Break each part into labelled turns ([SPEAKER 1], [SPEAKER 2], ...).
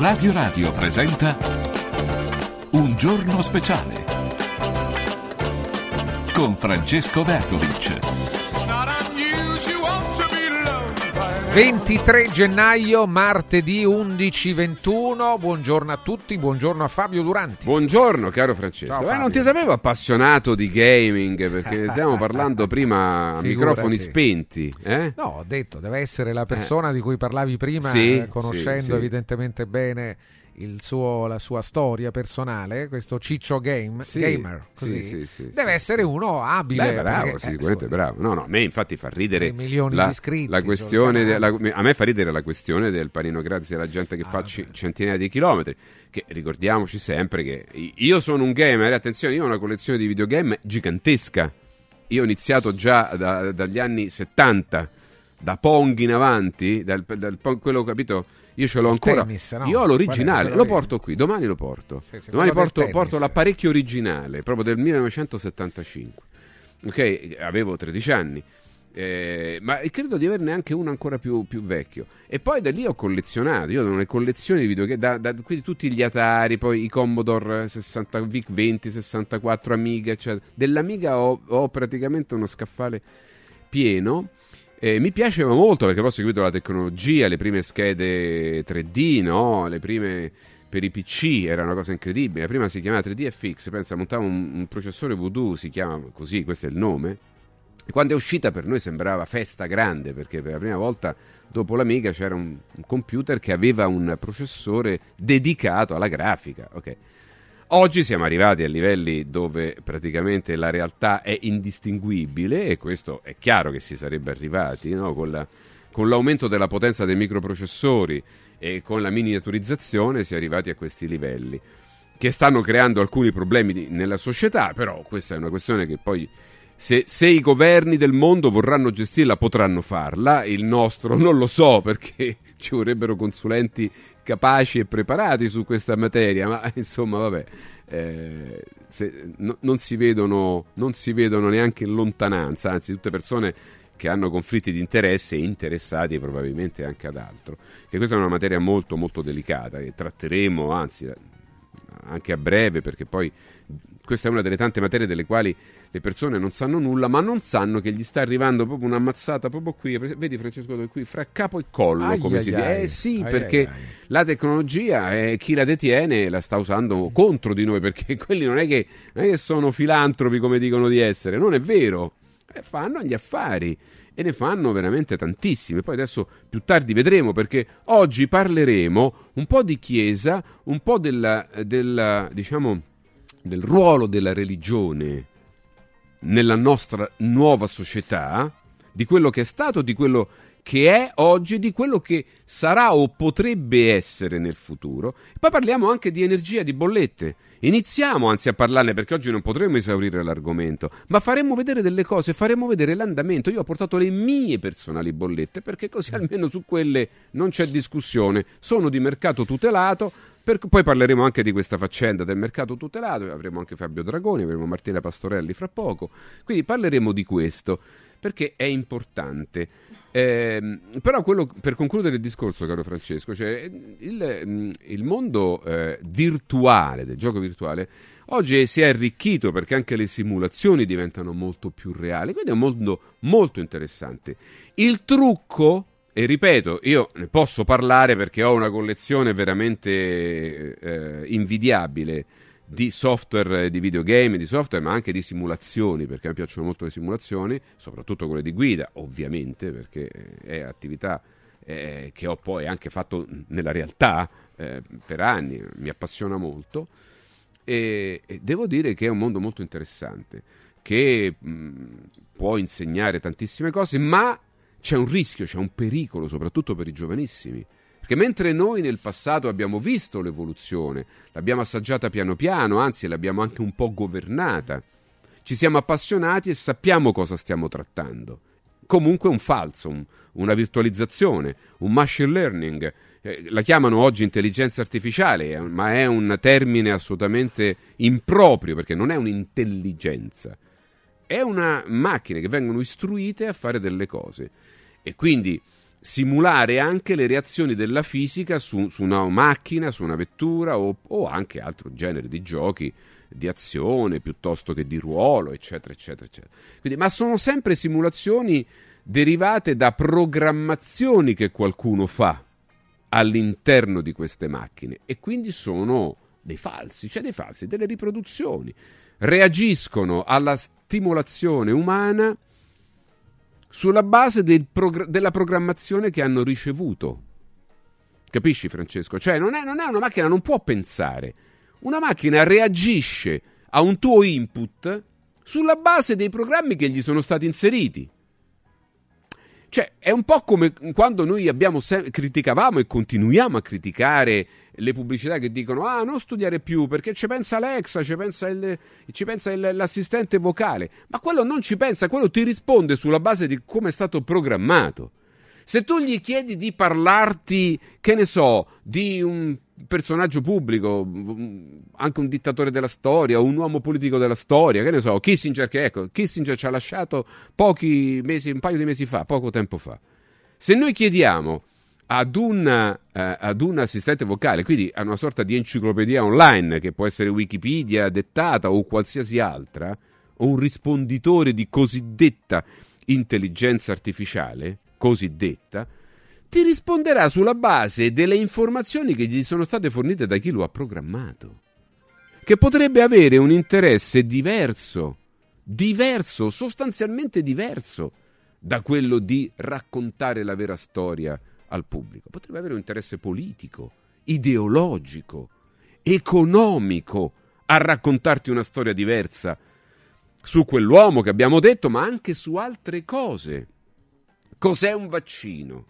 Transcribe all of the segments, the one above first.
[SPEAKER 1] Radio presenta Un giorno speciale con Francesco Vergovic.
[SPEAKER 2] 23 gennaio, martedì 11:21. Buongiorno a tutti, buongiorno a Fabio Duranti.
[SPEAKER 3] Buongiorno caro Francesco.
[SPEAKER 2] Ciao, Fabio.
[SPEAKER 3] Non ti sapevo appassionato di gaming, perché stiamo parlando prima a microfoni spenti.
[SPEAKER 2] No, ho detto, deve essere la persona di cui parlavi prima,
[SPEAKER 3] Sì,
[SPEAKER 2] conoscendo
[SPEAKER 3] sì.
[SPEAKER 2] evidentemente bene la sua storia personale, questo Ciccio gamer, così.
[SPEAKER 3] Sì.
[SPEAKER 2] Deve essere uno abile.
[SPEAKER 3] Beh, bravo,
[SPEAKER 2] perché,
[SPEAKER 3] sicuramente bravo. No, a me infatti fa ridere
[SPEAKER 2] milioni di iscritti,
[SPEAKER 3] la questione a me fa ridere la questione del panino gratis alla gente che fa centinaia di chilometri, che ricordiamoci sempre che io sono un gamer, attenzione, io ho una collezione di videogame gigantesca. Io ho iniziato già dagli anni 70, da Pong in avanti, quello capito. Io ce l'ho ancora.
[SPEAKER 2] Tennis, no?
[SPEAKER 3] Io ho l'originale,
[SPEAKER 2] Quello
[SPEAKER 3] lo
[SPEAKER 2] lì.
[SPEAKER 3] porto qui, domani lo porto.
[SPEAKER 2] Sì,
[SPEAKER 3] Domani
[SPEAKER 2] quello del
[SPEAKER 3] porto
[SPEAKER 2] tennis.
[SPEAKER 3] l'apparecchio originale, proprio del 1975. Ok, avevo 13 anni. Ma credo di averne anche uno ancora più vecchio. E poi da lì ho collezionato. Io ho una collezione di videogame, quindi tutti gli Atari, poi i Commodore 60, VIC-20, 64, Amiga, eccetera. Dell'Amiga ho praticamente uno scaffale pieno. Mi piaceva molto perché poi ho seguito la tecnologia, le prime schede 3D, no? Le prime per i PC, era una cosa incredibile. La prima si chiamava 3DFX, pensa, montava un processore Voodoo, si chiama così, questo è il nome. E quando è uscita per noi sembrava festa grande, perché per la prima volta dopo l'Amiga c'era un computer che aveva un processore dedicato alla grafica, ok. Oggi siamo arrivati a livelli dove praticamente la realtà è indistinguibile, e questo è chiaro che si sarebbe arrivati, no? Con l'aumento della potenza dei microprocessori e con la miniaturizzazione si è arrivati a questi livelli, che stanno creando alcuni problemi nella società, però questa è una questione che poi se i governi del mondo vorranno gestirla potranno farla. Il nostro non lo so, perché ci vorrebbero consulenti capaci e preparati su questa materia, ma insomma vabbè, non si vedono neanche in lontananza, anzi tutte persone che hanno conflitti di interesse e interessati probabilmente anche ad altro, che questa è una materia molto molto delicata che tratteremo anzi anche a breve, perché poi questa è una delle tante materie delle quali le persone non sanno nulla, ma non sanno che gli sta arrivando proprio un'ammazzata proprio qui, vedi Francesco, qui fra capo e collo, come si dice. Perché la tecnologia, chi la detiene la sta usando contro di noi, perché quelli non è che sono filantropi come dicono di essere, non è vero, fanno gli affari e ne fanno veramente tantissimi. Poi adesso più tardi vedremo, perché oggi parleremo un po' di Chiesa, un po' diciamo del ruolo della religione nella nostra nuova società, di quello che è stato, di quello che è oggi, di quello che sarà o potrebbe essere nel futuro. Poi parliamo anche di energia, di bollette. Iniziamo anzi a parlarne, perché oggi non potremo esaurire l'argomento, ma faremo vedere delle cose, faremo vedere l'andamento. Io ho portato le mie personali bollette, perché così almeno su quelle non c'è discussione, sono di mercato tutelato. Poi parleremo anche di questa faccenda del mercato tutelato, avremo anche Fabio Dragoni, avremo Martina Pastorelli fra poco, quindi parleremo di questo, perché è importante. Però quello, per concludere il discorso, caro Francesco, cioè il mondo virtuale, del gioco virtuale, oggi si è arricchito, perché anche le simulazioni diventano molto più reali, quindi è un mondo molto interessante. Il trucco, e ripeto, io ne posso parlare perché ho una collezione veramente invidiabile di software, di videogame, di software, ma anche di simulazioni, perché mi piacciono molto le simulazioni, soprattutto quelle di guida, ovviamente, perché è attività che ho poi anche fatto nella realtà per anni, mi appassiona molto, e devo dire che è un mondo molto interessante, che può insegnare tantissime cose, ma c'è un rischio, c'è un pericolo, soprattutto per i giovanissimi. Perché mentre noi nel passato abbiamo visto l'evoluzione, l'abbiamo assaggiata piano piano, anzi l'abbiamo anche un po' governata, ci siamo appassionati e sappiamo cosa stiamo trattando. Comunque un falso, una virtualizzazione, un machine learning, la chiamano oggi intelligenza artificiale, ma è un termine assolutamente improprio, perché non è un'intelligenza. È una macchina che vengono istruite a fare delle cose, e quindi simulare anche le reazioni della fisica su una macchina, su una vettura o anche altro genere di giochi di azione piuttosto che di ruolo, eccetera, eccetera, eccetera. Quindi, ma sono sempre simulazioni derivate da programmazioni che qualcuno fa all'interno di queste macchine, e quindi sono dei falsi, delle riproduzioni. Reagiscono alla stimolazione umana sulla base della programmazione che hanno ricevuto. Capisci, Francesco? Cioè non è una macchina, non può pensare. Una macchina reagisce a un tuo input sulla base dei programmi che gli sono stati inseriti. Cioè, è un po' come quando noi criticavamo e continuiamo a criticare le pubblicità che dicono non studiare più perché ci pensa Alexa, ci pensa l'assistente vocale. Ma quello non ci pensa, quello ti risponde sulla base di come è stato programmato. Se tu gli chiedi di parlarti, che ne so, di un personaggio pubblico, anche un dittatore della storia, un uomo politico della storia, che ne so, Kissinger ci ha lasciato un paio di mesi fa, poco tempo fa. Se noi chiediamo ad un assistente vocale, quindi a una sorta di enciclopedia online, che può essere Wikipedia dettata o qualsiasi altra, o un risponditore di cosiddetta intelligenza artificiale, cosiddetta, ti risponderà sulla base delle informazioni che gli sono state fornite da chi lo ha programmato, che potrebbe avere un interesse diverso, sostanzialmente diverso da quello di raccontare la vera storia al pubblico. Potrebbe avere un interesse politico, ideologico, economico a raccontarti una storia diversa su quell'uomo che abbiamo detto, ma anche su altre cose. Cos'è un vaccino?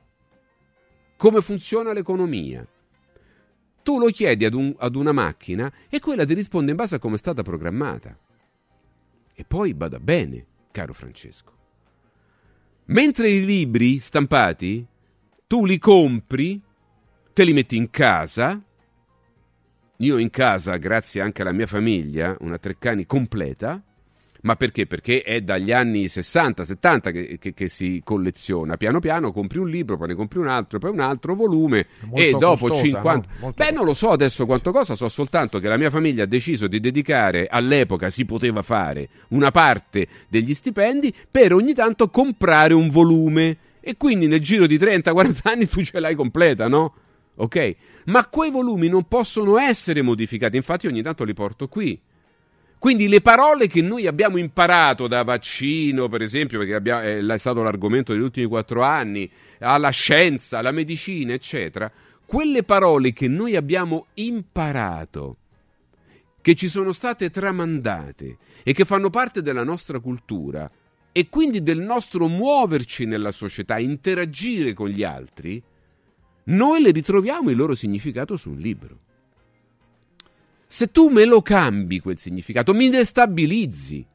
[SPEAKER 3] Come funziona l'economia? Tu lo chiedi ad una macchina e quella ti risponde in base a come è stata programmata. E poi bada bene, caro Francesco. Mentre i libri stampati, tu li compri, te li metti in casa. Io in casa, grazie anche alla mia famiglia, una Treccani completa. Ma perché? Perché è dagli anni 60-70 che si colleziona. Piano piano compri un libro, poi ne compri un altro volume e dopo costosa, 50... No? Non lo so adesso quanto costa, so soltanto che la mia famiglia ha deciso di dedicare, all'epoca si poteva fare, una parte degli stipendi per ogni tanto comprare un volume. E quindi nel giro di 30-40 anni tu ce l'hai completa, no? Ok? Ma quei volumi non possono essere modificati, infatti ogni tanto li porto qui. Quindi le parole che noi abbiamo imparato da vaccino, per esempio, perché è stato l'argomento degli ultimi 4 anni, alla scienza, alla medicina, eccetera, quelle parole che noi abbiamo imparato, che ci sono state tramandate e che fanno parte della nostra cultura e quindi del nostro muoverci nella società, interagire con gli altri, noi le ritroviamo il loro significato su un libro. Se tu me lo cambi quel significato, mi destabilizzi,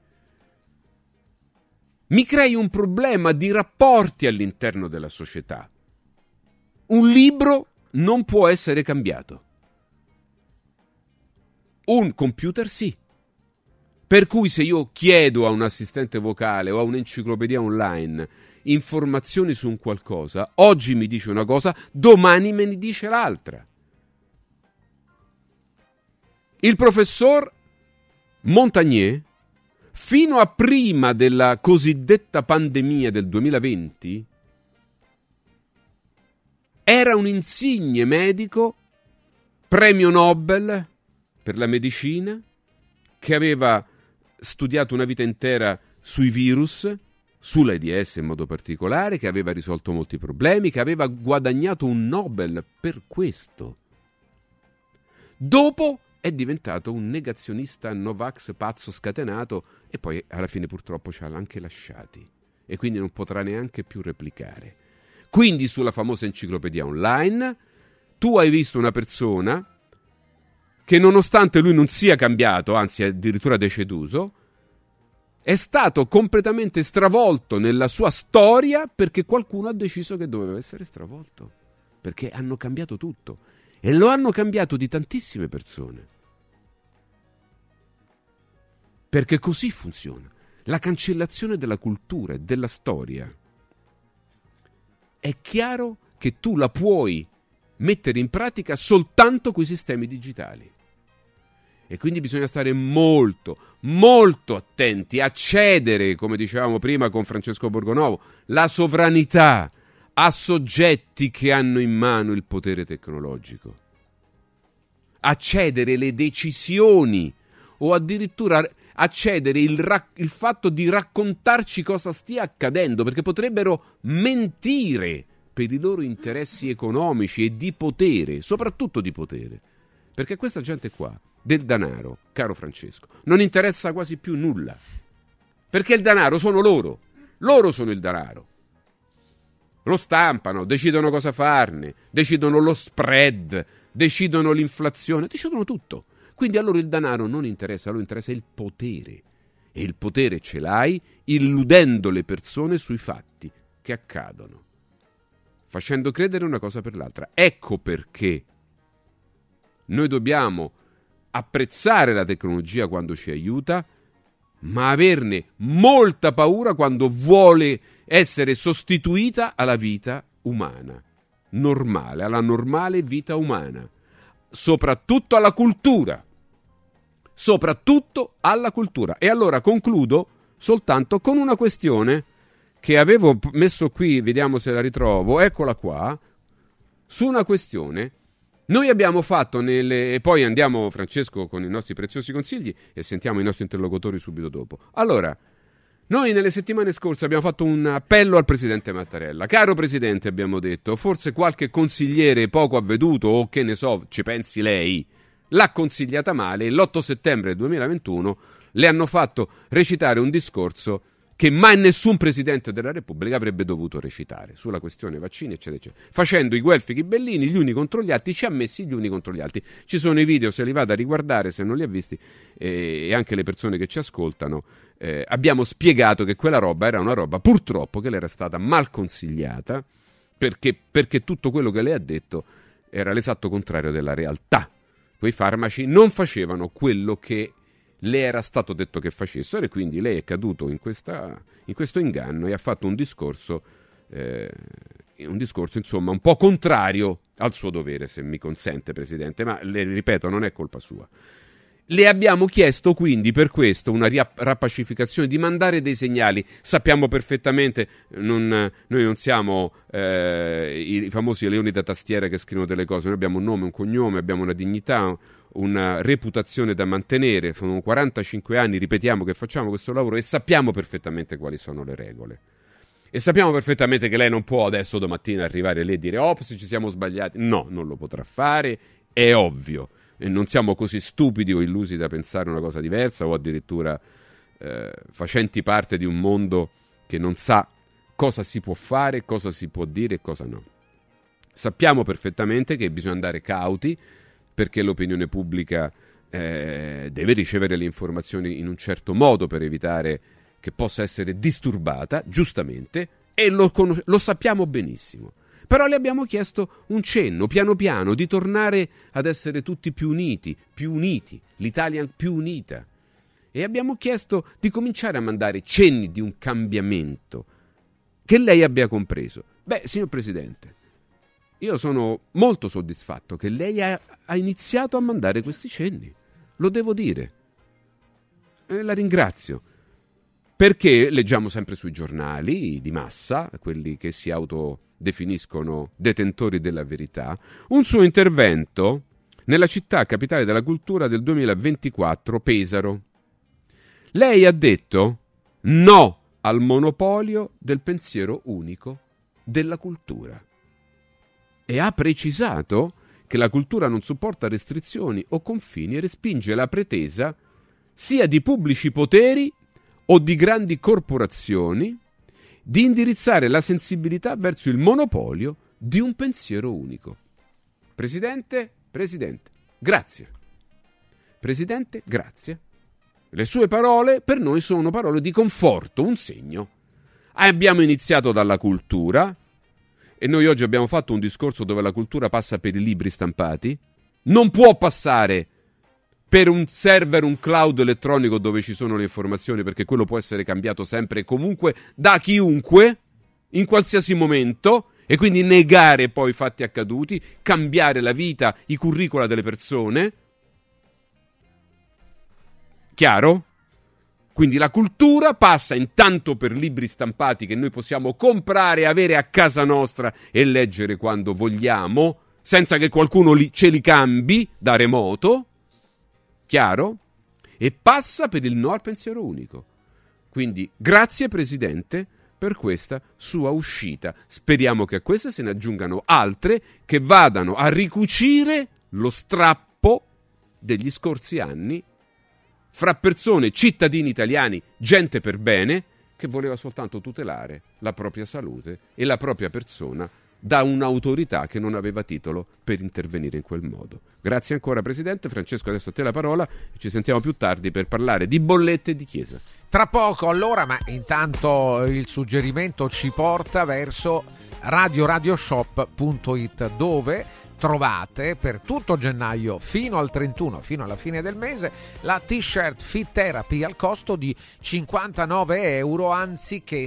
[SPEAKER 3] mi crei un problema di rapporti all'interno della società. Un libro non può essere cambiato. Un computer sì. Per cui se io chiedo a un assistente vocale o a un'enciclopedia online informazioni su un qualcosa, oggi mi dice una cosa, domani me ne dice l'altra. Il professor Montagnier, fino a prima della cosiddetta pandemia del 2020, era un insigne medico, premio Nobel per la medicina, che aveva studiato una vita intera sui virus, sull'AIDS in modo particolare, che aveva risolto molti problemi, che aveva guadagnato un Nobel per questo. Dopo è diventato un negazionista Novax pazzo scatenato e poi alla fine purtroppo ci ha anche lasciati e quindi non potrà neanche più replicare. Quindi sulla famosa enciclopedia online tu hai visto una persona che nonostante lui non sia cambiato, anzi addirittura deceduto, è stato completamente stravolto nella sua storia perché qualcuno ha deciso che doveva essere stravolto, perché hanno cambiato tutto. E lo hanno cambiato di tantissime persone. Perché così funziona. La cancellazione della cultura e della storia è chiaro che tu la puoi mettere in pratica soltanto con i sistemi digitali. E quindi bisogna stare molto, molto attenti a cedere, come dicevamo prima con Francesco Borgonovo, la sovranità a soggetti che hanno in mano il potere tecnologico, a cedere le decisioni o addirittura a cedere il fatto di raccontarci cosa stia accadendo, perché potrebbero mentire per i loro interessi economici e di potere, soprattutto di potere, perché questa gente qua del denaro, caro Francesco, non interessa quasi più nulla, perché il denaro sono loro sono il denaro, lo stampano, decidono cosa farne, decidono lo spread, decidono l'inflazione, decidono tutto. Quindi a loro il denaro non interessa, a loro interessa il potere, e il potere ce l'hai illudendo le persone sui fatti che accadono, facendo credere una cosa per l'altra. Ecco perché noi dobbiamo apprezzare la tecnologia quando ci aiuta, ma averne molta paura quando vuole essere sostituita alla vita umana, normale, alla normale vita umana, soprattutto alla cultura. Soprattutto alla cultura. E allora concludo soltanto con una questione che avevo messo qui, vediamo se la ritrovo, eccola qua, su una questione. Noi abbiamo fatto e poi andiamo, Francesco, con i nostri preziosi consigli e sentiamo i nostri interlocutori subito dopo. Allora, noi nelle settimane scorse abbiamo fatto un appello al Presidente Mattarella. Caro Presidente, abbiamo detto, forse qualche consigliere poco avveduto o che ne so, ci pensi lei, l'ha consigliata male e l'8 settembre 2021 le hanno fatto recitare un discorso che mai nessun Presidente della Repubblica avrebbe dovuto recitare sulla questione vaccini, eccetera, eccetera. Facendo i guelfi ghibellini, gli uni contro gli altri, ci ha messi gli uni contro gli altri. Ci sono i video, se li vado a riguardare, se non li ha visti, e anche le persone che ci ascoltano, abbiamo spiegato che quella roba era una roba, purtroppo, che le era stata mal consigliata, perché tutto quello che lei ha detto era l'esatto contrario della realtà. Quei farmaci non facevano quello che le era stato detto che facessero, e quindi lei è caduto in questo inganno e ha fatto un discorso insomma un po' contrario al suo dovere, se mi consente, Presidente, ma le ripeto, non è colpa sua. Le abbiamo chiesto quindi per questo una rapacificazione, di mandare dei segnali. Sappiamo perfettamente, noi non siamo i famosi leoni da tastiera che scrivono delle cose, noi abbiamo un nome, un cognome, abbiamo una dignità, una reputazione da mantenere. Sono 45 anni, ripetiamo, che facciamo questo lavoro e sappiamo perfettamente quali sono le regole. E sappiamo perfettamente che lei non può adesso domattina arrivare lì e dire ops, ci siamo sbagliati. No, non lo potrà fare, è ovvio. E non siamo così stupidi o illusi da pensare una cosa diversa, o addirittura facenti parte di un mondo che non sa cosa si può fare, cosa si può dire e cosa no. Sappiamo perfettamente che bisogna andare cauti, perché l'opinione pubblica deve ricevere le informazioni in un certo modo per evitare che possa essere disturbata, giustamente, e lo sappiamo benissimo. Però le abbiamo chiesto un cenno, piano piano, di tornare ad essere tutti più uniti, l'Italia più unita. E abbiamo chiesto di cominciare a mandare cenni di un cambiamento che lei abbia compreso. Beh, signor Presidente, io sono molto soddisfatto che lei ha iniziato a mandare questi cenni, lo devo dire. E la ringrazio. Perché leggiamo sempre sui giornali di massa, quelli che si autodefiniscono detentori della verità, un suo intervento nella città capitale della cultura del 2024, Pesaro. Lei ha detto no al monopolio del pensiero unico della cultura e ha precisato che la cultura non sopporta restrizioni o confini e respinge la pretesa sia di pubblici poteri o di grandi corporazioni di indirizzare la sensibilità verso il monopolio di un pensiero unico. Presidente, grazie. Presidente, grazie. Le sue parole per noi sono parole di conforto, un segno. Abbiamo iniziato dalla cultura e noi oggi abbiamo fatto un discorso dove la cultura passa per i libri stampati. Non può passare per un server, un cloud elettronico dove ci sono le informazioni, perché quello può essere cambiato sempre e comunque da chiunque, in qualsiasi momento, e quindi negare poi i fatti accaduti, cambiare la vita, i curricula delle persone. Chiaro? Quindi la cultura passa intanto per libri stampati che noi possiamo comprare e avere a casa nostra e leggere quando vogliamo, senza che qualcuno ce li cambi da remoto. Chiaro? E passa per il no al pensiero unico. Quindi grazie Presidente per questa sua uscita. Speriamo che a queste se ne aggiungano altre che vadano a ricucire lo strappo degli scorsi anni fra persone, cittadini italiani, gente per bene, che voleva soltanto tutelare la propria salute e la propria persona da un'autorità che non aveva titolo per intervenire in quel modo. Grazie ancora Presidente. Francesco, adesso a te la parola, ci sentiamo più tardi per parlare di bollette e di Chiesa.
[SPEAKER 2] Tra poco allora, ma intanto il suggerimento ci porta verso radioshop.it, dove trovate per tutto gennaio fino al 31, fino alla fine del mese, la t-shirt Fit Therapy al costo di 59 euro anziché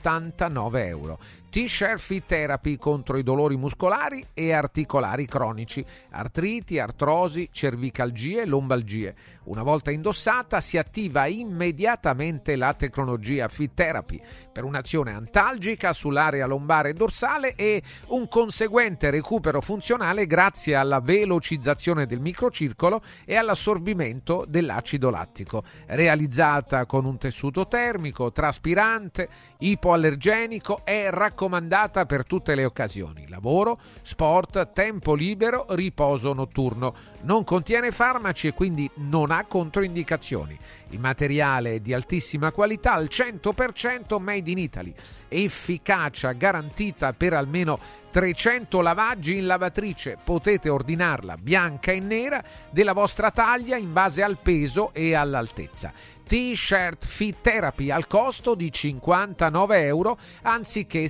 [SPEAKER 2] 79 euro. T-shirt Fit Therapy contro i dolori muscolari e articolari cronici, artriti, artrosi, cervicalgie, lombalgie. Una volta indossata si attiva immediatamente la tecnologia Fit Therapy per un'azione antalgica sull'area lombare e dorsale e un conseguente recupero funzionale grazie alla velocizzazione del microcircolo e all'assorbimento dell'acido lattico. Realizzata con un tessuto termico, traspirante, ipoallergenico, è raccomandata per tutte le occasioni: lavoro, sport, tempo libero, riposo notturno. Non contiene farmaci e quindi non ha controindicazioni. Il materiale è di altissima qualità, al 100% made in Italy. Efficacia garantita per almeno 300 lavaggi in lavatrice. Potete ordinarla bianca e nera della vostra taglia in base al peso e all'altezza. T-shirt Fit Therapy al costo di 59 euro anziché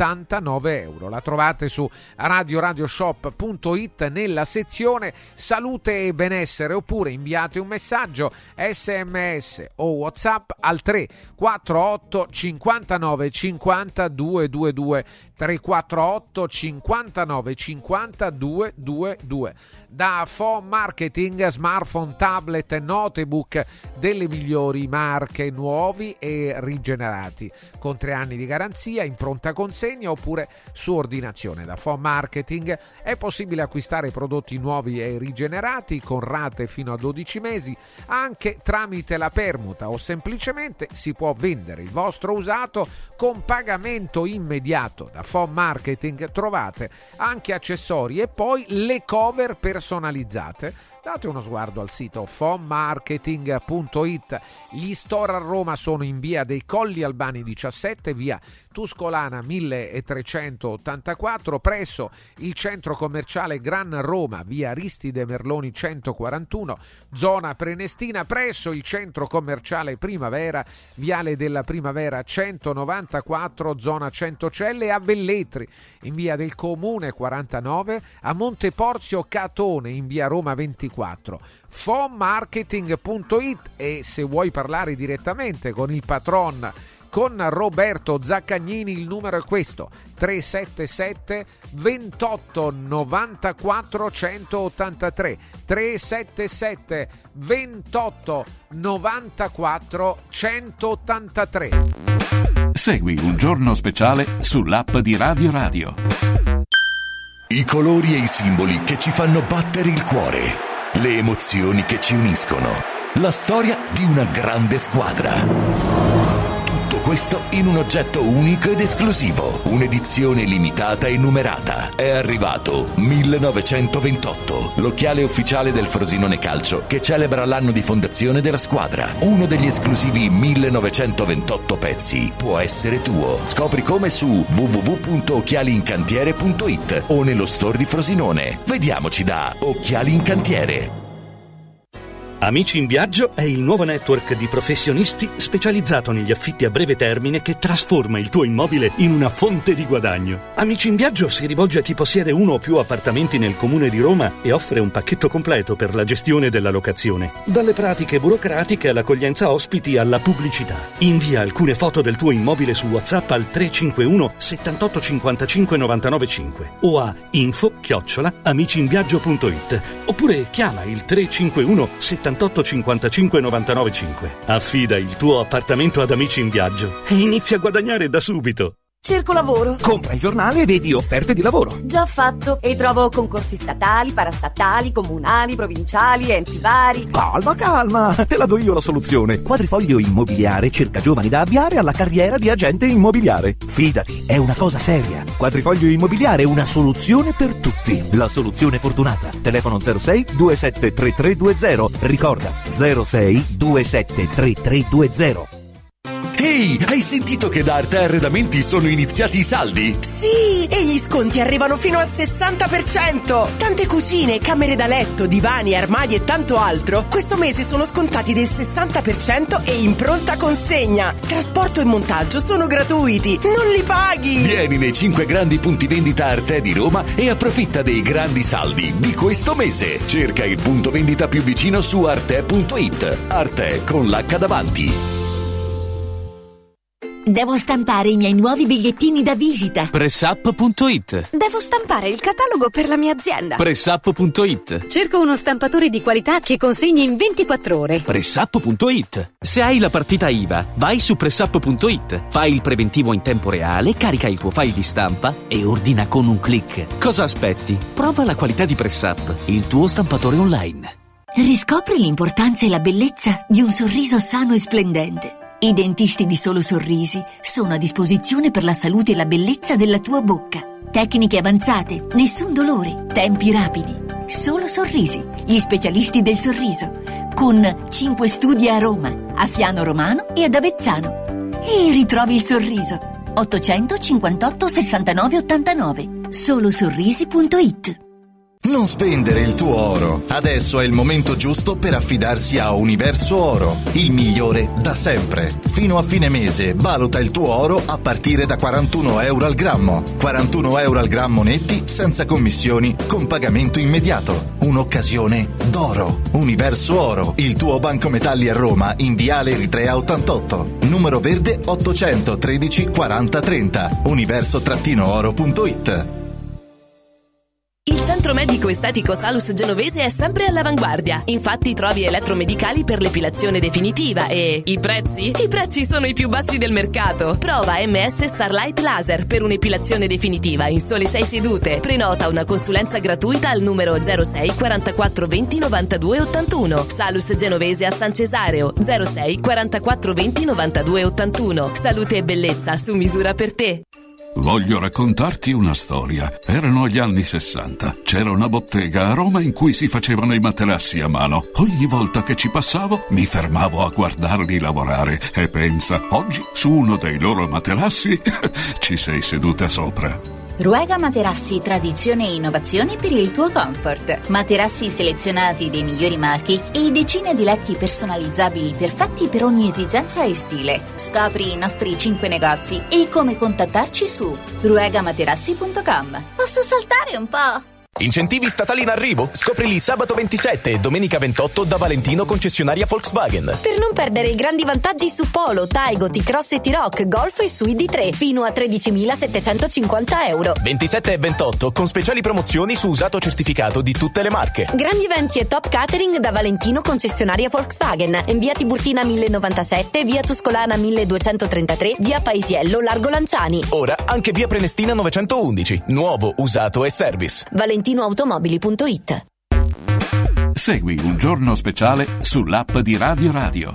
[SPEAKER 2] 79 euro. La trovate su radioshop.it nella sezione salute e benessere, oppure inviate un messaggio SMS o WhatsApp al 348 59 50 222 348 59 50 222. Da Phone Marketing, smartphone, tablet e notebook delle migliori marche, nuovi e rigenerati, con 3 anni di garanzia, in pronta consegna oppure su ordinazione. Da Phone Marketing è possibile acquistare prodotti nuovi e rigenerati con rate fino a 12 mesi, anche tramite la permuta, o semplicemente si può vendere il vostro usato con pagamento immediato. Da Phone Marketing trovate anche accessori e poi le cover personalizzate. Date uno sguardo al sito fonmarketing.it. Gli store a Roma sono in via dei Colli Albani 17, via Tuscolana 1384, presso il centro commerciale Gran Roma, via Aristide Merloni 141, zona Prenestina, presso il centro commerciale Primavera, viale della Primavera 194, zona Centocelle, e a Velletri in via del Comune 49, a Monteporzio Catone in via Roma 24. Fonmarketing.it. E se vuoi parlare direttamente con il patron, con Roberto Zaccagnini, il numero è questo: 377 28 94 183, 377 28 94 183.
[SPEAKER 1] Segui Un Giorno Speciale sull'app di Radio Radio.
[SPEAKER 4] I colori e i simboli che ci fanno battere il cuore, le emozioni che ci uniscono, la storia di una grande squadra. Tutto questo in un oggetto unico ed esclusivo, un'edizione limitata e numerata. È arrivato 1928, l'occhiale ufficiale del Frosinone Calcio che celebra l'anno di fondazione della squadra. Uno degli esclusivi 1928 pezzi può essere tuo. Scopri come su www.occhialiincantiere.it o nello store di Frosinone. Vediamoci da Occhiali in Cantiere.
[SPEAKER 5] Amici in Viaggio è il nuovo network di professionisti specializzato negli affitti a breve termine che trasforma il tuo immobile in una fonte di guadagno. Amici in Viaggio si rivolge a chi possiede uno o più appartamenti nel comune di Roma e offre un pacchetto completo per la gestione della locazione, dalle pratiche burocratiche all'accoglienza ospiti alla pubblicità. Invia alcune foto del tuo immobile su WhatsApp al 351 78 55 99 5 o a info@amiciinviaggio.it oppure chiama il 351 78 55 99 5. Affida il tuo appartamento ad Amici in Viaggio e inizia a guadagnare da subito.
[SPEAKER 6] Cerco lavoro.
[SPEAKER 7] Compra il giornale e vedi offerte di lavoro.
[SPEAKER 6] Già fatto. E trovo concorsi statali, parastatali, comunali, provinciali, enti vari.
[SPEAKER 7] Calma, te la do io la soluzione. Quadrifoglio Immobiliare cerca giovani da avviare alla carriera di agente immobiliare. Fidati, è una cosa seria. Quadrifoglio Immobiliare è una soluzione per tutti. La soluzione fortunata. Telefono 06 27 3320. Ricorda, 06 27 3320.
[SPEAKER 4] Ehi, hai sentito che da Arte Arredamenti sono iniziati i saldi?
[SPEAKER 8] Sì, e gli sconti arrivano fino al 60%. Tante cucine, camere da letto, divani, armadi e tanto altro questo mese sono scontati del 60% e in pronta consegna. Trasporto e montaggio sono gratuiti, non li paghi.
[SPEAKER 4] Vieni nei 5 grandi punti vendita Arte di Roma e approfitta dei grandi saldi di questo mese. Cerca il punto vendita più vicino su arte.it. Arte con l'H davanti.
[SPEAKER 9] Devo stampare i miei nuovi bigliettini da visita.
[SPEAKER 10] Pressup.it.
[SPEAKER 11] Devo stampare il catalogo per la mia azienda.
[SPEAKER 10] Pressup.it.
[SPEAKER 11] Cerco uno stampatore di qualità che consegni in 24 ore.
[SPEAKER 10] Pressup.it. Se hai la partita IVA, vai su Pressup.it. Fai il preventivo in tempo reale, carica il tuo file di stampa e ordina con un click. Cosa aspetti? Prova la qualità di Pressup, il tuo stampatore online.
[SPEAKER 9] Riscopri l'importanza e la bellezza di un sorriso sano e splendente. I dentisti di Solo Sorrisi sono a disposizione per la salute e la bellezza della tua bocca. Tecniche avanzate, nessun dolore, tempi rapidi. Solo Sorrisi, gli specialisti del sorriso, con 5 studi a Roma, a Fiano Romano e ad Avezzano. E ritrovi il sorriso. 858 69 89. Solosorrisi.it.
[SPEAKER 12] Non svendere il tuo oro. Adesso è il momento giusto per affidarsi a Universo Oro, il migliore da sempre. Fino a fine mese valuta il tuo oro a partire da 41 euro al grammo. 41 euro al grammo netti, senza commissioni, con pagamento immediato. Un'occasione d'oro. Universo Oro, il tuo banco metalli a Roma, in Viale Eritrea 88. Numero verde 813 40 30. Universo-oro.it.
[SPEAKER 13] Il centro medico estetico Salus Genovese è sempre all'avanguardia. Infatti trovi elettromedicali per l'epilazione definitiva e i prezzi? I prezzi sono i più bassi del mercato. Prova MS Starlight Laser per un'epilazione definitiva in sole 6 sedute. Prenota una consulenza gratuita al numero 06 44 20 92 81. Salus Genovese a San Cesareo 06 44 20 92 81. Salute e bellezza su misura per te.
[SPEAKER 1] Voglio raccontarti una storia. Erano gli anni 60. C'era una bottega a Roma in cui si facevano i materassi a mano. Ogni volta che ci passavo mi fermavo a guardarli lavorare e pensa, oggi su uno dei loro materassi ci sei seduta sopra.
[SPEAKER 14] Ruega Materassi, tradizione e innovazione per il tuo comfort. Materassi selezionati dei migliori marchi e decine di letti personalizzabili perfetti per ogni esigenza e stile. Scopri i nostri 5 negozi e come contattarci su ruegamaterassi.com. Posso saltare un po'?
[SPEAKER 15] Incentivi statali in arrivo? Scoprili sabato 27 e domenica 28 da Valentino concessionaria Volkswagen.
[SPEAKER 11] Per non perdere i grandi vantaggi su Polo, Taigo, T-Cross e T-Roc, Golf e su ID3 fino a 13.750 euro.
[SPEAKER 15] 27 e 28 con speciali promozioni su usato certificato di tutte le marche.
[SPEAKER 11] Grandi eventi e top catering da Valentino concessionaria Volkswagen. In via Tiburtina 1097, via Tuscolana 1233, via Paisiello, Largo Lanciani.
[SPEAKER 15] Ora anche via Prenestina 911. Nuovo, usato e service.
[SPEAKER 11] ValentinoAutomobili.it.
[SPEAKER 1] Segui Un Giorno Speciale sull'app di Radio Radio.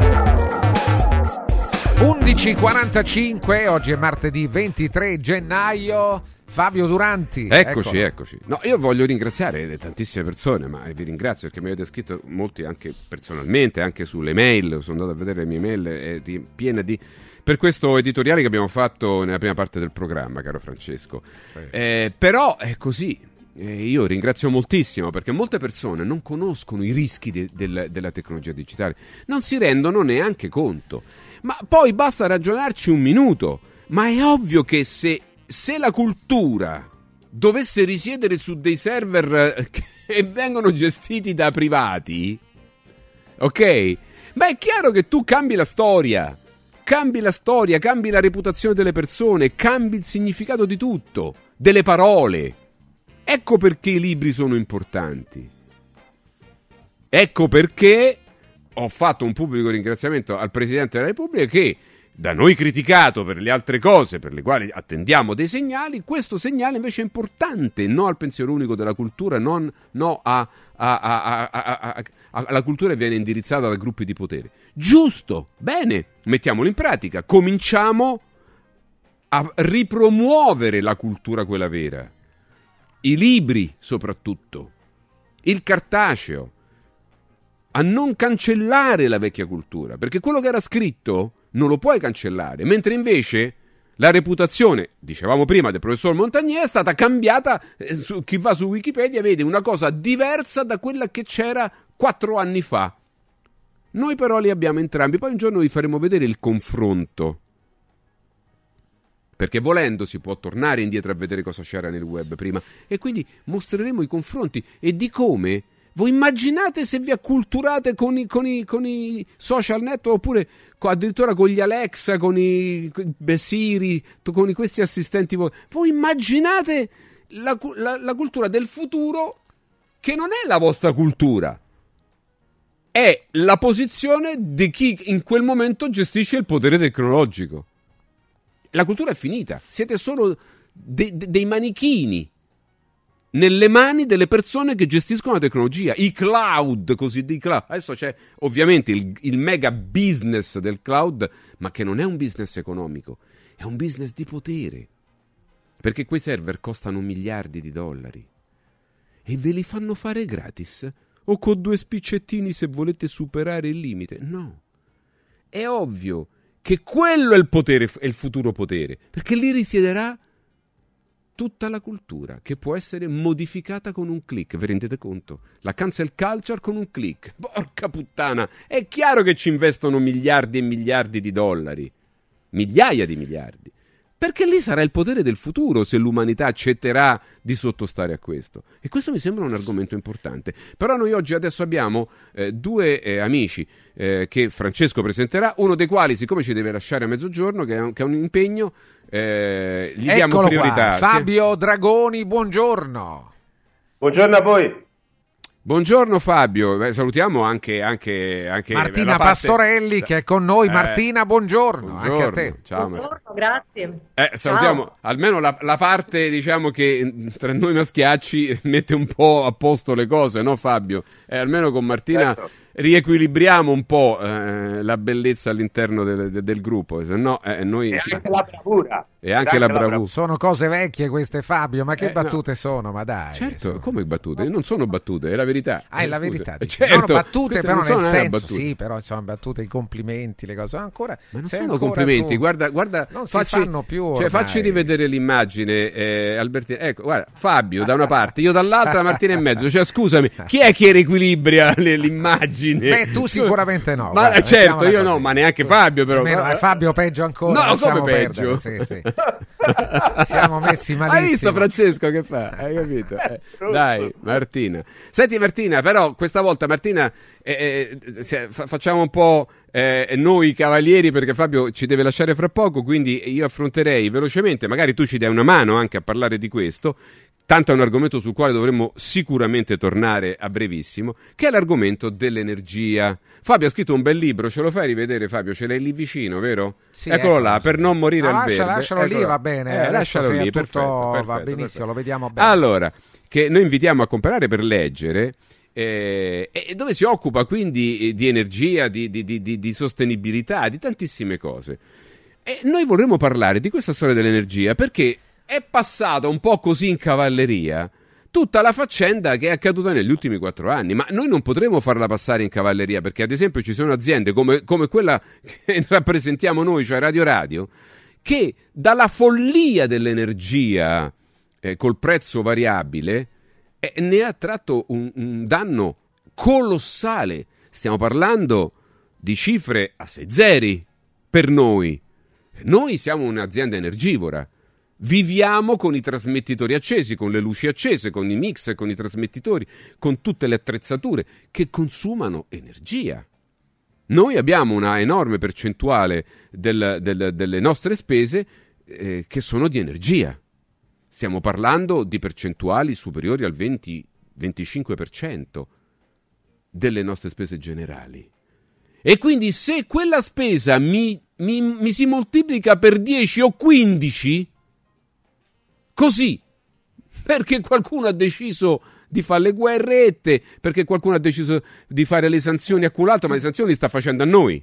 [SPEAKER 2] 11:45, oggi è martedì 23 gennaio. Fabio Duranti.
[SPEAKER 3] Eccoci. No, io voglio ringraziare tantissime persone, ma vi ringrazio perché mi avete scritto molti anche personalmente, anche sulle mail. Sono andato a vedere le mie mail piene di... per questo editoriale che abbiamo fatto nella prima parte del programma, caro Francesco. Sì. Però è così. io ringrazio moltissimo, perché molte persone non conoscono i rischi della tecnologia digitale, non si rendono neanche conto. Ma poi basta ragionarci un minuto. Ma è ovvio che se la cultura dovesse risiedere su dei server che vengono gestiti da privati, ok? Ma è chiaro che tu cambi la storia, cambi la reputazione delle persone, cambi il significato di tutto, delle parole. Ecco perché i libri sono importanti. Ecco perché ho fatto un pubblico ringraziamento al Presidente della Repubblica, che da noi criticato per le altre cose per le quali attendiamo dei segnali, questo segnale invece è importante, no al pensiero unico della cultura, no alla cultura che viene indirizzata da gruppi di potere. Giusto, bene, mettiamolo in pratica, cominciamo a ripromuovere la cultura quella vera, i libri soprattutto, il cartaceo, a non cancellare la vecchia cultura, perché quello che era scritto non lo puoi cancellare, mentre invece la reputazione, dicevamo prima, del professor Montagnier è stata cambiata. Chi va su Wikipedia vede una cosa diversa da quella che c'era 4 anni fa. Noi però li abbiamo entrambi, poi un giorno vi faremo vedere il confronto, perché volendo si può tornare indietro a vedere cosa c'era nel web prima, e quindi mostreremo i confronti e di come. Voi immaginate se vi acculturate con i social network, oppure addirittura con gli Alexa, con i Siri, con questi assistenti? Voi immaginate la cultura del futuro, che non è la vostra cultura, è la posizione di chi in quel momento gestisce il potere tecnologico. La cultura è finita, siete solo dei manichini nelle mani delle persone che gestiscono la tecnologia, i cloud, cosiddetti cloud. Adesso c'è ovviamente il mega business del cloud, ma che non è un business economico, è un business di potere, perché quei server costano $miliardi e ve li fanno fare gratis o con 2 spiccettini se volete superare il limite. No, è ovvio che quello è il potere, è il futuro potere, perché lì risiederà tutta la cultura, che può essere modificata con un click. Vi rendete conto? La cancel culture con un click. Porca puttana! È chiaro che ci investono miliardi e miliardi di dollari. Migliaia di miliardi. Perché lì sarà il potere del futuro, se l'umanità accetterà di sottostare a questo. E questo mi sembra un argomento importante. Però noi oggi adesso abbiamo 2 amici che Francesco presenterà, uno dei quali, siccome ci deve lasciare a mezzogiorno, che è un impegno, gli diamo priorità.
[SPEAKER 2] Qua. Fabio Dragoni, buongiorno.
[SPEAKER 16] Buongiorno a voi.
[SPEAKER 3] Buongiorno Fabio. Salutiamo anche
[SPEAKER 2] Martina Pastorelli che è con noi. Martina, buongiorno. Anche a te.
[SPEAKER 17] Ciao. Buongiorno, grazie.
[SPEAKER 3] Salutiamo. Ciao. Almeno la parte, diciamo, che tra noi maschiacci mette un po' a posto le cose, no Fabio? Almeno con Martina riequilibriamo un po' la bellezza all'interno del gruppo, se no noi...
[SPEAKER 16] E anche la bravura.
[SPEAKER 3] E anche la bravura.
[SPEAKER 2] Sono cose vecchie queste, Fabio, ma che battute sono? Ma dai.
[SPEAKER 3] Certo, come battute? Non sono battute, è la verità.
[SPEAKER 2] È la verità.
[SPEAKER 3] Certo,
[SPEAKER 2] no, battute però nel senso,
[SPEAKER 3] battute.
[SPEAKER 2] Sì, però sono battute, i complimenti, le cose. Ancora,
[SPEAKER 3] ma non sono complimenti,
[SPEAKER 2] tu...
[SPEAKER 3] guarda,
[SPEAKER 2] non si fanno più ormai.
[SPEAKER 3] Cioè, facci rivedere l'immagine, Albertino. Ecco, guarda, Fabio da una parte, io dall'altra, Martina in mezzo. Cioè, scusami, chi è che riequilibria l'immagine?
[SPEAKER 2] Beh, tu sicuramente no.
[SPEAKER 3] Ma
[SPEAKER 2] guarda,
[SPEAKER 3] certo, io no, ma neanche Fabio però.
[SPEAKER 2] Fabio peggio ancora.
[SPEAKER 3] No, come peggio?
[SPEAKER 2] Sì. Siamo messi malissimo.
[SPEAKER 3] Hai visto Francesco che fa? Hai capito? Dai, Martina. Senti Martina, però questa volta Martina facciamo un po' noi cavalieri, perché Fabio ci deve lasciare fra poco, quindi io affronterei velocemente, magari tu ci dai una mano anche a parlare di questo. Tanto è un argomento sul quale dovremmo sicuramente tornare a brevissimo, che è l'argomento dell'energia. Fabio ha scritto un bel libro, ce lo fai rivedere Fabio? Ce l'hai lì vicino, vero?
[SPEAKER 2] Sì,
[SPEAKER 3] eccolo là, per non morire al verde.
[SPEAKER 2] Lascialo lì, va bene.
[SPEAKER 3] Lascialo lì, perfetto,
[SPEAKER 2] va benissimo, lo vediamo bene.
[SPEAKER 3] Allora, che noi invitiamo a comprare per leggere, dove si occupa quindi di energia, di sostenibilità, di tantissime cose. E noi vorremmo parlare di questa storia dell'energia, perché è passata un po' così in cavalleria tutta la faccenda che è accaduta negli ultimi 4 anni, ma noi non potremo farla passare in cavalleria, perché ad esempio ci sono aziende come quella che rappresentiamo noi, cioè Radio, che dalla follia dell'energia col prezzo variabile ne ha tratto un danno colossale. Stiamo parlando di cifre a 6 zeri per noi. Noi siamo un'azienda energivora. Viviamo con i trasmettitori accesi, con le luci accese, con i mix, con i trasmettitori, con tutte le attrezzature che consumano energia. Noi abbiamo una enorme percentuale delle nostre spese che sono di energia. Stiamo parlando di percentuali superiori al 20-25% delle nostre spese generali. E quindi se quella spesa mi si moltiplica per 10 o 15, così, perché qualcuno ha deciso di fare le guerrette, perché qualcuno ha deciso di fare le sanzioni a quell'altro, ma le sanzioni le sta facendo a noi.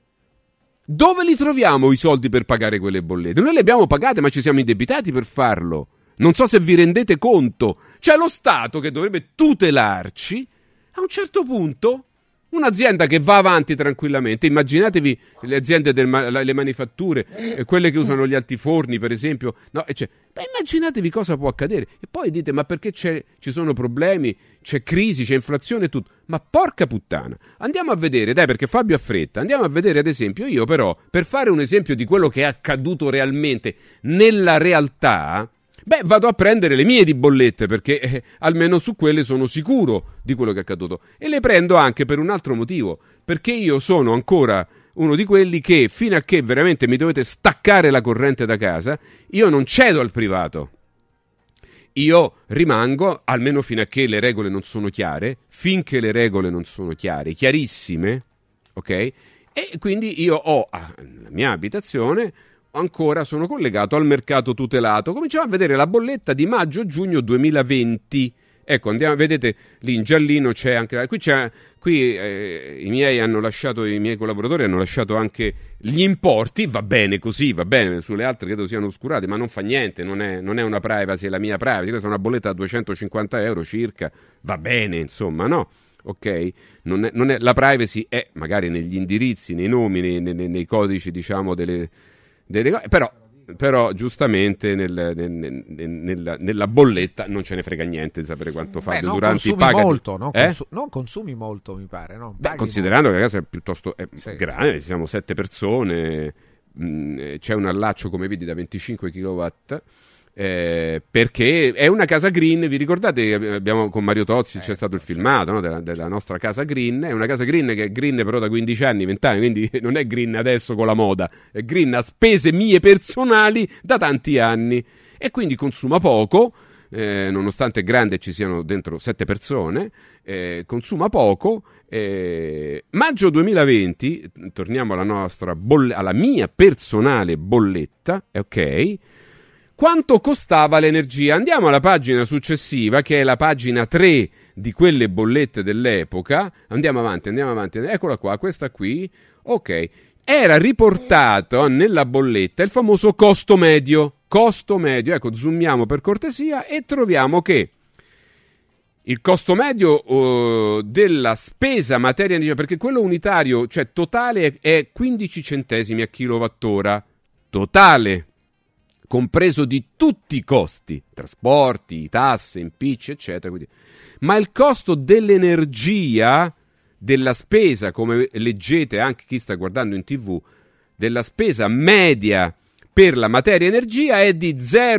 [SPEAKER 3] Dove li troviamo i soldi per pagare quelle bollette? Noi le abbiamo pagate, ma ci siamo indebitati per farlo. Non so se vi rendete conto. C'è lo Stato che dovrebbe tutelarci. A un certo punto, un'azienda che va avanti tranquillamente, immaginatevi le aziende, le manifatture, quelle che usano gli altiforni, per esempio, no, immaginatevi cosa può accadere. E poi dite, ma perché ci sono problemi, c'è crisi, c'è inflazione e tutto. Ma porca puttana, andiamo a vedere, dai, perché Fabio ha fretta, andiamo a vedere ad esempio, io però, per fare un esempio di quello che è accaduto realmente nella realtà, vado a prendere le mie di bollette, perché almeno su quelle sono sicuro di quello che è accaduto. E le prendo anche per un altro motivo, perché io sono ancora uno di quelli che, fino a che veramente mi dovete staccare la corrente da casa, io non cedo al privato. Io rimango, almeno fino a che le regole non sono chiare, finché le regole non sono chiare, chiarissime, ok? E quindi io ho la mia abitazione, ancora sono collegato al mercato tutelato. Cominciamo a vedere la bolletta di maggio-giugno 2020. Ecco, andiamo, vedete lì in giallino c'è anche qui i miei collaboratori hanno lasciato anche gli importi. Va bene così, va bene, sulle altre credo siano oscurate, ma non fa niente, non è una privacy, è la mia privacy. Questa è una bolletta da 250 euro circa, va bene, insomma, no? Ok, non è, la privacy è magari negli indirizzi, nei nomi, nei codici, diciamo, delle cose, però giustamente nella bolletta non ce ne frega niente di sapere quanto Fabio Duranti paga.
[SPEAKER 2] Non consumi molto, mi pare, no?
[SPEAKER 3] Considerando che la casa è piuttosto grande,
[SPEAKER 2] sì.
[SPEAKER 3] Siamo 7 persone, c'è un allaccio, come vedi, da 25 kW, perché è una casa green. Vi ricordate che abbiamo con Mario Tozzi c'è stato il filmato, no, della nostra casa green? È una casa green che è green però da 15 anni, 20 anni, quindi non è green adesso con la moda, è green a spese mie personali da tanti anni, e quindi consuma poco, nonostante è grande e ci siano dentro 7 persone, consuma poco. Maggio 2020, torniamo alla mia personale bolletta, ok? Quanto costava l'energia? Andiamo alla pagina successiva, che è la pagina 3 di quelle bollette dell'epoca. Andiamo avanti. Eccola qua, questa qui. Ok. Era riportato nella bolletta il famoso costo medio. Ecco, zoomiamo per cortesia e troviamo che il costo medio della spesa materia energia, perché quello unitario, cioè totale, è 15 centesimi a kilowattora. Totale, compreso di tutti i costi, trasporti, tasse, impicci, eccetera. Quindi. Ma il costo dell'energia, della spesa, come leggete anche chi sta guardando in TV, della spesa media per la materia energia è di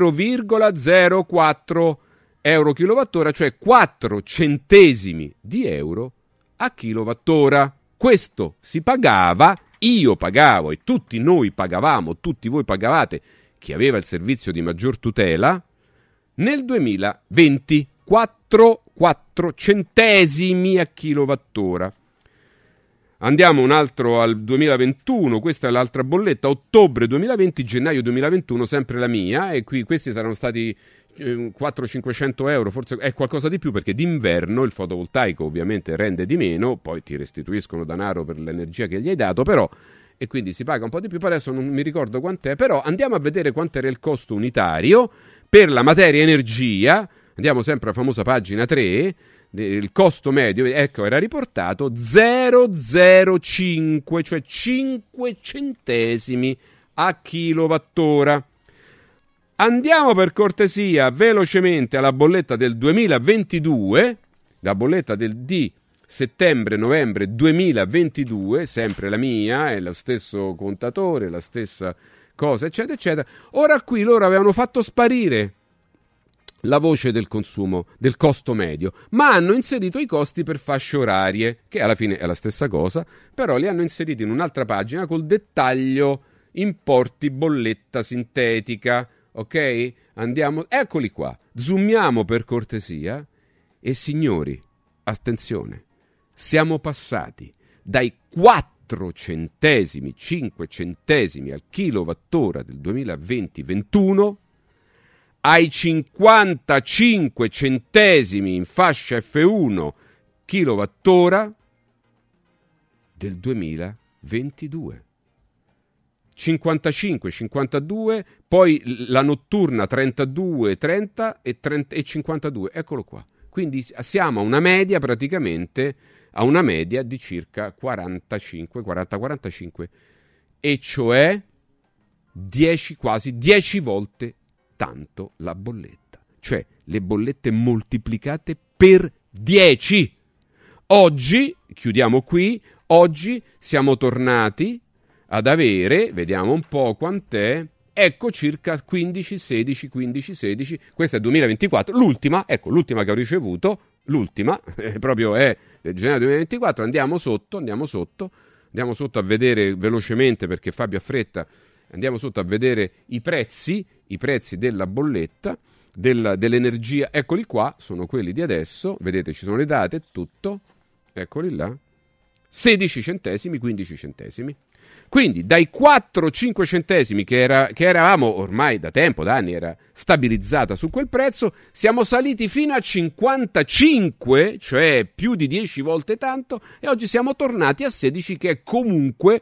[SPEAKER 3] 0,04 euro kilowattora, cioè 4 centesimi di euro a kilowattora. Questo si pagava, io pagavo e tutti noi pagavamo, tutti voi pagavate, chi aveva il servizio di maggior tutela, nel 2020 4 centesimi a kilowattora. Andiamo un altro al 2021, questa è l'altra bolletta, ottobre 2020, gennaio 2021, sempre la mia, e qui questi saranno stati 400-500 euro, forse è qualcosa di più, perché d'inverno il fotovoltaico ovviamente rende di meno, poi ti restituiscono denaro per l'energia che gli hai dato, però, e quindi si paga un po' di più. Adesso non mi ricordo quant'è, però andiamo a vedere quant'era il costo unitario per la materia energia. Andiamo sempre alla famosa pagina 3, il costo medio, ecco, era riportato 0,05, cioè 5 centesimi a kilowattora. Andiamo per cortesia velocemente alla bolletta del 2022, la bolletta di settembre-novembre 2022, sempre la mia, è lo stesso contatore, la stessa cosa, eccetera, eccetera. Ora qui loro avevano fatto sparire la voce del consumo, del costo medio, ma hanno inserito i costi per fasce orarie, che alla fine è la stessa cosa, però li hanno inseriti in un'altra pagina col dettaglio importi bolletta sintetica. Ok? Andiamo, eccoli qua, zoomiamo per cortesia e signori, attenzione, siamo passati dai 4 centesimi, 5 centesimi al kilowattora del 2020-21 ai 55 centesimi in fascia F1 kilowattora del 2022. 55, 52, poi la notturna 32, 30 e 52, eccolo qua. Quindi siamo a una media praticamente, a una media di circa 45, 40-45, e cioè quasi 10 volte tanto la bolletta. Cioè le bollette moltiplicate per 10. Oggi, chiudiamo qui, oggi siamo tornati ad avere, vediamo un po' quant'è, ecco circa 15, 16, questa è 2024, l'ultima che ho ricevuto, proprio è del gennaio 2024, andiamo sotto a vedere velocemente perché Fabio ha fretta, andiamo sotto a vedere i prezzi della bolletta, dell'energia, eccoli qua, sono quelli di adesso, vedete ci sono le date, tutto, eccoli là, 16 centesimi, 15 centesimi. Quindi dai 4-5 centesimi che eravamo ormai da tempo, da anni, era stabilizzata su quel prezzo, siamo saliti fino a 55, cioè più di 10 volte tanto, e oggi siamo tornati a 16 che è comunque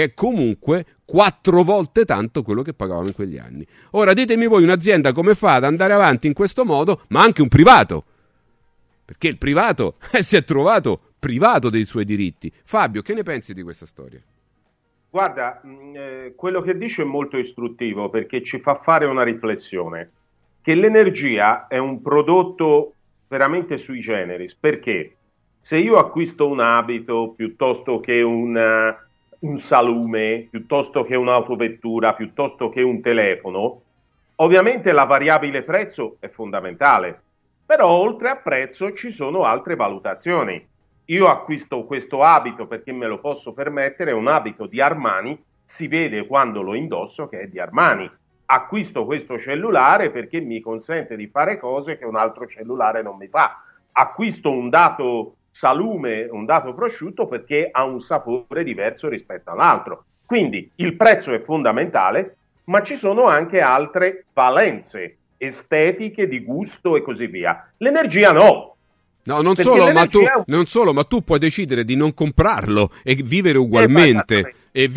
[SPEAKER 3] 4 volte tanto quello che pagavamo in quegli anni. Ora ditemi voi, un'azienda come fa ad andare avanti in questo modo, ma anche un privato? Perché il privato si è trovato privato dei suoi diritti. Fabio, che ne pensi di questa storia?
[SPEAKER 16] Guarda, quello che dice è molto istruttivo perché ci fa fare una riflessione, che l'energia è un prodotto veramente sui generis, perché se io acquisto un abito piuttosto che un salume, piuttosto che un'autovettura, piuttosto che un telefono, ovviamente la variabile prezzo è fondamentale, però oltre a prezzo ci sono altre valutazioni. Io acquisto questo abito perché me lo posso permettere, è un abito di Armani, si vede quando lo indosso che è di Armani. Acquisto questo cellulare perché mi consente di fare cose che un altro cellulare non mi fa. Acquisto un dato salume, un dato prosciutto perché ha un sapore diverso rispetto all'altro. Quindi il prezzo è fondamentale, ma ci sono anche altre valenze estetiche, di gusto e così via. L'energia no.
[SPEAKER 3] No, non solo, ma tu puoi decidere di non comprarlo e vivere ugualmente.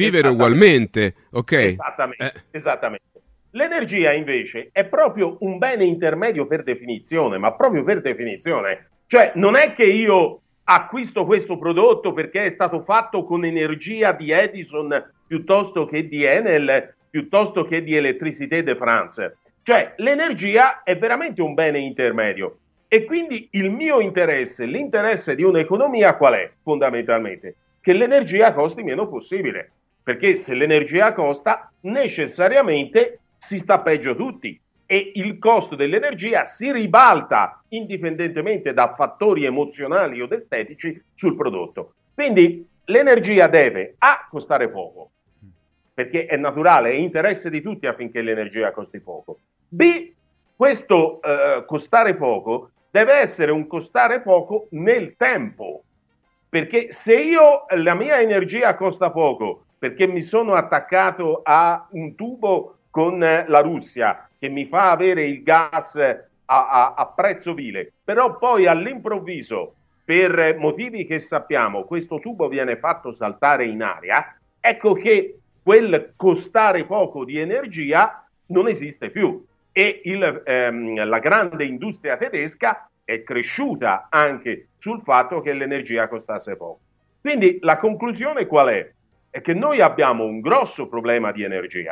[SPEAKER 3] Ok?
[SPEAKER 16] Esattamente. L'energia invece è proprio un bene intermedio per definizione, ma proprio per definizione. Cioè non è che io acquisto questo prodotto perché è stato fatto con energia di Edison piuttosto che di Enel, piuttosto che di Electricité de France. Cioè l'energia è veramente un bene intermedio. E quindi il mio interesse, l'interesse di un'economia qual è fondamentalmente? Che l'energia costi meno possibile, perché se l'energia costa necessariamente si sta peggio tutti e il costo dell'energia si ribalta indipendentemente da fattori emozionali o estetici sul prodotto. Quindi l'energia deve costare poco, perché è naturale, è interesse di tutti affinché l'energia costi poco. B, questo costare poco deve essere un costare poco nel tempo, perché se la mia energia costa poco perché mi sono attaccato a un tubo con la Russia che mi fa avere il gas a prezzo vile, però poi all'improvviso per motivi che sappiamo questo tubo viene fatto saltare in aria, ecco che quel costare poco di energia non esiste più. E la grande industria tedesca è cresciuta anche sul fatto che l'energia costasse poco. Quindi la conclusione qual è? È che noi abbiamo un grosso problema di energia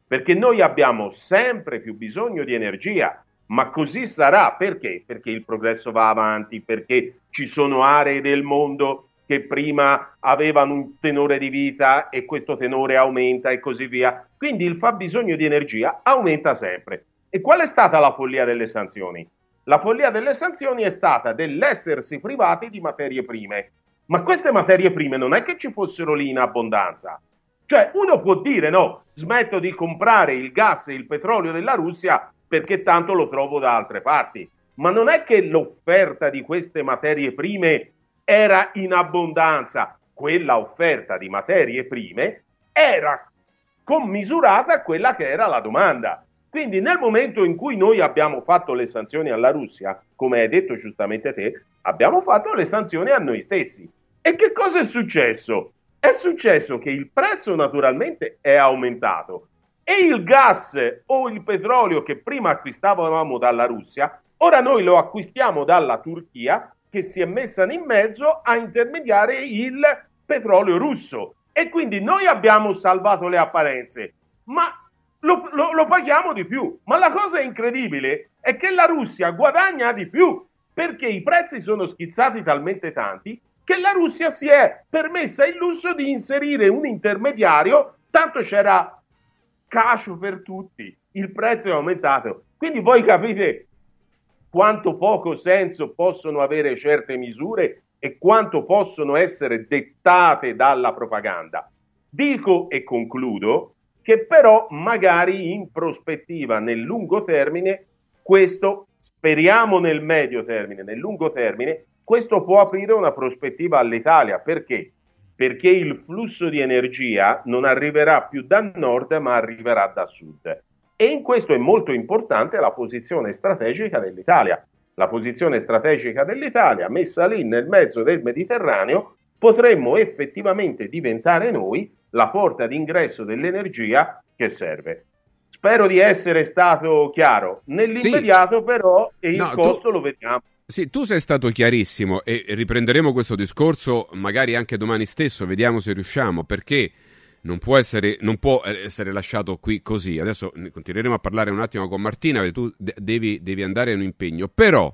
[SPEAKER 16] perché noi abbiamo sempre più bisogno di energia, ma così sarà perché? Perché il progresso va avanti, perché ci sono aree del mondo che prima avevano un tenore di vita e questo tenore aumenta e così via. Quindi il fabbisogno di energia aumenta sempre. E qual è stata la follia delle sanzioni? La follia delle sanzioni è stata dell'essersi privati di materie prime. Ma queste materie prime non è che ci fossero lì in abbondanza. Cioè uno può dire no, smetto di comprare il gas e il petrolio della Russia perché tanto lo trovo da altre parti. Ma non è che l'offerta di queste materie prime era in abbondanza. Quella offerta di materie prime era commisurata a quella che era la domanda. Quindi nel momento in cui noi abbiamo fatto le sanzioni alla Russia, come hai detto giustamente te, abbiamo fatto le sanzioni a noi stessi. E che cosa è successo? È successo che il prezzo naturalmente è aumentato e il gas o il petrolio che prima acquistavamo dalla Russia, ora noi lo acquistiamo dalla Turchia, che si è messa in mezzo a intermediare il petrolio russo. E quindi noi abbiamo salvato le apparenze, ma lo paghiamo di più. Ma la cosa incredibile è che la Russia guadagna di più, perché i prezzi sono schizzati talmente tanti che la Russia si è permessa il lusso di inserire un intermediario, tanto c'era cacio per tutti, il prezzo è aumentato. Quindi voi capite quanto poco senso possono avere certe misure e quanto possono essere dettate dalla propaganda. Dico e concludo che però magari in prospettiva nel lungo termine, questo speriamo nel medio termine, nel lungo termine, questo può aprire una prospettiva all'Italia. Perché? Perché il flusso di energia non arriverà più da nord ma arriverà da sud. E in questo è molto importante la posizione strategica dell'Italia. La posizione strategica dell'Italia, messa lì nel mezzo del Mediterraneo, potremmo effettivamente diventare noi la porta d'ingresso dell'energia che serve. Spero di essere stato chiaro. Nell'immediato però il costo lo vediamo.
[SPEAKER 3] Sì, tu sei stato chiarissimo e riprenderemo questo discorso magari anche domani stesso, vediamo se riusciamo, perché non può essere lasciato qui così. Adesso continueremo a parlare un attimo con Martina, perché tu devi andare in un impegno, però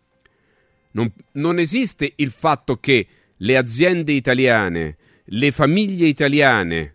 [SPEAKER 3] non esiste il fatto che le aziende italiane, le famiglie italiane,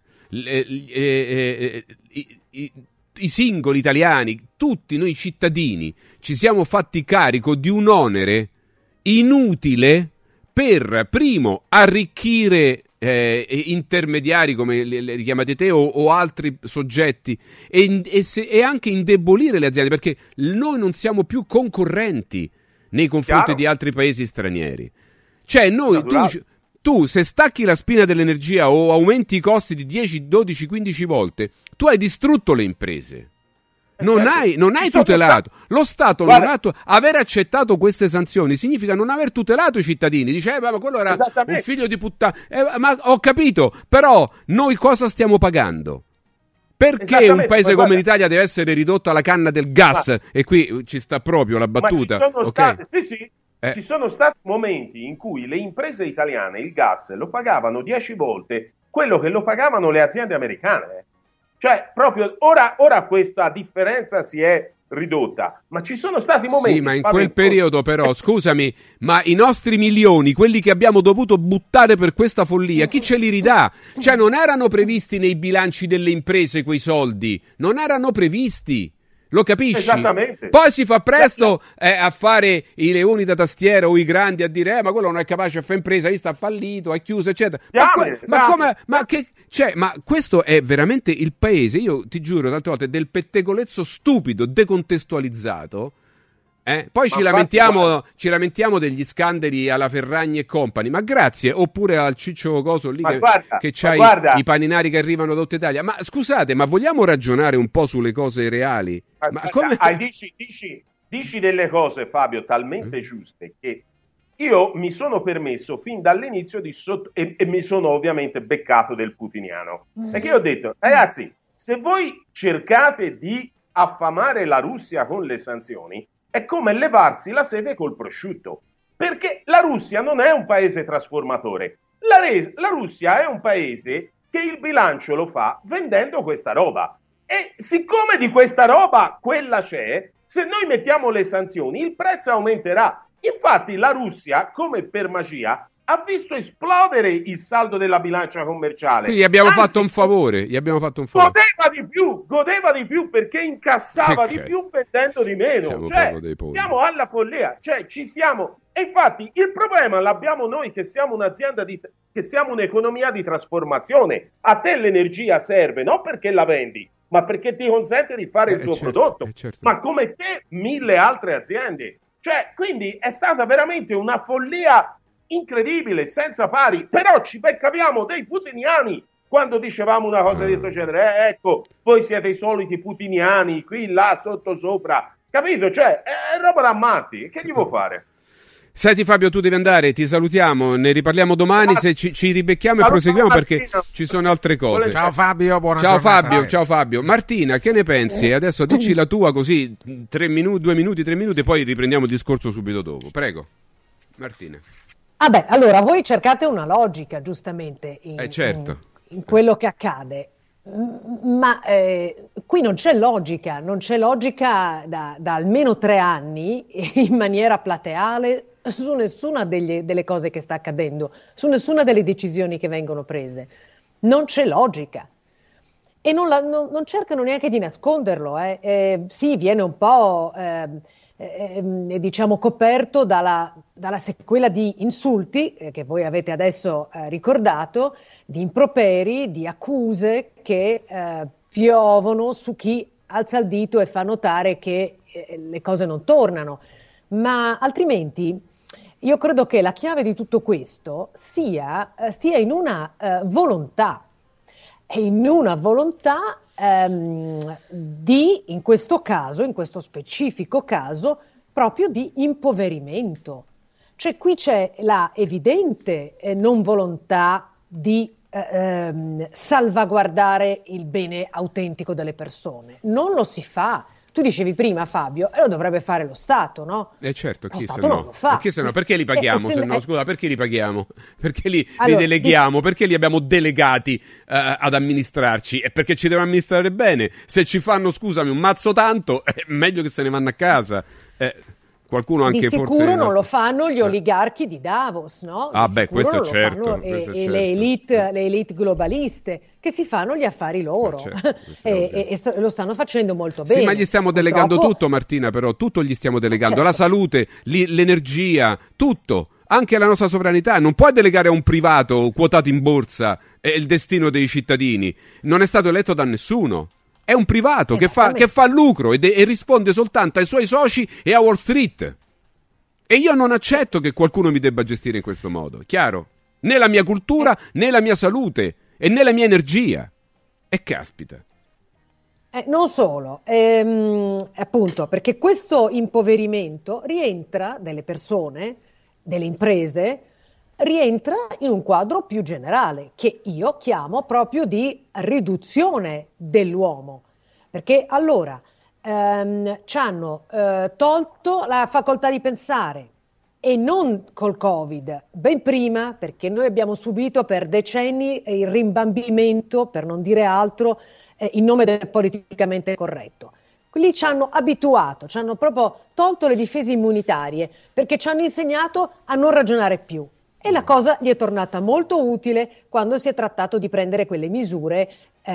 [SPEAKER 3] i singoli italiani, tutti noi cittadini ci siamo fatti carico di un onere inutile per, primo, arricchire intermediari come li chiamate te o altri soggetti e anche indebolire le aziende, perché noi non siamo più concorrenti nei confronti di altri paesi stranieri. Cioè noi, tu se stacchi la spina dell'energia o aumenti i costi di 10, 12, 15 volte, tu hai distrutto le imprese. Non hai tutelato. Lo Stato aver accettato queste sanzioni significa non aver tutelato i cittadini. Dice, ma quello era un figlio di puttana. Ma ho capito, però noi cosa stiamo pagando? Perché un paese come l'Italia deve essere ridotto alla canna del gas? E qui ci sta proprio la battuta.
[SPEAKER 16] Ci sono stati momenti in cui le imprese italiane il gas lo pagavano 10 volte quello che lo pagavano le aziende americane. Cioè, proprio ora questa differenza si è ridotta, ma ci sono stati momenti...
[SPEAKER 3] Sì, ma in quel periodo però, scusami, ma i nostri milioni, quelli che abbiamo dovuto buttare per questa follia, chi ce li ridà? Cioè, non erano previsti nei bilanci delle imprese quei soldi, non erano previsti. Lo capisci?
[SPEAKER 16] Esattamente.
[SPEAKER 3] Poi si fa presto a fare i leoni da tastiera o i grandi a dire ma quello non è capace a fare impresa, sta fallito, è chiuso, eccetera. Ma questo è veramente il paese, io ti giuro tante volte, del pettegolezzo stupido, decontestualizzato. Poi ci lamentiamo degli scandali alla Ferragni e Company, ma grazie, oppure al Ciccio Coso lì che c'hai i paninari che arrivano da tutta Italia. Ma scusate, ma vogliamo ragionare un po' sulle cose reali?
[SPEAKER 16] Dici delle cose, Fabio, talmente giuste che io mi sono permesso fin dall'inizio e mi sono ovviamente beccato del putiniano, perché io ho detto, ragazzi, se voi cercate di affamare la Russia con le sanzioni, è come levarsi la sete col prosciutto, perché la Russia non è un paese trasformatore, la Russia è un paese che il bilancio lo fa vendendo questa roba. E siccome di questa roba quella c'è, se noi mettiamo le sanzioni il prezzo aumenterà. Infatti la Russia, come per magia, ha visto esplodere il saldo della bilancia commerciale.
[SPEAKER 3] Quindi gli abbiamo fatto un favore.
[SPEAKER 16] Godeva di più perché incassava di più vendendo di meno. Siamo alla follia, ci siamo. E infatti il problema l'abbiamo noi che siamo un'azienda che siamo un'economia di trasformazione. A te l'energia serve non perché la vendi, ma perché ti consente di fare il tuo prodotto. Ma come te 1000 altre aziende. Quindi è stata veramente una follia incredibile, senza pari, però ci beccaviamo dei putiniani quando dicevamo una cosa di questo genere. Ecco, voi siete i soliti putiniani, qui, là, sotto, sopra, capito? È roba da matti, che gli vuoi fare?
[SPEAKER 3] Senti Fabio, tu devi andare, ti salutiamo, ne riparliamo domani, se ci ribecchiamo e proseguiamo perché ci sono altre cose.
[SPEAKER 2] Ciao Fabio, buona
[SPEAKER 3] ciao
[SPEAKER 2] giornata.
[SPEAKER 3] Ciao Fabio. Martina, che ne pensi? Adesso dici la tua così, 3 minuti, poi riprendiamo il discorso subito dopo. Prego, Martina.
[SPEAKER 17] Allora voi cercate una logica, giustamente, in quello che accade, ma qui non c'è logica da almeno 3 anni in maniera plateale su nessuna delle cose che sta accadendo, su nessuna delle decisioni che vengono prese. Non c'è logica. E non cercano neanche di nasconderlo. Sì, viene un po'... diciamo coperto dalla sequela di insulti che voi avete adesso ricordato, di improperi, di accuse che piovono su chi alza il dito e fa notare che le cose non tornano, ma altrimenti io credo che la chiave di tutto questo stia in una volontà, di, in questo specifico caso, proprio di impoverimento. Qui c'è la evidente non volontà di salvaguardare il bene autentico delle persone. Non lo si fa. Tu dicevi prima, Fabio, lo dovrebbe fare lo Stato, no?
[SPEAKER 3] Certo, chi se
[SPEAKER 17] no? Non lo fa.
[SPEAKER 3] Chi se no? Perché li paghiamo? Scusa, perché li paghiamo? Perché li deleghiamo? Perché li abbiamo delegati ad amministrarci? E perché ci devono amministrare bene. Se ci fanno, scusami, un mazzo tanto, è meglio che se ne vanno a casa. Qualcuno anche
[SPEAKER 17] di sicuro
[SPEAKER 3] forse
[SPEAKER 17] non lo fanno gli oligarchi di Davos, no?
[SPEAKER 3] Questo è certo.
[SPEAKER 17] E le elite globaliste che si fanno gli affari loro e lo stanno facendo molto bene.
[SPEAKER 3] Sì, ma gli stiamo delegando tutto, Martina, però tutto gli stiamo delegando, la salute, l'energia, tutto. Anche la nostra sovranità. Non puoi delegare a un privato quotato in borsa il destino dei cittadini. Non è stato eletto da nessuno. È un privato che fa lucro e risponde soltanto ai suoi soci e a Wall Street. E io non accetto che qualcuno mi debba gestire in questo modo, chiaro? Né la mia cultura, né la mia salute e né la mia energia. E caspita.
[SPEAKER 17] Non solo, appunto, perché questo impoverimento rientra delle persone, delle imprese, rientra in un quadro più generale che io chiamo proprio di riduzione dell'uomo, perché allora ci hanno tolto la facoltà di pensare, e non col Covid, ben prima, perché noi abbiamo subito per decenni il rimbambimento, per non dire altro, in nome del politicamente corretto. Lì ci hanno abituato, ci hanno proprio tolto le difese immunitarie, perché ci hanno insegnato a non ragionare più. E la cosa gli è tornata molto utile quando si è trattato di prendere quelle misure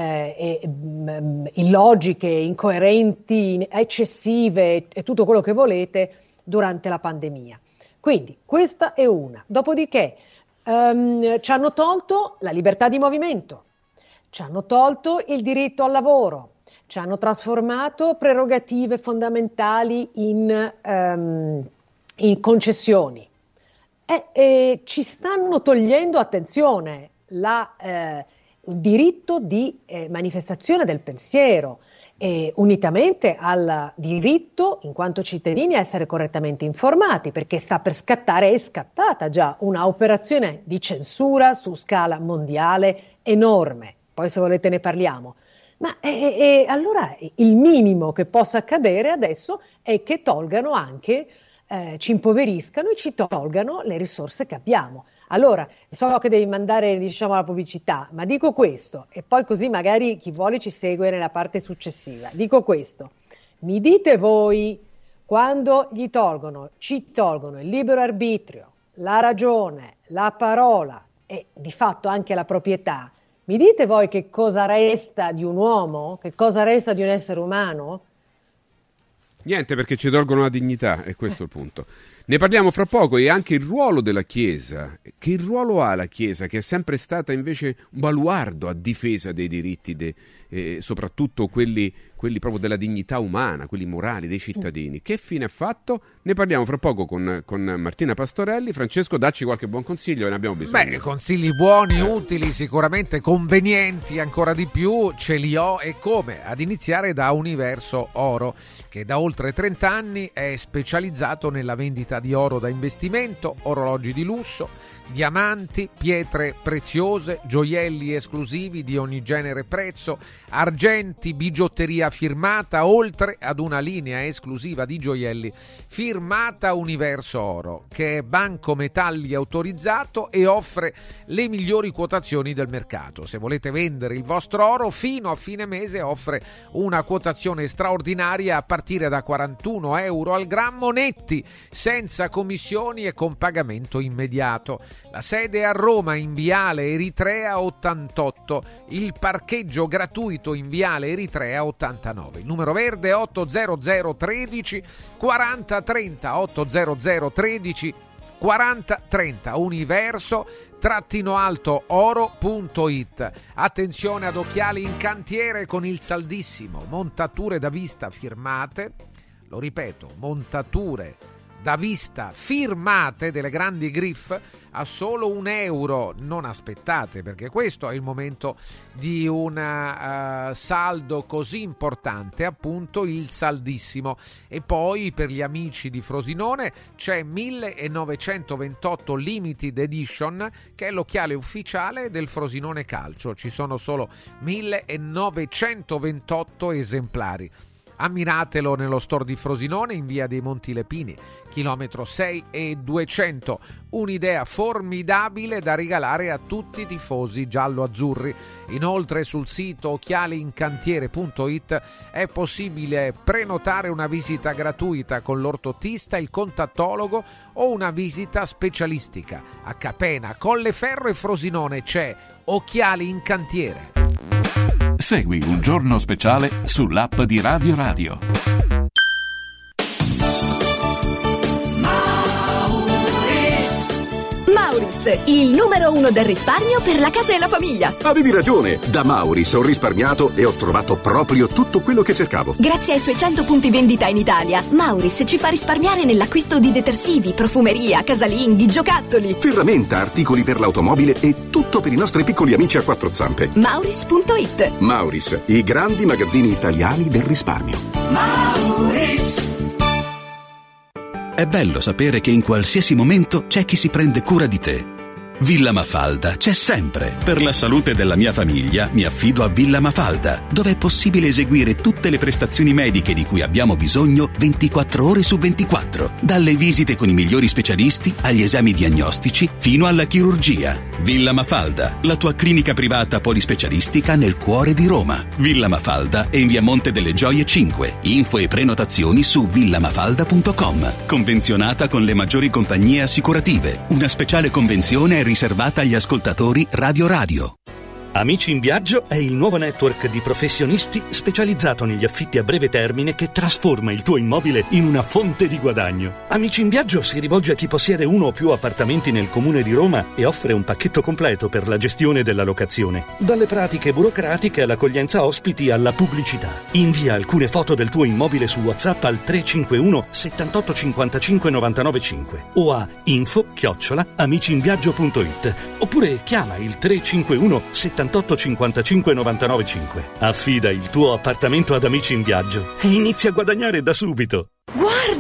[SPEAKER 17] illogiche, incoerenti, eccessive e tutto quello che volete durante la pandemia. Quindi questa è una. Dopodiché ci hanno tolto la libertà di movimento, ci hanno tolto il diritto al lavoro, ci hanno trasformato prerogative fondamentali in concessioni. Ci stanno togliendo, attenzione, il diritto di manifestazione del pensiero, unitamente al diritto, in quanto cittadini, a essere correttamente informati, perché sta per scattare, è scattata già una operazione di censura su scala mondiale enorme. Poi se volete ne parliamo. Ma allora il minimo che possa accadere adesso è che tolgano anche ci impoveriscano e ci tolgano le risorse che abbiamo. Allora, so che devi mandare, diciamo, la pubblicità, ma dico questo, e poi così magari chi vuole ci segue nella parte successiva. Dico questo: mi dite voi, quando ci tolgono il libero arbitrio, la ragione, la parola e di fatto anche la proprietà, mi dite voi che cosa resta di un uomo, che cosa resta di un essere umano?
[SPEAKER 3] Niente, perché ci tolgono la dignità, è questo il punto. Ne parliamo fra poco. E anche il ruolo della Chiesa. Che ruolo ha la Chiesa, che è sempre stata invece un baluardo a difesa dei diritti, soprattutto quelli proprio della dignità umana, quelli morali dei cittadini? Che fine ha fatto? Ne parliamo fra poco con Martina Pastorelli. Francesco, dacci qualche buon consiglio, ne abbiamo bisogno.
[SPEAKER 2] Beh, consigli buoni, utili, sicuramente convenienti ancora di più, ce li ho, e come? Ad iniziare da Universo Oro, che da oltre 30 anni è specializzato nella vendita di oro da investimento, orologi di lusso, diamanti, pietre preziose, gioielli esclusivi di ogni genere e prezzo, argenti, bigiotteria firmata, oltre ad una linea esclusiva di gioielli firmata Universo Oro, che è banco metalli autorizzato e offre le migliori quotazioni del mercato. Se volete vendere il vostro oro, fino a fine mese offre una quotazione straordinaria a partire da 41 euro al grammo netti, senza commissioni e con pagamento immediato. La sede è a Roma, in Viale Eritrea 88, il parcheggio gratuito in Viale Eritrea 89. Il numero verde è 800 13 40 30, 800 13 40 30. Universo-oro.it. Attenzione ad occhiali in cantiere con il saldissimo, montature da vista firmate, lo ripeto, montature da vista firmate delle grandi Griff a solo €1. Non aspettate, perché questo è il momento di un saldo così importante, appunto il saldissimo. E poi per gli amici di Frosinone c'è 1928 Limited Edition, che è l'occhiale ufficiale del Frosinone Calcio. Ci sono solo 1928 esemplari. Ammiratelo nello store di Frosinone in via dei Monti Lepini, chilometro 6 e 200. Un'idea formidabile da regalare a tutti i tifosi giallo-azzurri. Inoltre sul sito occhialiincantiere.it è possibile prenotare una visita gratuita con l'ortotista, il contattologo o una visita specialistica. A Capena, Colleferro e Frosinone c'è Occhiali in Cantiere.
[SPEAKER 1] Segui Un Giorno Speciale sull'app di Radio Radio.
[SPEAKER 18] Mauris, il numero 1 del risparmio per la casa e la famiglia.
[SPEAKER 19] Avevi ragione, da Mauris ho risparmiato e ho trovato proprio tutto quello che cercavo.
[SPEAKER 18] Grazie ai suoi 100 punti vendita in Italia, Mauris ci fa risparmiare nell'acquisto di detersivi, profumeria, casalinghi, giocattoli,
[SPEAKER 19] ferramenta, articoli per l'automobile e tutto per i nostri piccoli amici a quattro zampe.
[SPEAKER 18] Mauris.it.
[SPEAKER 19] Mauris, i grandi magazzini italiani del risparmio.
[SPEAKER 18] Mauris.
[SPEAKER 20] È bello sapere che in qualsiasi momento c'è chi si prende cura di te. Villa Mafalda c'è sempre. Per la salute della mia famiglia mi affido a Villa Mafalda, dove è possibile eseguire tutte le prestazioni mediche di cui abbiamo bisogno 24 ore su 24. Dalle visite con i migliori specialisti agli esami diagnostici fino alla chirurgia. Villa Mafalda, la tua clinica privata polispecialistica nel cuore di Roma. Villa Mafalda è in via Monte delle Gioie 5. Info e prenotazioni su villamafalda.com. Convenzionata con le maggiori compagnie assicurative. Una speciale convenzione è riservata agli ascoltatori Radio Radio.
[SPEAKER 5] Amici in Viaggio è il nuovo network di professionisti specializzato negli affitti a breve termine che trasforma il tuo immobile in una fonte di guadagno. Amici in Viaggio si rivolge a chi possiede uno o più appartamenti nel comune di Roma e offre un pacchetto completo per la gestione della locazione. Dalle pratiche burocratiche all'accoglienza ospiti alla pubblicità. Invia alcune foto del tuo immobile su WhatsApp al 351 78 55 99 5 o a info@amiciinviaggio.it oppure chiama il 351 78 55 99 5. Affida il tuo appartamento ad Amici in Viaggio e inizia a guadagnare da subito.
[SPEAKER 18] Guarda!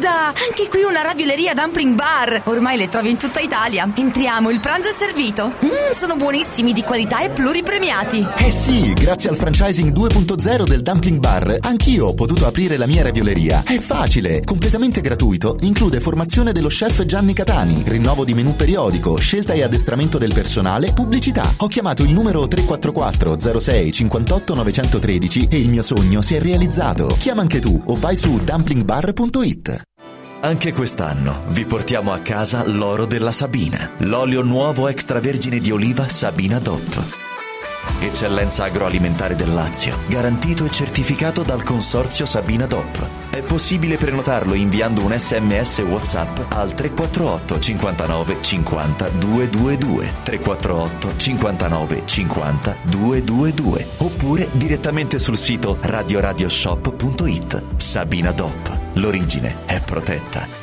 [SPEAKER 18] Guarda, anche qui una ravioleria Dumpling Bar. Ormai le trovi in tutta Italia. Entriamo, il pranzo è servito. Sono buonissimi, di qualità e pluripremiati.
[SPEAKER 12] Eh sì, grazie al franchising 2.0 del Dumpling Bar, anch'io ho potuto aprire la mia ravioleria. È facile, completamente gratuito, include formazione dello chef Gianni Catani, rinnovo di menù periodico, scelta e addestramento del personale, pubblicità. Ho chiamato il numero 344 06 58 913 e il mio sogno si è realizzato. Chiama anche tu o vai su dumplingbar.it.
[SPEAKER 21] Anche quest'anno vi portiamo a casa l'oro della Sabina, l'olio nuovo extravergine di oliva Sabina DOP. Eccellenza agroalimentare del Lazio, garantito e certificato dal consorzio Sabina DOP. È possibile prenotarlo inviando un SMS WhatsApp al 348 59 50 222, 348 59 50 222, oppure direttamente sul sito radioradioshop.it. Sabina DOP, l'origine è protetta.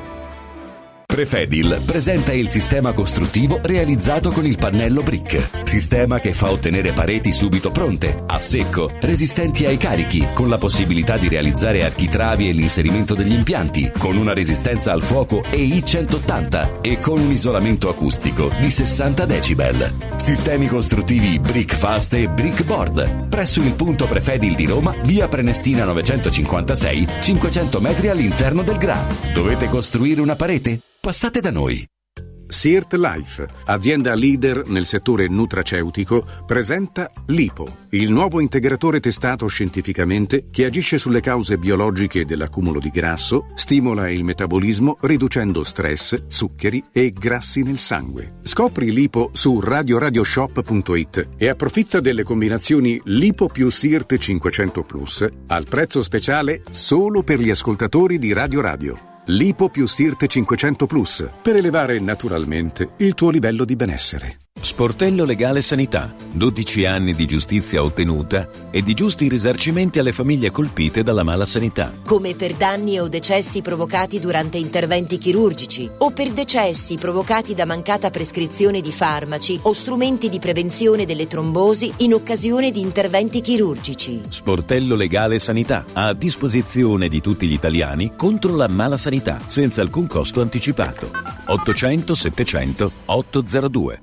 [SPEAKER 22] Prefedil presenta il sistema costruttivo realizzato con il pannello brick. Sistema che fa ottenere pareti subito pronte, a secco, resistenti ai carichi, con la possibilità di realizzare architravi e l'inserimento degli impianti, con una resistenza al fuoco EI 180 e con un isolamento acustico di 60 decibel. Sistemi costruttivi Brick Fast e Brick Board. Presso il punto Prefedil di Roma, via Prenestina 956, 500 metri all'interno del GRA. Dovete costruire una parete? Passate da noi.
[SPEAKER 23] Sirt Life, azienda leader nel settore nutraceutico, presenta Lipo, il nuovo integratore testato scientificamente che agisce sulle cause biologiche dell'accumulo di grasso, stimola il metabolismo riducendo stress, zuccheri e grassi nel sangue. Scopri Lipo su radioradioshop.it e approfitta delle combinazioni Lipo più Sirt 500 Plus al prezzo speciale solo per gli ascoltatori di Radio Radio. Lipo più Sirt 500 Plus per elevare naturalmente il tuo livello di benessere.
[SPEAKER 22] Sportello Legale Sanità, 12 anni di giustizia ottenuta e di giusti risarcimenti alle famiglie colpite dalla mala sanità.
[SPEAKER 24] Come per danni o decessi provocati durante interventi chirurgici o per decessi provocati da mancata prescrizione di farmaci o strumenti di prevenzione delle trombosi in occasione di interventi chirurgici.
[SPEAKER 22] Sportello Legale Sanità, a disposizione di tutti gli italiani contro la mala sanità, senza alcun costo anticipato. 800 700 802.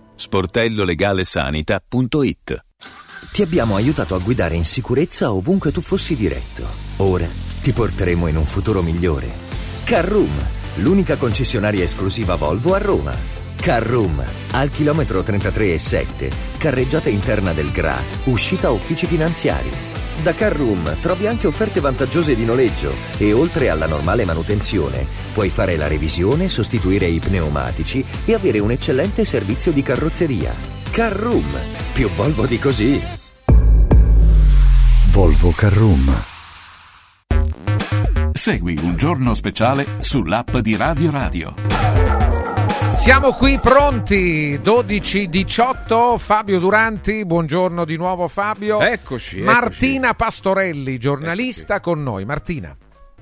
[SPEAKER 22] sportellolegalesanita.it.
[SPEAKER 25] Ti abbiamo aiutato a guidare in sicurezza ovunque tu fossi diretto. Ora ti porteremo in un futuro migliore. Carroom, l'unica concessionaria esclusiva Volvo a Roma. Carroom, al chilometro 33,7, carreggiata interna del GRA, uscita uffici finanziari. Da Carroom trovi anche offerte vantaggiose di noleggio e oltre alla normale manutenzione puoi fare la revisione, sostituire i pneumatici e avere un eccellente servizio di carrozzeria. Carroom, più Volvo di così.
[SPEAKER 1] Volvo Carroom. Segui Un Giorno Speciale sull'app di Radio Radio.
[SPEAKER 2] Siamo qui pronti, 12:18, Fabio Duranti, buongiorno di nuovo Fabio.
[SPEAKER 3] Eccoci.
[SPEAKER 2] Martina Pastorelli, giornalista con noi. Martina.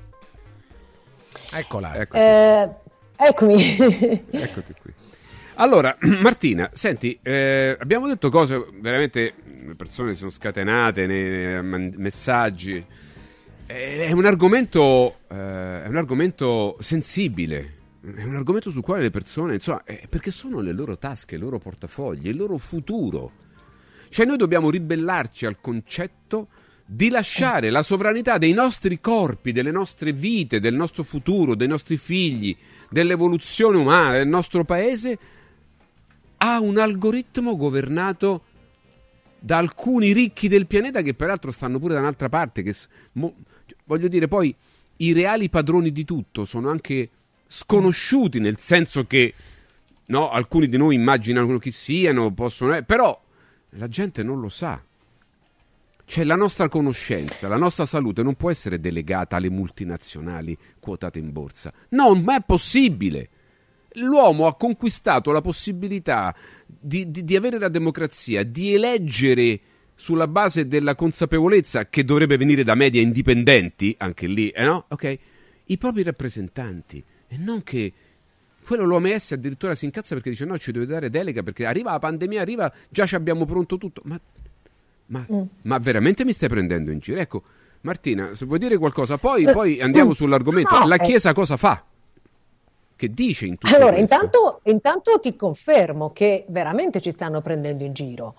[SPEAKER 2] Eccola.
[SPEAKER 17] Eccomi.
[SPEAKER 3] Eccoti qui. Allora, Martina, senti, abbiamo detto cose veramente, le persone sono scatenate nei messaggi. È un argomento sensibile. È un argomento sul quale le persone, insomma, perché sono le loro tasche, i loro portafogli, il loro futuro. Cioè noi dobbiamo ribellarci al concetto di lasciare la sovranità dei nostri corpi, delle nostre vite, del nostro futuro, dei nostri figli, dell'evoluzione umana, del nostro paese a un algoritmo governato da alcuni ricchi del pianeta che peraltro stanno pure da un'altra parte. Voglio dire, poi i reali padroni di tutto sono anche sconosciuti, nel senso che no, alcuni di noi immaginano chi siano, possono, però la gente non lo sa. Cioè la nostra conoscenza, la nostra salute non può essere delegata alle multinazionali quotate in borsa. No, ma è possibile. L'uomo ha conquistato la possibilità di avere la democrazia, di eleggere sulla base della consapevolezza che dovrebbe venire da media indipendenti, anche lì, no? Ok, i propri rappresentanti. E non che quello l'OMS addirittura si incazza perché dice no, ci dovete dare delega perché arriva la pandemia, già ci abbiamo pronto tutto. Ma veramente mi stai prendendo in giro? Ecco, Martina, se vuoi dire qualcosa, poi andiamo sull'argomento. La Chiesa cosa fa? Che dice in tutto
[SPEAKER 17] allora,
[SPEAKER 3] questo?
[SPEAKER 17] intanto ti confermo che veramente ci stanno prendendo in giro,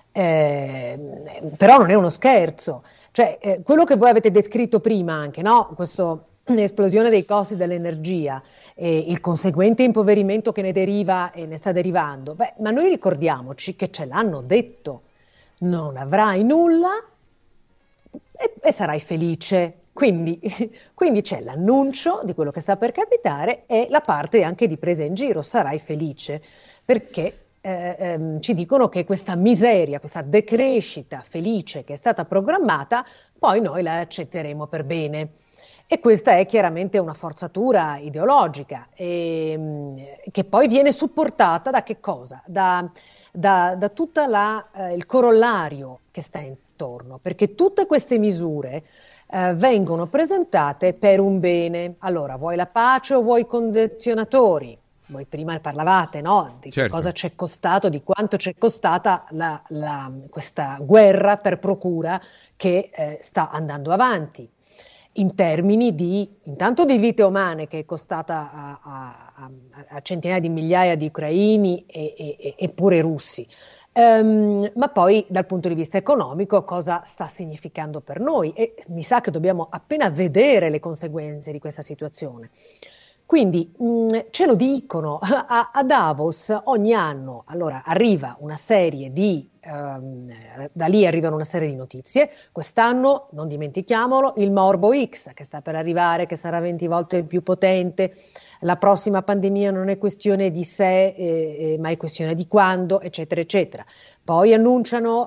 [SPEAKER 17] però non è uno scherzo. Cioè, quello che voi avete descritto prima anche, no? Questa esplosione dei costi dell'energia e il conseguente impoverimento che ne deriva e ne sta derivando, ma noi ricordiamoci che ce l'hanno detto, non avrai nulla e sarai felice. Quindi c'è l'annuncio di quello che sta per capitare e la parte anche di presa in giro, sarai felice, perché ci dicono che questa miseria, questa decrescita felice che è stata programmata, poi noi la accetteremo per bene. E questa è chiaramente una forzatura ideologica che poi viene supportata da che cosa? Da tutto il corollario che sta intorno, perché tutte queste misure vengono presentate per un bene. Allora, vuoi la pace o vuoi i condizionatori? Voi prima parlavate, no? Di
[SPEAKER 3] certo.
[SPEAKER 17] Cosa c'è costato, di quanto c'è costata questa guerra per procura che sta andando avanti, in termini intanto di vite umane, che è costata a centinaia di migliaia di ucraini e pure russi. Ma poi dal punto di vista economico cosa sta significando per noi, e mi sa che dobbiamo appena vedere le conseguenze di questa situazione. Quindi ce lo dicono a Davos ogni anno. Allora arriva una serie da lì arrivano una serie di notizie. Quest'anno, non dimentichiamolo, il morbo X che sta per arrivare, che sarà 20 volte più potente. La prossima pandemia non è questione di se, ma è questione di quando, eccetera, eccetera. Poi annunciano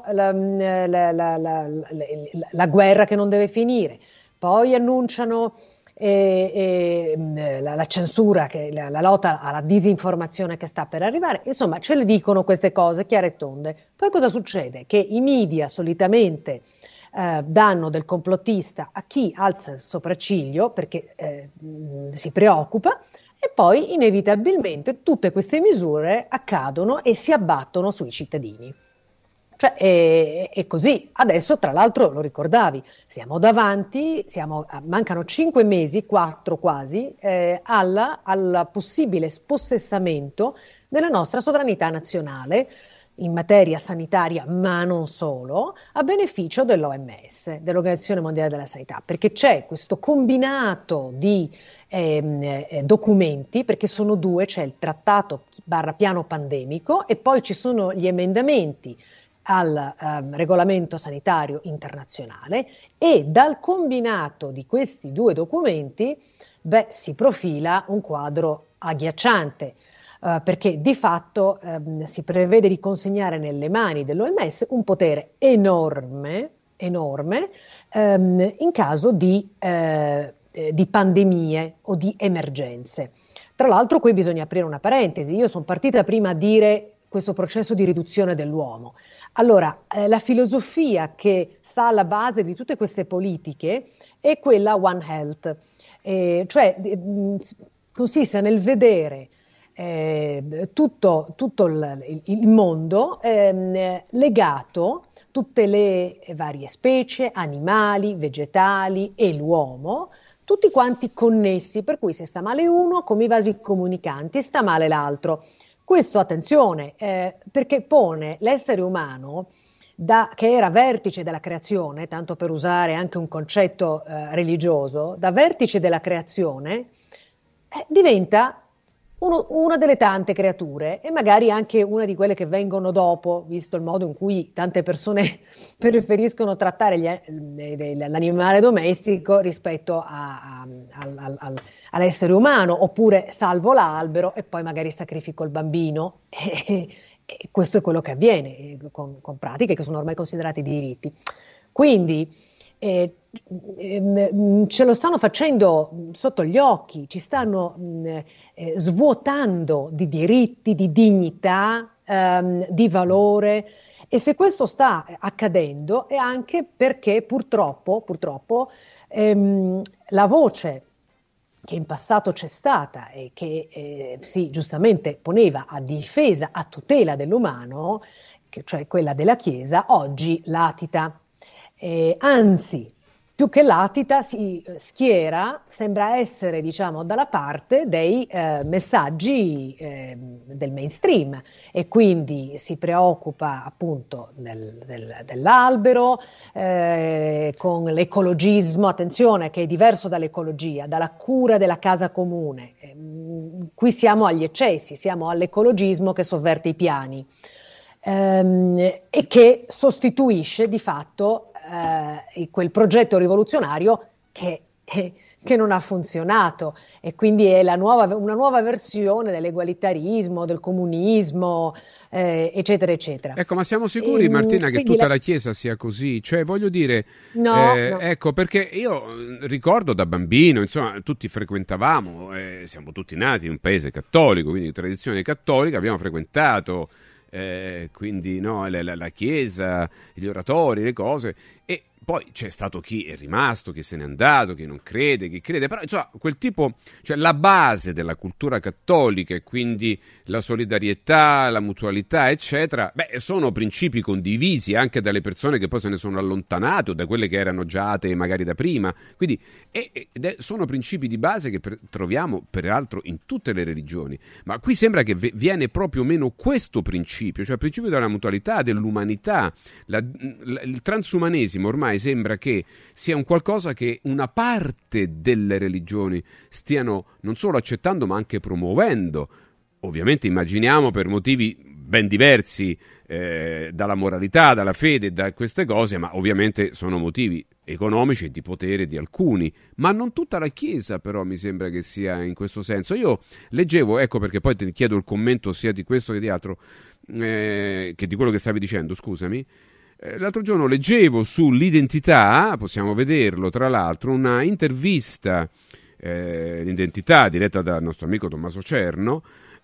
[SPEAKER 17] la guerra che non deve finire. Poi annunciano la censura, la lotta alla disinformazione che sta per arrivare. Insomma, ce le dicono queste cose chiare e tonde. Poi cosa succede? Che i media solitamente danno del complottista a chi alza il sopracciglio perché si preoccupa, e poi inevitabilmente tutte queste misure accadono e si abbattono sui cittadini. Cioè, è così. Adesso, tra l'altro, lo ricordavi, siamo davanti, mancano 5 mesi, 4 quasi, al possibile spossessamento della nostra sovranità nazionale in materia sanitaria, ma non solo, a beneficio dell'OMS, dell'Organizzazione Mondiale della Sanità, perché c'è questo combinato di documenti, perché sono due, c'è il trattato / piano pandemico e poi ci sono gli emendamenti al regolamento sanitario internazionale, e dal combinato di questi due documenti si profila un quadro agghiacciante, perché di fatto si prevede di consegnare nelle mani dell'OMS un potere enorme in caso di pandemie o di emergenze. Tra l'altro qui bisogna aprire una parentesi. Io sono partita prima a dire questo processo di riduzione dell'uomo. Allora, la filosofia che sta alla base di tutte queste politiche è quella One Health, cioè consiste nel vedere tutto il mondo legato, tutte le varie specie, animali, vegetali e l'uomo, tutti quanti connessi, per cui se sta male uno, come i vasi comunicanti, sta male l'altro. Questo, attenzione, perché pone l'essere umano, che era vertice della creazione, tanto per usare anche un concetto religioso, da vertice della creazione, diventa una delle tante creature, e magari anche una di quelle che vengono dopo, visto il modo in cui tante persone preferiscono trattare l'animale domestico rispetto all'essere umano, oppure salvo l'albero e poi magari sacrifico il bambino. E questo è quello che avviene con pratiche che sono ormai considerate diritti. Quindi ce lo stanno facendo sotto gli occhi, ci stanno svuotando di diritti, di dignità, di valore, e se questo sta accadendo è anche perché purtroppo la voce che in passato c'è stata e che sì, giustamente poneva a difesa, a tutela cioè quella della Chiesa, oggi latita. Anzi, più che latita si schiera, sembra essere, diciamo, dalla parte dei messaggi del mainstream, e quindi si preoccupa appunto dell'albero, con l'ecologismo, attenzione che è diverso dall'ecologia, dalla cura della casa comune. Qui siamo agli eccessi, siamo all'ecologismo che sovverte i piani e che sostituisce di fatto quel progetto rivoluzionario che non ha funzionato, e quindi è una nuova versione dell'egualitarismo, del comunismo, eccetera eccetera.
[SPEAKER 3] Ecco, ma siamo sicuri, Martina, che tutta la Chiesa sia così? Cioè, voglio dire,
[SPEAKER 17] no.
[SPEAKER 3] Ecco, perché io ricordo da bambino, insomma, tutti frequentavamo, siamo tutti nati in un paese cattolico, quindi di tradizione cattolica, abbiamo frequentato quindi no, la chiesa, gli oratori, le cose, e poi c'è stato chi è rimasto, chi se n'è andato, chi non crede, chi crede, però insomma quel tipo, cioè la base della cultura cattolica, e quindi la solidarietà, la mutualità, eccetera, sono principi condivisi anche dalle persone che poi se ne sono allontanate, o da quelle che erano già atee magari da prima, quindi sono principi di base che troviamo peraltro in tutte le religioni, ma qui sembra che viene proprio meno questo principio, cioè il principio della mutualità, dell'umanità, il transumanesimo ormai sembra che sia un qualcosa che una parte delle religioni stiano non solo accettando ma anche promuovendo. Ovviamente immaginiamo per motivi ben diversi dalla moralità, dalla fede, da queste cose, ma ovviamente sono motivi economici e di potere di alcuni, ma non tutta la Chiesa però mi sembra che sia in questo senso. Io leggevo, ecco perché poi ti chiedo il commento sia di questo che di altro, che di quello che stavi dicendo, scusami. L'altro giorno leggevo sull'identità, possiamo vederlo tra l'altro, una intervista, l'identità diretta dal nostro amico Tommaso Cerno,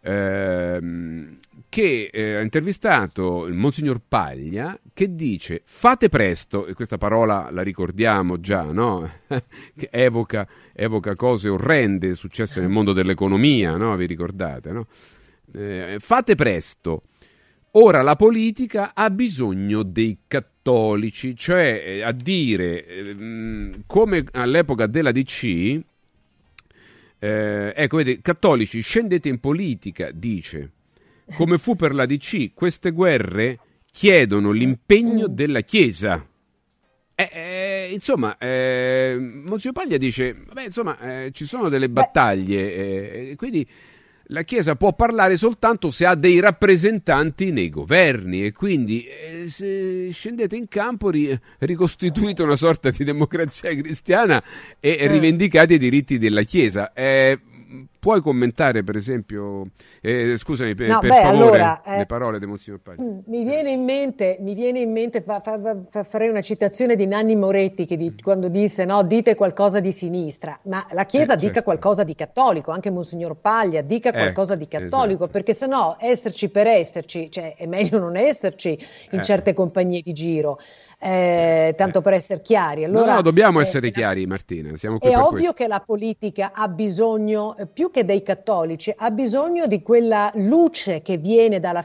[SPEAKER 3] che ha intervistato il Monsignor Paglia, che dice fate presto, e questa parola la ricordiamo già, no? Che evoca cose orrende successe nel mondo dell'economia, no? Vi ricordate, no? Fate presto. Ora la politica ha bisogno dei cattolici, cioè a dire, come all'epoca della DC, ecco, vedete, cattolici, scendete in politica, dice. Come fu per la DC, queste guerre chiedono l'impegno della Chiesa. Insomma, Monsignor Paglia dice, ci sono delle battaglie, quindi la Chiesa può parlare soltanto se ha dei rappresentanti nei governi, e quindi se scendete in campo ricostituite una sorta di democrazia cristiana e rivendicate i diritti della Chiesa. Puoi commentare per esempio, scusami per favore, allora, le parole di Monsignor Paglia?
[SPEAKER 17] Mi viene in mente, farei una citazione di Nanni Moretti quando disse no, dite qualcosa di sinistra, ma la Chiesa dica qualcosa di cattolico, anche Monsignor Paglia dica qualcosa di cattolico, perché sennò esserci per esserci, cioè è meglio non esserci in certe compagnie di giro. Tanto per essere chiari, allora,
[SPEAKER 3] no, dobbiamo essere chiari, Martina, siamo qui
[SPEAKER 17] è
[SPEAKER 3] per
[SPEAKER 17] ovvio
[SPEAKER 3] questo.
[SPEAKER 17] Che la politica ha bisogno, più che dei cattolici, ha bisogno di quella luce che viene dalla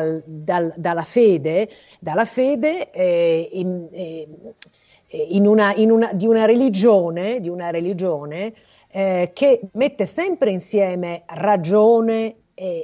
[SPEAKER 17] fede di una religione che mette sempre insieme ragione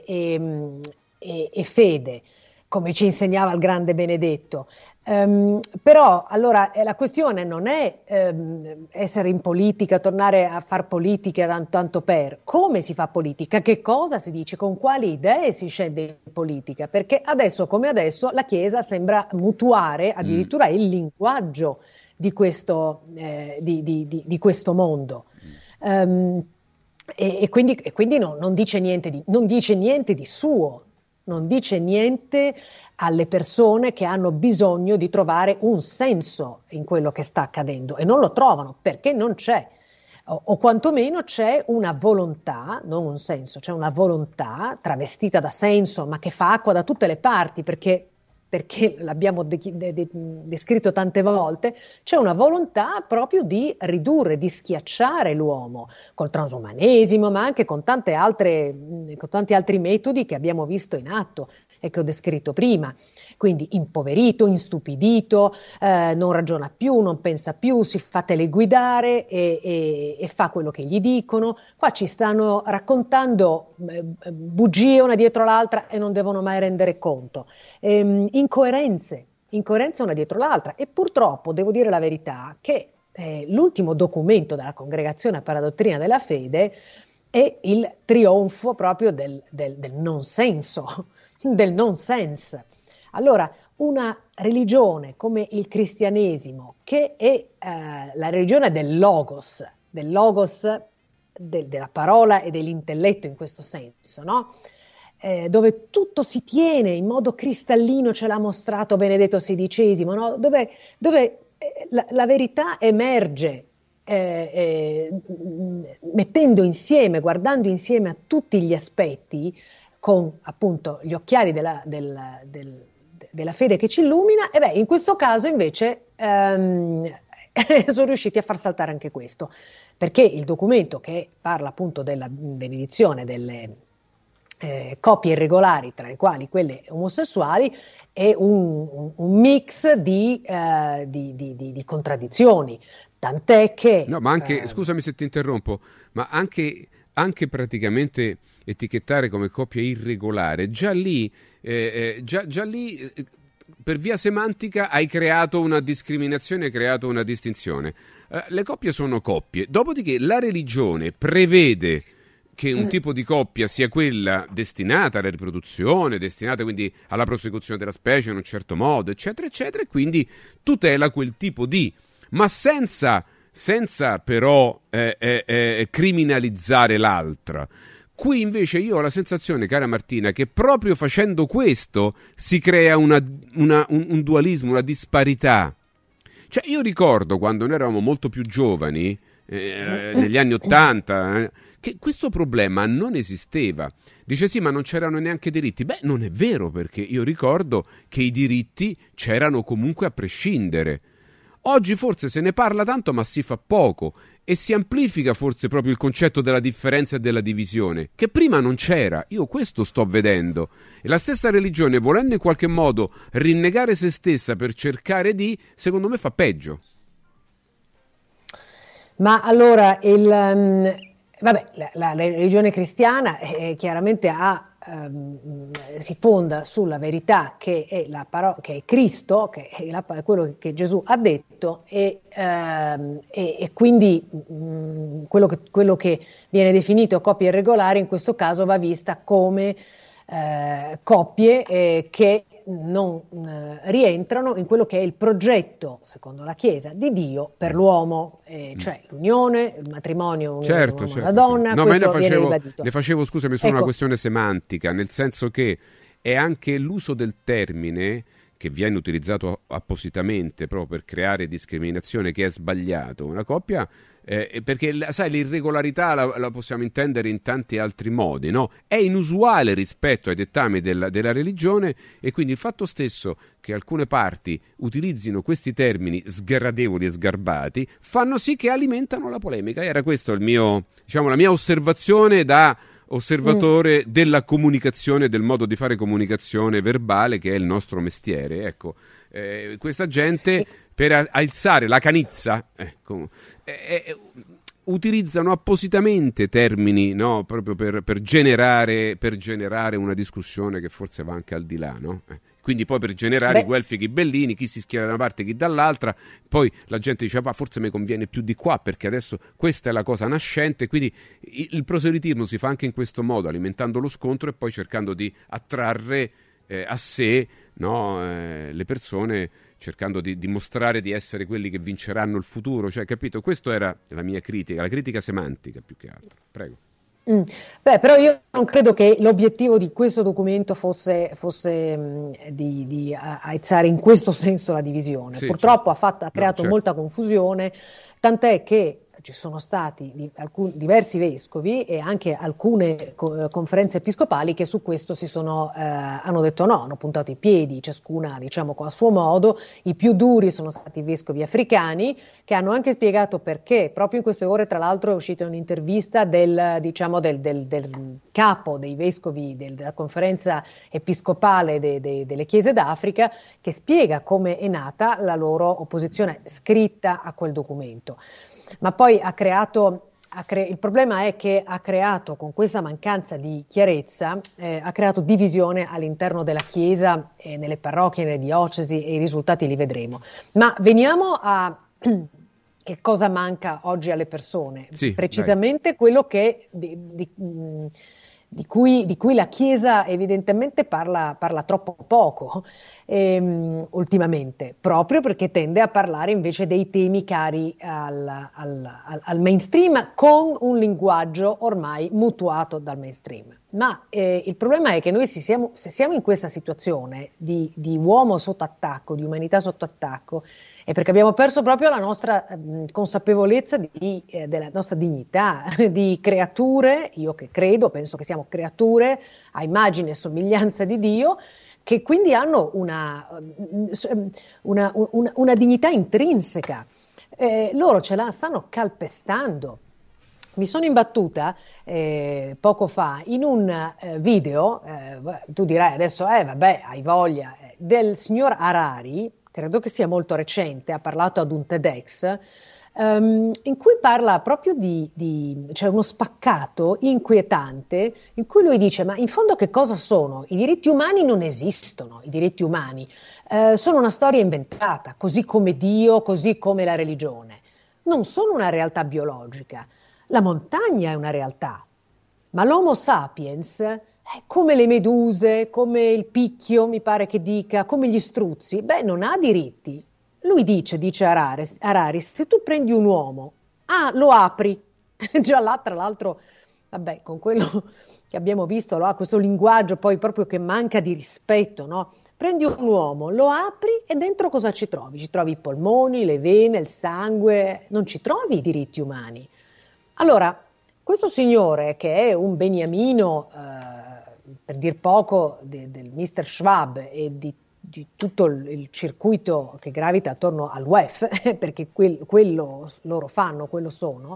[SPEAKER 17] e fede, come ci insegnava il grande Benedetto. Però allora la questione non è essere in politica, tornare a far politica tanto per. Come si fa politica? Che cosa si dice? Con quali idee si scende in politica? Perché adesso come adesso la Chiesa sembra mutuare addirittura il linguaggio di questo mondo. E quindi non dice niente di suo. Non dice niente alle persone che hanno bisogno di trovare un senso in quello che sta accadendo e non lo trovano perché non c'è, o quantomeno c'è una volontà, non un senso, c'è una volontà travestita da senso ma che fa acqua da tutte le parti perché l'abbiamo descritto tante volte, c'è una volontà proprio di ridurre, di schiacciare l'uomo col transumanesimo, ma anche con tanti altri metodi che abbiamo visto in atto. e che ho descritto prima. Quindi impoverito, instupidito, non ragiona più, non pensa più, si fa teleguidare e fa quello che gli dicono. Qua ci stanno raccontando bugie una dietro l'altra e non devono mai rendere conto. Incoerenze una dietro l'altra, e purtroppo devo dire la verità che l'ultimo documento della Congregazione per la Dottrina della Fede è il trionfo proprio del non senso, del nonsense. Allora, una religione come il cristianesimo, che è la religione del logos, della parola e dell'intelletto in questo senso, no? Dove tutto si tiene in modo cristallino, ce l'ha mostrato Benedetto XVI, no? Dove la verità emerge mettendo insieme, guardando insieme a tutti gli aspetti, con appunto gli occhiali della fede che ci illumina. E in questo caso invece sono riusciti a far saltare anche questo, perché il documento che parla appunto della benedizione delle coppie irregolari, tra le quali quelle omosessuali, è un mix di contraddizioni, tant'è che...
[SPEAKER 3] No, ma anche, scusami se ti interrompo, ma anche praticamente etichettare come coppia irregolare, già lì per via semantica hai creato una discriminazione, hai creato una distinzione. Le coppie sono coppie, dopodiché la religione prevede che un tipo di coppia sia quella destinata alla riproduzione, destinata quindi alla prosecuzione della specie in un certo modo, eccetera, eccetera, e quindi tutela quel tipo di, ma senza però criminalizzare l'altra. Qui invece io ho la sensazione, cara Martina, che proprio facendo questo si crea un dualismo, una disparità. Cioè, io ricordo quando noi eravamo molto più giovani, negli anni '80, che questo problema non esisteva. Dice sì, ma non c'erano neanche diritti. Beh, non è vero, perché io ricordo che i diritti c'erano comunque a prescindere. Oggi forse se ne parla tanto ma si fa poco, e si amplifica forse proprio il concetto della differenza e della divisione, che prima non c'era. Io questo sto vedendo, e la stessa religione, volendo in qualche modo rinnegare se stessa per cercare di, secondo me fa peggio.
[SPEAKER 17] Ma allora la religione cristiana chiaramente si fonda sulla verità che è che è Cristo, che è quello che Gesù ha detto, e quindi quello che viene definito coppie irregolari in questo caso va vista come coppie che non rientrano in quello che è il progetto, secondo la Chiesa, di Dio per l'uomo, cioè l'unione, il matrimonio,
[SPEAKER 3] certo,
[SPEAKER 17] una donna.
[SPEAKER 3] No, ma ne facevo, scusami, solo una questione semantica, nel senso che è anche l'uso del termine che viene utilizzato appositamente proprio per creare discriminazione, che è sbagliato. Una coppia, perché sai, l'irregolarità la possiamo intendere in tanti altri modi, no? È inusuale rispetto ai dettami della religione, e quindi il fatto stesso che alcune parti utilizzino questi termini sgradevoli e sgarbati fanno sì che alimentano la polemica. Era questo la mia osservazione da osservatore della comunicazione, del modo di fare comunicazione verbale, che è il nostro mestiere. Ecco, questa gente, per alzare la canizza, utilizzano appositamente termini, no? Proprio per generare una discussione che forse va anche al di là, no? Quindi poi per generare i guelfi e i bellini, chi si schiera da una parte e chi dall'altra, poi la gente dice forse mi conviene più di qua perché adesso questa è la cosa nascente, quindi il proselitismo si fa anche in questo modo, alimentando lo scontro e poi cercando di attrarre a sé, no, le persone, cercando di dimostrare di essere quelli che vinceranno il futuro, cioè, capito? Questa era la mia critica, la critica semantica più che altro. Prego.
[SPEAKER 17] Però io non credo che l'obiettivo di questo documento fosse di aizzare in questo senso la divisione.
[SPEAKER 3] Sì,
[SPEAKER 17] purtroppo certo. ha creato molta confusione, tant'è che ci sono stati diversi vescovi e anche alcune conferenze episcopali che su questo hanno detto no, hanno puntato i piedi, ciascuna diciamo a suo modo. I più duri sono stati i vescovi africani, che hanno anche spiegato perché. Proprio in queste ore, tra l'altro, è uscita un'intervista del capo dei vescovi della conferenza episcopale delle chiese d'Africa, che spiega come è nata la loro opposizione scritta a quel documento. Ma poi il problema è che ha creato, con questa mancanza di chiarezza, ha creato divisione all'interno della Chiesa, nelle parrocchie, nelle diocesi, e i risultati li vedremo. Ma veniamo a che cosa manca oggi alle persone. Sì, precisamente quello che di cui la Chiesa evidentemente parla troppo poco ultimamente, proprio perché tende a parlare invece dei temi cari al mainstream, con un linguaggio ormai mutuato dal mainstream. Ma il problema è che noi se siamo in questa situazione di uomo sotto attacco, di umanità sotto attacco, è perché abbiamo perso proprio la nostra consapevolezza della nostra dignità di creature. Io che penso che siamo creature a immagine e somiglianza di Dio, che quindi hanno una dignità intrinseca. Loro ce la stanno calpestando. Mi sono imbattuta poco fa in un video, tu dirai adesso vabbè, hai voglia, del signor Harari, credo che sia molto recente, ha parlato ad un TEDx, in cui parla proprio c'è uno spaccato inquietante in cui lui dice: ma in fondo che cosa sono? I diritti umani non esistono, i diritti umani sono una storia inventata, così come Dio, così come la religione, non sono una realtà biologica. La montagna è una realtà, ma l'Homo sapiens, come le meduse, come il picchio, mi pare che dica, come gli struzzi, non ha diritti. Lui dice Harari, se tu prendi un uomo, lo apri, già là tra l'altro, vabbè, con quello che abbiamo visto, lo ha questo linguaggio poi proprio che manca di rispetto, no? Prendi un uomo, lo apri e dentro cosa ci trovi? Ci trovi i polmoni, le vene, il sangue, non ci trovi i diritti umani. Allora, questo signore, che è un beniamino, per dir poco, del Mr. Schwab e di tutto il circuito che gravita attorno al WEF, perché quello loro fanno, quello sono,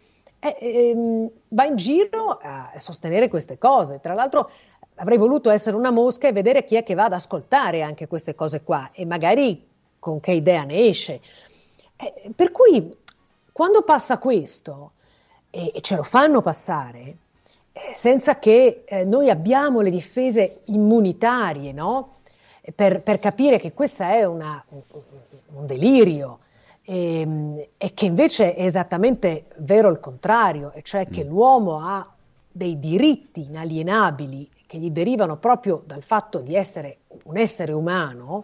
[SPEAKER 17] va in giro a sostenere queste cose. Tra l'altro avrei voluto essere una mosca e vedere chi è che va ad ascoltare anche queste cose qua, e magari con che idea ne esce. Per cui quando passa questo, e ce lo fanno passare, senza che noi abbiamo le difese immunitarie, no? Per capire che questa è un delirio, e che invece è esattamente vero il contrario, e cioè che l'uomo ha dei diritti inalienabili che gli derivano proprio dal fatto di essere un essere umano.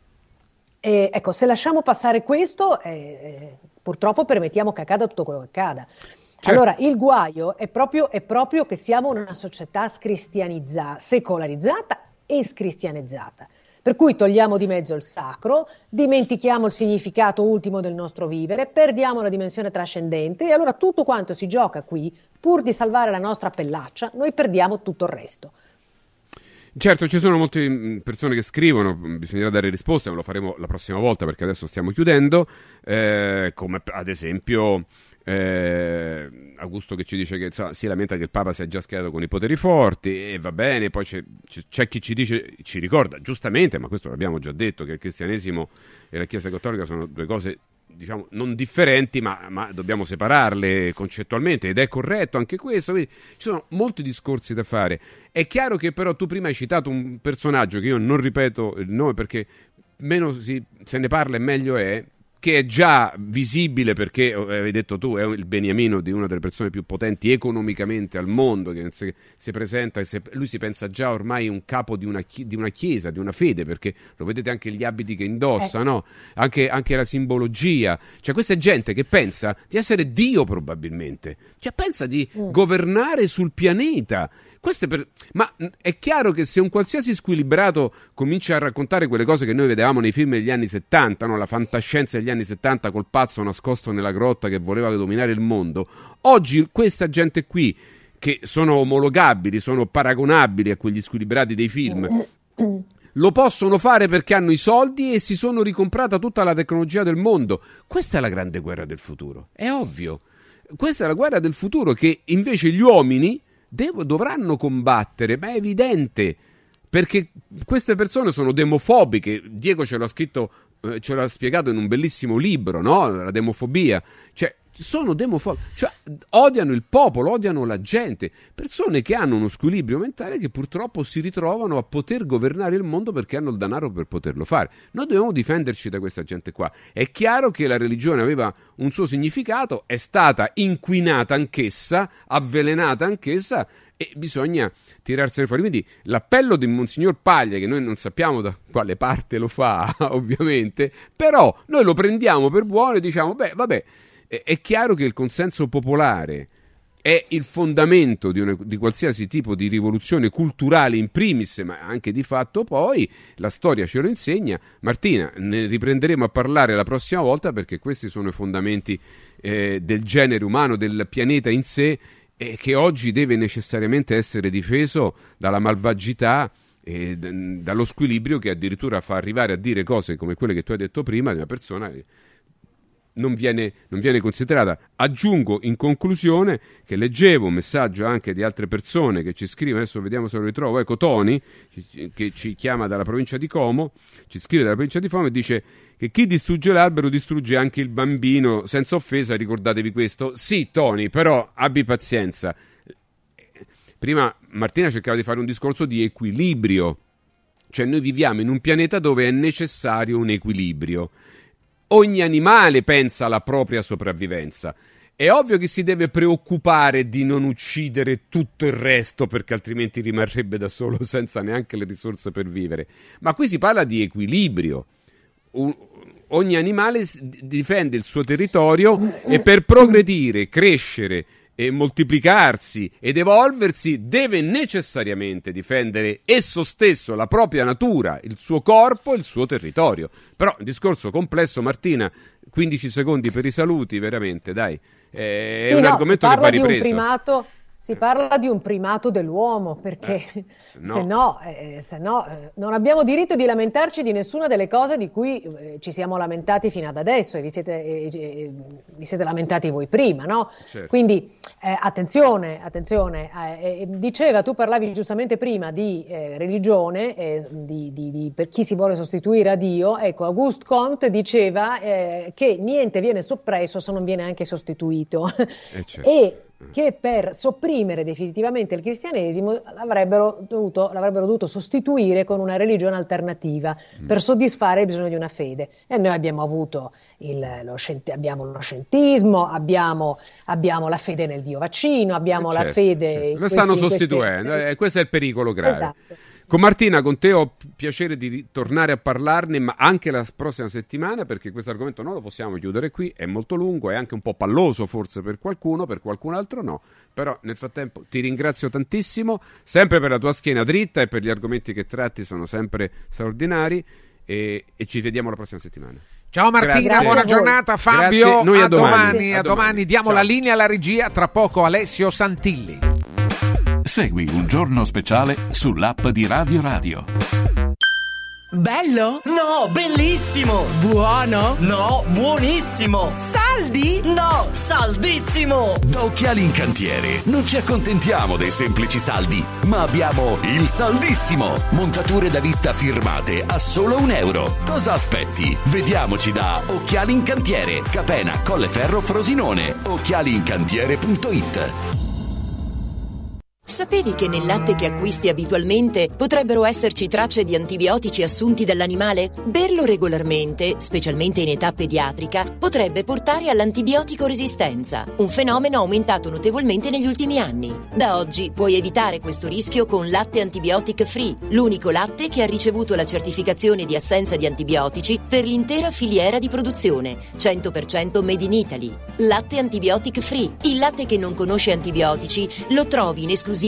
[SPEAKER 17] E ecco, se lasciamo passare questo, purtroppo permettiamo che accada tutto quello che accada. Certo. Allora, il guaio è proprio che siamo una società scristianizzata, secolarizzata e scristianizzata. Per cui togliamo di mezzo il sacro, dimentichiamo il significato ultimo del nostro vivere, perdiamo la dimensione trascendente, e allora tutto quanto si gioca qui, pur di salvare la nostra pellaccia, noi perdiamo tutto il resto.
[SPEAKER 3] Certo, ci sono molte persone che scrivono, bisognerà dare risposte, ma lo faremo la prossima volta perché adesso stiamo chiudendo, come ad esempio Augusto che ci dice che si lamenta che il Papa si è già schierato con i poteri forti, e va bene. Poi c'è chi ci ricorda giustamente, ma questo l'abbiamo già detto, che il cristianesimo e la Chiesa cattolica sono due cose, diciamo, non differenti, ma dobbiamo separarle concettualmente, ed è corretto anche questo. Quindi ci sono molti discorsi da fare. È chiaro che però tu prima hai citato un personaggio che io non ripeto il nome perché meno se ne parla e meglio è, che è già visibile perché, avevi detto tu, è il beniamino di una delle persone più potenti economicamente al mondo, che si presenta, lui si pensa già ormai un capo di una chiesa, di una fede, perché lo vedete anche gli abiti che indossa, no? Anche la simbologia. Cioè, questa è gente che pensa di essere Dio probabilmente, cioè pensa di governare sul pianeta. Ma è chiaro che se un qualsiasi squilibrato comincia a raccontare quelle cose che noi vedevamo nei film degli anni 70, no? La fantascienza degli anni 70 col pazzo nascosto nella grotta che voleva dominare il mondo, oggi questa gente qui, che sono omologabili, sono paragonabili a quegli squilibrati dei film, lo possono fare perché hanno i soldi e si sono ricomprata tutta la tecnologia del mondo. Questa è la grande guerra del futuro, è ovvio. Questa è la guerra del futuro che invece gli uomini dovranno combattere, ma è evidente, perché queste persone sono demofobiche. Diego ce l'ha scritto, ce l'ha spiegato in un bellissimo libro, no? La demofobia, cioè sono demofobiche, cioè odiano il popolo, odiano la gente, persone che hanno uno squilibrio mentale, che purtroppo si ritrovano a poter governare il mondo perché hanno il denaro per poterlo fare. Noi dobbiamo difenderci da questa gente qua. È chiaro che la religione aveva un suo significato, è stata inquinata anch'essa, avvelenata anch'essa, e bisogna tirarsene fuori. Quindi l'appello di Monsignor Paglia, che noi non sappiamo da quale parte lo fa ovviamente, però noi lo prendiamo per buono e diciamo beh vabbè, è chiaro che il consenso popolare è il fondamento di qualsiasi tipo di rivoluzione culturale in primis, ma anche di fatto poi, la storia ce lo insegna. Martina, ne riprenderemo a parlare la prossima volta, perché questi sono i fondamenti del genere umano, del pianeta in sé, che oggi deve necessariamente essere difeso dalla malvagità e dallo squilibrio che addirittura fa arrivare a dire cose come quelle che tu hai detto prima di una persona che non viene considerata. Aggiungo in conclusione che leggevo un messaggio anche di altre persone che ci scrivono, adesso vediamo se lo ritrovo, ecco Tony che ci chiama dalla provincia di Como, ci scrive dalla provincia di Como e dice che chi distrugge l'albero distrugge anche il bambino, senza offesa, ricordatevi questo. Sì Tony, però abbi pazienza. Prima Martina cercava di fare un discorso di equilibrio, cioè noi viviamo in un pianeta dove è necessario un equilibrio. Ogni animale pensa alla propria sopravvivenza. È ovvio che si deve preoccupare di non uccidere tutto il resto, perché altrimenti rimarrebbe da solo senza neanche le risorse per vivere. Ma qui si parla di equilibrio. Ogni animale difende il suo territorio e per progredire, crescere e moltiplicarsi ed evolversi deve necessariamente difendere esso stesso, la propria natura, il suo corpo, il suo territorio. Però il discorso complesso, Martina, 15 secondi per i saluti, veramente, dai. È un argomento che va ripreso.
[SPEAKER 17] Si parla di un primato dell'uomo, perché se no non abbiamo diritto di lamentarci di nessuna delle cose di cui ci siamo lamentati fino ad adesso e vi siete lamentati voi prima, no? Certo. Quindi attenzione, tu parlavi giustamente prima di religione, per chi si vuole sostituire a Dio. Ecco, Auguste Comte diceva che niente viene soppresso se non viene anche sostituito. Certo. E che per sopprimere definitivamente il cristianesimo l'avrebbero dovuto sostituire con una religione alternativa per soddisfare il bisogno di una fede. E noi abbiamo avuto abbiamo lo scientismo, abbiamo la fede nel Dio vaccino, abbiamo la fede...
[SPEAKER 3] Lo stanno sostituendo, questo è il pericolo grave. Esatto. Con Martina, con te ho piacere di tornare a parlarne, ma anche la prossima settimana, perché questo argomento non lo possiamo chiudere qui, è molto lungo, è anche un po' palloso forse per qualcuno, per qualcun altro no, però nel frattempo ti ringrazio tantissimo, sempre per la tua schiena dritta e per gli argomenti che tratti, sono sempre straordinari, e ci vediamo la prossima settimana.
[SPEAKER 2] Ciao Martina, grazie. Buona giornata Fabio.
[SPEAKER 3] Grazie. Noi
[SPEAKER 2] a domani. Diamo Ciao. La linea alla regia, tra poco Alessio Santilli.
[SPEAKER 1] Segui Un Giorno Speciale sull'app di Radio Radio.
[SPEAKER 18] Bello? No, bellissimo! Buono? No, buonissimo! Saldi? No, saldissimo!
[SPEAKER 22] Da Occhiali in Cantiere non ci accontentiamo dei semplici saldi, ma abbiamo il saldissimo! Montature da vista firmate a solo €1. Cosa aspetti? Vediamoci da Occhiali in Cantiere, Capena, Colleferro, Frosinone. occhialiincantiere.it.
[SPEAKER 24] Sapevi che nel latte che acquisti abitualmente potrebbero esserci tracce di antibiotici assunti dall'animale? Berlo regolarmente, specialmente in età pediatrica, potrebbe portare all'antibiotico resistenza, un fenomeno aumentato notevolmente negli ultimi anni. Da oggi puoi evitare questo rischio con Latte Antibiotic Free, l'unico latte che ha ricevuto la certificazione di assenza di antibiotici per l'intera filiera di produzione, 100% Made in Italy. Latte Antibiotic Free, il latte che non conosce antibiotici, lo trovi in esclusiva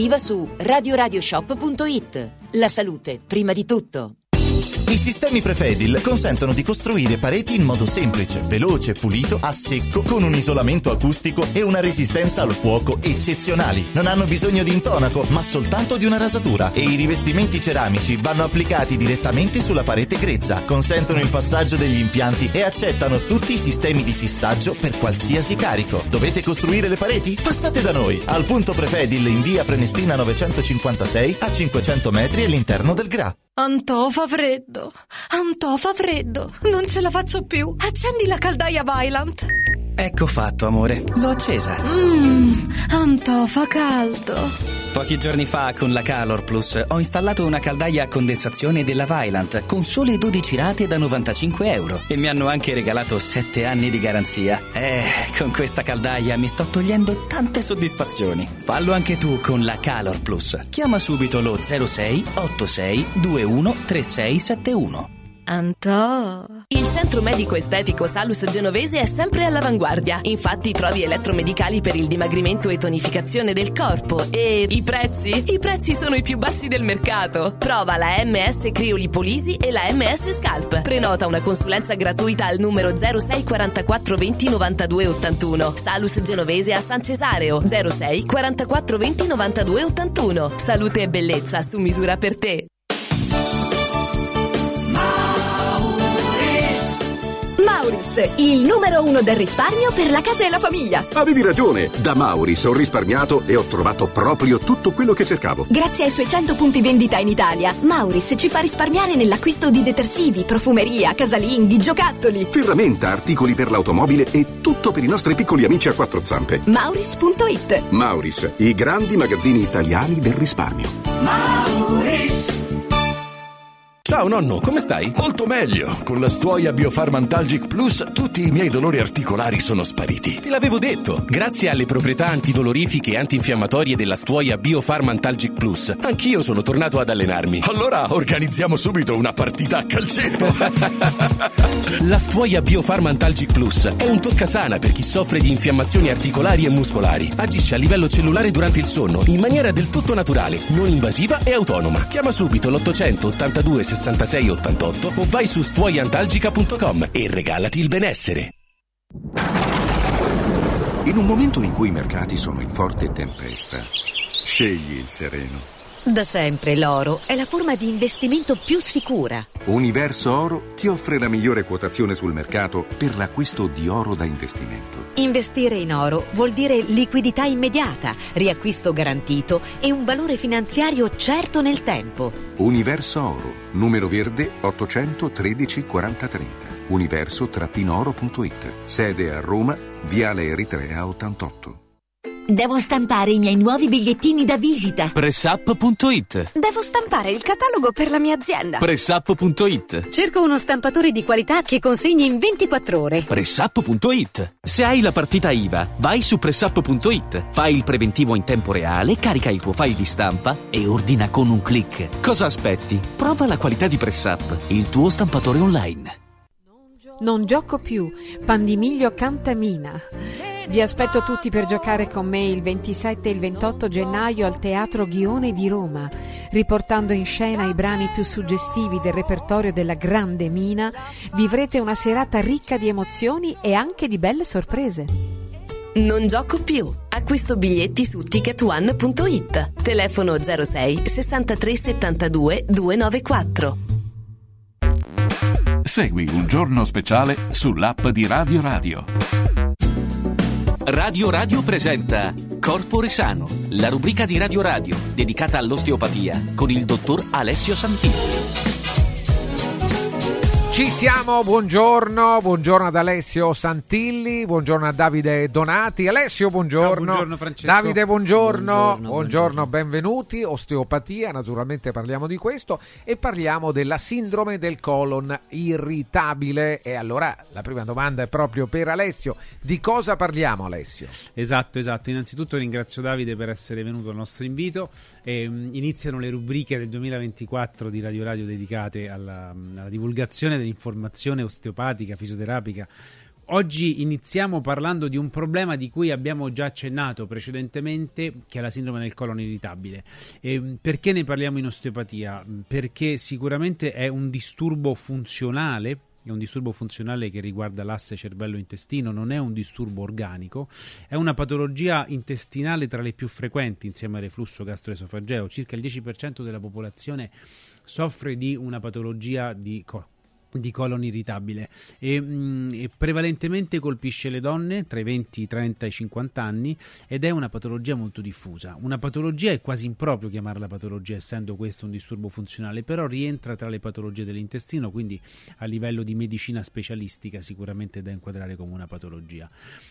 [SPEAKER 24] esclusiva su radioradioshop.it. La salute, prima di tutto.
[SPEAKER 4] I sistemi Prefedil consentono di costruire pareti in modo semplice, veloce, pulito, a secco, con un isolamento acustico e una resistenza al fuoco eccezionali. Non hanno bisogno di intonaco, ma soltanto di una rasatura, e i rivestimenti ceramici vanno applicati direttamente sulla parete grezza, consentono il passaggio degli impianti e accettano tutti i sistemi di fissaggio per qualsiasi carico. Dovete costruire le pareti? Passate da noi, al punto Prefedil in via Prenestina 956 a 500 metri all'interno del GRA.
[SPEAKER 18] Antò fa freddo, non ce la faccio più. Accendi la caldaia Vaillant.
[SPEAKER 6] Ecco fatto, amore, l'ho accesa.
[SPEAKER 18] Antò fa caldo.
[SPEAKER 6] Pochi giorni fa con la Calor Plus ho installato una caldaia a condensazione della Vaillant con sole 12 rate da €95 e mi hanno anche regalato 7 anni di garanzia. Con questa caldaia mi sto togliendo tante soddisfazioni. Fallo anche tu con la Calor Plus. Chiama subito lo 06 86 21 3671.
[SPEAKER 18] Antò.
[SPEAKER 13] Il centro medico estetico Salus Genovese è sempre all'avanguardia. Infatti trovi elettromedicali per il dimagrimento e tonificazione del corpo. E i prezzi? I prezzi sono i più bassi del mercato. Prova la MS Criolipolisi e la MS Scalp. Prenota una consulenza gratuita al numero 06 44 20 92 81. Salus Genovese a San Cesareo 06 44 20 92 81. Salute e bellezza su misura per te.
[SPEAKER 7] Mauris, il numero 1 del risparmio per la casa e la famiglia.
[SPEAKER 19] Avevi ragione, da Mauris ho risparmiato e ho trovato proprio tutto quello che cercavo.
[SPEAKER 7] Grazie ai suoi 100 punti vendita in Italia, Mauris ci fa risparmiare nell'acquisto di detersivi, profumeria, casalinghi, giocattoli,
[SPEAKER 19] ferramenta, articoli per l'automobile e tutto per i nostri piccoli amici a quattro zampe.
[SPEAKER 7] Mauris.it.
[SPEAKER 19] Mauris, i grandi magazzini italiani del risparmio.
[SPEAKER 7] Mauris.
[SPEAKER 8] Ciao nonno, come stai? Molto meglio. Con la Stuoia Biofarm Antalgic Plus tutti i miei dolori articolari sono spariti. Te l'avevo detto. Grazie alle proprietà antidolorifiche e antinfiammatorie della Stuoia Biofarm Antalgic Plus, anch'io sono tornato ad allenarmi. Allora organizziamo subito una partita a calcetto. La Stuoia Biofarm Antalgic Plus è un toccasana per chi soffre di infiammazioni articolari e muscolari. Agisce a livello cellulare durante il sonno in maniera del tutto naturale, non invasiva e autonoma. Chiama subito l'800 82 66 88 o vai su stuoiantalgica.com e regalati il benessere.
[SPEAKER 23] In un momento in cui i mercati sono in forte tempesta, scegli il sereno.
[SPEAKER 24] Da sempre l'oro è la forma di investimento più sicura.
[SPEAKER 23] Universo Oro ti offre la migliore quotazione sul mercato per l'acquisto di oro da investimento.
[SPEAKER 24] Investire in oro vuol dire liquidità immediata, riacquisto garantito e un valore finanziario certo nel tempo.
[SPEAKER 23] Universo Oro, numero verde 813 4030. Universo-oro.it. Sede a Roma, Viale Eritrea 88.
[SPEAKER 9] Devo stampare i miei nuovi bigliettini da visita.
[SPEAKER 10] Pressup.it.
[SPEAKER 18] Devo stampare il catalogo per la mia azienda.
[SPEAKER 10] Pressup.it.
[SPEAKER 9] Cerco uno stampatore di qualità che consegni in 24 ore.
[SPEAKER 10] Pressup.it. Se hai la partita IVA, vai su Pressup.it, fai il preventivo in tempo reale, carica il tuo file di stampa e ordina con un click. Cosa aspetti? Prova la qualità di Pressup, il tuo stampatore online.
[SPEAKER 26] Non gioco più. Pandimiglio Cantamina. Vi aspetto tutti per giocare con me il 27 e il 28 gennaio al Teatro Ghione di Roma. Riportando in scena i brani più suggestivi del repertorio della grande Mina, vivrete una serata ricca di emozioni e anche di belle sorprese.
[SPEAKER 13] Non gioco più. Acquisto biglietti su ticketone.it. Telefono 06 63 72 294.
[SPEAKER 1] Segui Un Giorno Speciale sull'app di Radio Radio.
[SPEAKER 22] Radio Radio presenta Corpore Sano, la rubrica di Radio Radio dedicata all'osteopatia con il dottor Alessio Santilli.
[SPEAKER 2] Ci siamo, buongiorno ad Alessio Santilli, buongiorno a Davide Donati. Alessio, buongiorno.
[SPEAKER 27] Ciao, buongiorno Francesco.
[SPEAKER 2] Davide, buongiorno, benvenuti. Osteopatia, naturalmente parliamo di questo e parliamo della sindrome del colon irritabile. E allora la prima domanda è proprio per Alessio. Di cosa parliamo, Alessio?
[SPEAKER 27] Esatto. Innanzitutto ringrazio Davide per essere venuto al nostro invito. Iniziano le rubriche del 2024 di Radio Radio dedicate alla divulgazione dell'informazione osteopatica, fisioterapica, Oggi iniziamo parlando di un problema di cui abbiamo già accennato precedentemente, che è la sindrome del colon irritabile. Perché ne parliamo in osteopatia? Perché sicuramente è un disturbo funzionale. È un disturbo funzionale che riguarda l'asse cervello-intestino, non è un disturbo organico, è una patologia intestinale tra le più frequenti insieme al reflusso gastroesofageo. Circa il 10% della popolazione soffre di una patologia di colon irritabile e prevalentemente colpisce le donne tra i 20, i 30 e i 50 anni ed è una patologia molto diffusa. Una patologia è quasi improprio chiamarla patologia, essendo questo un disturbo funzionale, però rientra tra le patologie dell'intestino, quindi a livello di medicina specialistica sicuramente è da inquadrare come una patologia.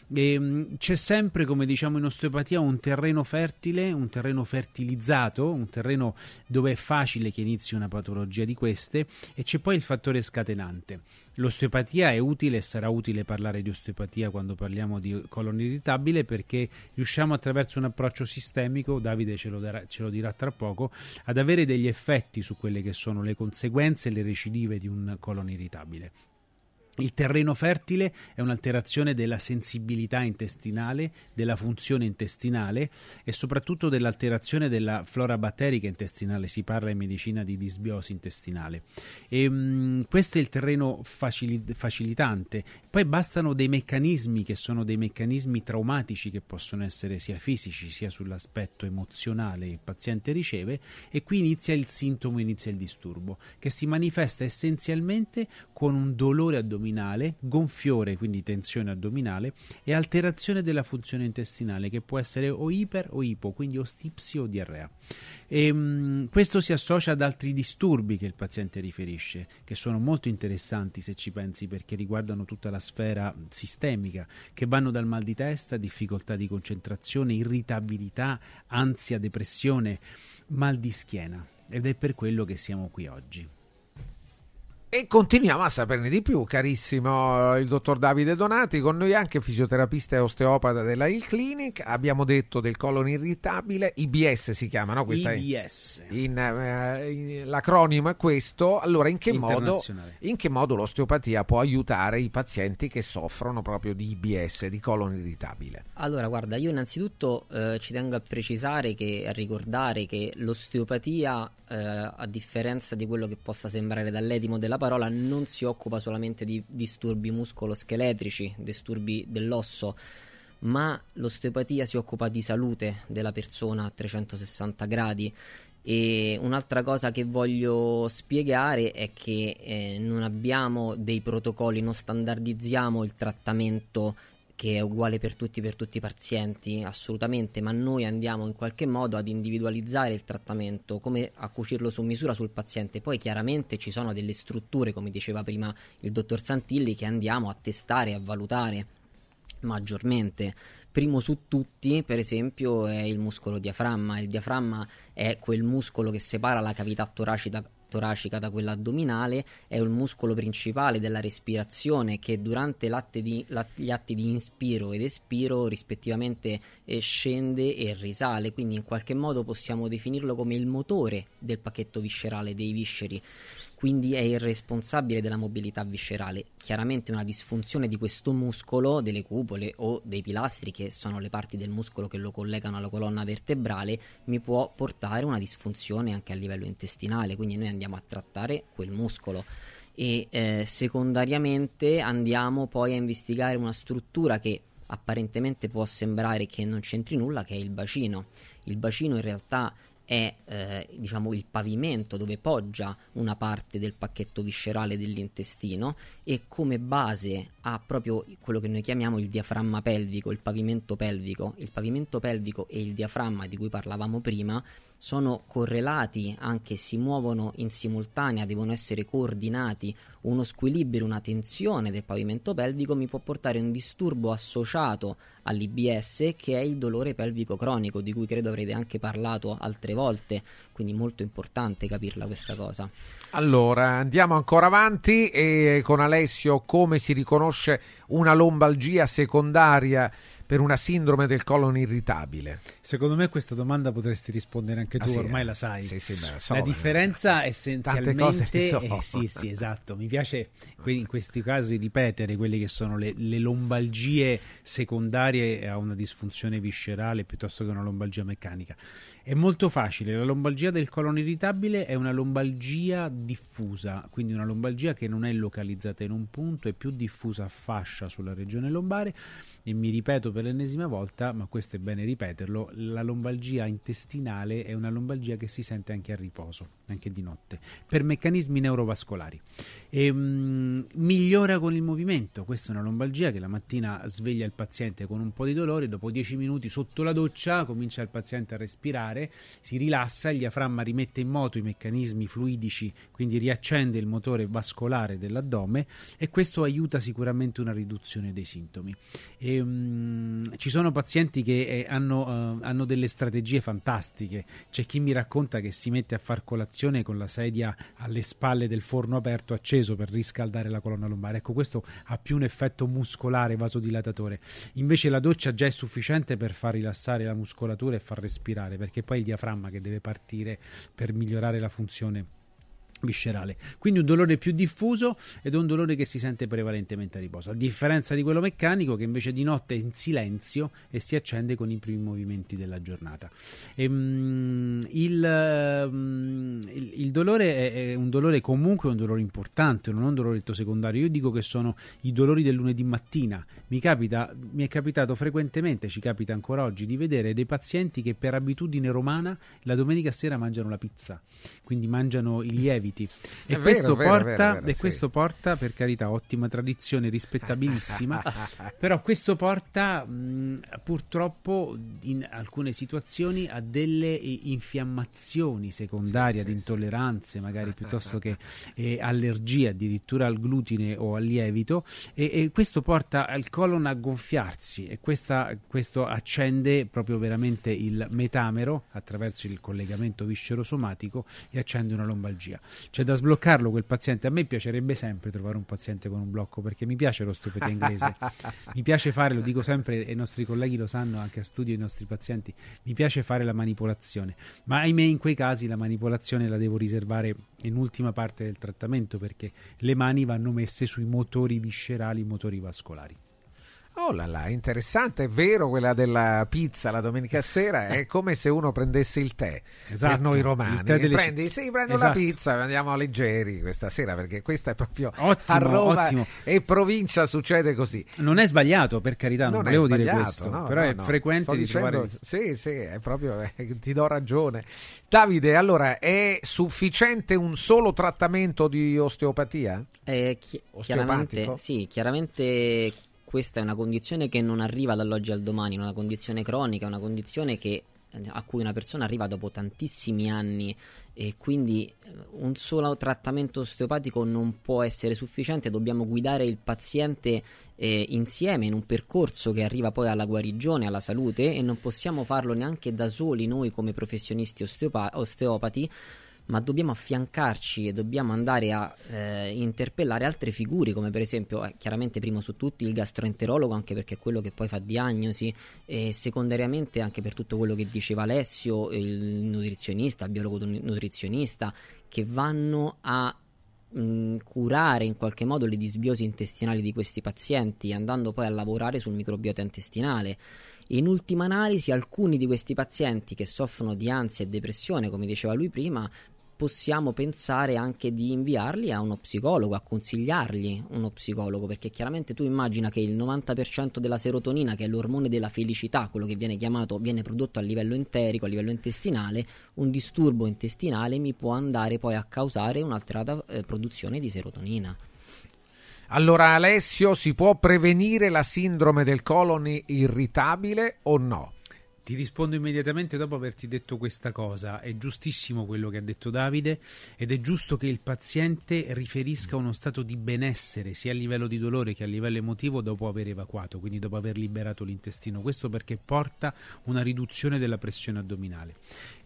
[SPEAKER 27] C'è sempre, come diciamo in osteopatia, un terreno fertile, un terreno fertilizzato, un terreno dove è facile che inizi una patologia di queste, e c'è poi il fattore scatenante. L'osteopatia è utile e sarà utile parlare di osteopatia quando parliamo di colon irritabile, perché riusciamo attraverso un approccio sistemico, Davide ce lo dirà tra poco, ad avere degli effetti su quelle che sono le conseguenze e le recidive di un colon irritabile. Il terreno fertile è un'alterazione della sensibilità intestinale, della funzione intestinale e soprattutto dell'alterazione della flora batterica intestinale. Si parla in medicina di disbiosi intestinale. Questo è il terreno facilitante. Poi bastano dei meccanismi che sono dei meccanismi traumatici, che possono essere sia fisici sia sull'aspetto emozionale che il paziente riceve, e qui inizia il sintomo, inizia il disturbo, che si manifesta essenzialmente con un dolore addominale, gonfiore, quindi tensione addominale, e alterazione della funzione intestinale, che può essere o iper o ipo, quindi o stipsi o diarrea. Questo si associa ad altri disturbi che il paziente riferisce, che sono molto interessanti se ci pensi, perché riguardano tutta la sfera sistemica, che vanno dal mal di testa, difficoltà di concentrazione, irritabilità, ansia, depressione, mal di schiena, ed è per quello che siamo qui oggi.
[SPEAKER 2] E continuiamo a saperne di più, carissimo il dottor Davide Donati, con noi anche fisioterapista e osteopata della Hill Clinic. Abbiamo detto del colon irritabile, IBS si chiama, no? Questa
[SPEAKER 27] IBS.
[SPEAKER 2] L'acronimo è questo. Allora, in che modo l'osteopatia può aiutare i pazienti che soffrono proprio di IBS, di colon irritabile?
[SPEAKER 5] Allora, guarda, io innanzitutto ci tengo a precisare a ricordare che l'osteopatia, a differenza di quello che possa sembrare dall'etimo della parola, non si occupa solamente di disturbi muscoloscheletrici, disturbi dell'osso, ma l'osteopatia si occupa di salute della persona a 360 gradi. E un'altra cosa che voglio spiegare è che non abbiamo dei protocolli, non standardizziamo il trattamento che è uguale per tutti i pazienti, assolutamente, ma noi andiamo in qualche modo ad individualizzare il trattamento, come a cucirlo su misura sul paziente. Poi chiaramente ci sono delle strutture, come diceva prima il dottor Santilli, che andiamo a testare e a valutare maggiormente. Primo su tutti, per esempio, è il muscolo diaframma. Il diaframma è quel muscolo che separa la cavità toracica da quella addominale, è il muscolo principale della respirazione, che durante gli atti di inspiro ed espiro rispettivamente scende e risale, quindi in qualche modo possiamo definirlo come il motore del pacchetto viscerale, dei visceri. Quindi è il responsabile della mobilità viscerale. Chiaramente una disfunzione di questo muscolo, delle cupole o dei pilastri, che sono le parti del muscolo che lo collegano alla colonna vertebrale, mi può portare una disfunzione anche a livello intestinale, quindi noi andiamo a trattare quel muscolo. E secondariamente andiamo poi a investigare una struttura che apparentemente può sembrare che non c'entri nulla, che è il bacino. Il bacino in realtà è il pavimento dove poggia una parte del pacchetto viscerale dell'intestino, e come base ha proprio quello che noi chiamiamo il diaframma pelvico, il pavimento pelvico. Il pavimento pelvico e il diaframma di cui parlavamo prima sono correlati, anche si muovono in simultanea, devono essere coordinati. Uno squilibrio, una tensione del pavimento pelvico mi può portare a un disturbo associato all'IBS, che è il dolore pelvico cronico, di cui credo avrete anche parlato altre volte, quindi molto importante capirla questa cosa.
[SPEAKER 2] Allora, andiamo ancora avanti e con Alessio: come si riconosce una lombalgia secondaria per una sindrome del colon irritabile?
[SPEAKER 27] Secondo me questa domanda potresti rispondere anche tu, ormai la sai.
[SPEAKER 2] Sì, beh, so,
[SPEAKER 27] la differenza essenzialmente
[SPEAKER 2] tante cose
[SPEAKER 27] sì, esatto. Mi piace in questi casi ripetere quelle che sono le lombalgie secondarie a una disfunzione viscerale piuttosto che una lombalgia meccanica. È molto facile, la lombalgia del colon irritabile è una lombalgia diffusa, quindi una lombalgia che non è localizzata in un punto, è più diffusa a fascia sulla regione lombare. E mi ripeto per l'ennesima volta, ma questo è bene ripeterlo, la lombalgia intestinale è una lombalgia che si sente anche a riposo, anche di notte, per meccanismi neurovascolari. Migliora con il movimento. Questa è una lombalgia che la mattina sveglia il paziente con un po' di dolore, dopo 10 minuti sotto la doccia comincia il paziente a respirare, si rilassa, il diaframma rimette in moto i meccanismi fluidici, quindi riaccende il motore vascolare dell'addome, e questo aiuta sicuramente una riduzione dei sintomi. Ci sono pazienti che hanno delle strategie fantastiche. C'è chi mi racconta che si mette a far colazione con la sedia alle spalle del forno aperto acceso per riscaldare la colonna lombare. Ecco, questo ha più un effetto muscolare, vasodilatatore. Invece la doccia già è sufficiente per far rilassare la muscolatura e far respirare, perché poi è il diaframma che deve partire per migliorare la funzione viscerale. Quindi un dolore più diffuso ed è un dolore che si sente prevalentemente a riposo, a differenza di quello meccanico che invece di notte è in silenzio e si accende con i primi movimenti della giornata. Il dolore è un dolore, comunque un dolore importante, non è un dolore secondario. Io dico che sono i dolori del lunedì mattina. Mi è capitato frequentemente, ci capita ancora oggi, di vedere dei pazienti che per abitudine romana la domenica sera mangiano la pizza, quindi mangiano i lieviti. E questo porta, per carità, ottima tradizione, rispettabilissima, però questo porta purtroppo in alcune situazioni a delle infiammazioni secondarie, ad intolleranze magari, piuttosto che allergie addirittura al glutine o al lievito, e questo porta il colon a gonfiarsi, e questo accende proprio veramente il metamero attraverso il collegamento viscerosomatico e accende una lombalgia. C'è da sbloccarlo quel paziente. A me piacerebbe sempre trovare un paziente con un blocco, perché mi piace l'osteopatia inglese, mi piace fare, lo dico sempre e i nostri colleghi lo sanno anche a studio, i nostri pazienti, mi piace fare la manipolazione, ma ahimè in quei casi la manipolazione la devo riservare in ultima parte del trattamento, perché le mani vanno messe sui motori viscerali, motori vascolari.
[SPEAKER 2] Oh là là, interessante, è vero, quella della pizza la domenica sera è come se uno prendesse il tè,
[SPEAKER 27] esatto,
[SPEAKER 2] per noi romani. Prendo
[SPEAKER 27] esatto.
[SPEAKER 2] la pizza, andiamo leggeri questa sera, perché questa è proprio
[SPEAKER 27] ottimo,
[SPEAKER 2] a Roma
[SPEAKER 27] ottimo.
[SPEAKER 2] E provincia succede così.
[SPEAKER 27] Non è sbagliato, per carità, non volevo dire questo,
[SPEAKER 2] no,
[SPEAKER 27] però è
[SPEAKER 2] no,
[SPEAKER 27] frequente di trovare...
[SPEAKER 2] Sì, è proprio, ti do ragione. Davide, allora, è sufficiente un solo trattamento di osteopatia?
[SPEAKER 5] Chiaramente questa è una condizione che non arriva dall'oggi al domani, è una condizione cronica, è una condizione a cui una persona arriva dopo tantissimi anni, e quindi un solo trattamento osteopatico non può essere sufficiente. Dobbiamo guidare il paziente insieme in un percorso che arriva poi alla guarigione, alla salute, e non possiamo farlo neanche da soli noi come professionisti osteopati, ma dobbiamo affiancarci e dobbiamo andare a interpellare altre figure, come per esempio chiaramente primo su tutti il gastroenterologo, anche perché è quello che poi fa diagnosi, e secondariamente anche per tutto quello che diceva Alessio, il nutrizionista, il biologo nutrizionista, che vanno a curare in qualche modo le disbiosi intestinali di questi pazienti, andando poi a lavorare sul microbiota intestinale. In ultima analisi, alcuni di questi pazienti che soffrono di ansia e depressione, come diceva lui prima, possiamo pensare anche di inviarli a uno psicologo, a consigliargli uno psicologo, perché chiaramente tu immagina che il 90% della serotonina, che è l'ormone della felicità, quello che viene prodotto a livello enterico, a livello intestinale. Un disturbo intestinale mi può andare poi a causare un'alterata produzione di serotonina.
[SPEAKER 2] Allora, Alessio, si può prevenire la sindrome del colon irritabile o no?
[SPEAKER 27] Ti rispondo immediatamente dopo averti detto questa cosa. È giustissimo quello che ha detto Davide, ed è giusto che il paziente riferisca uno stato di benessere sia a livello di dolore che a livello emotivo dopo aver evacuato, quindi dopo aver liberato l'intestino. Questo perché porta una riduzione della pressione addominale.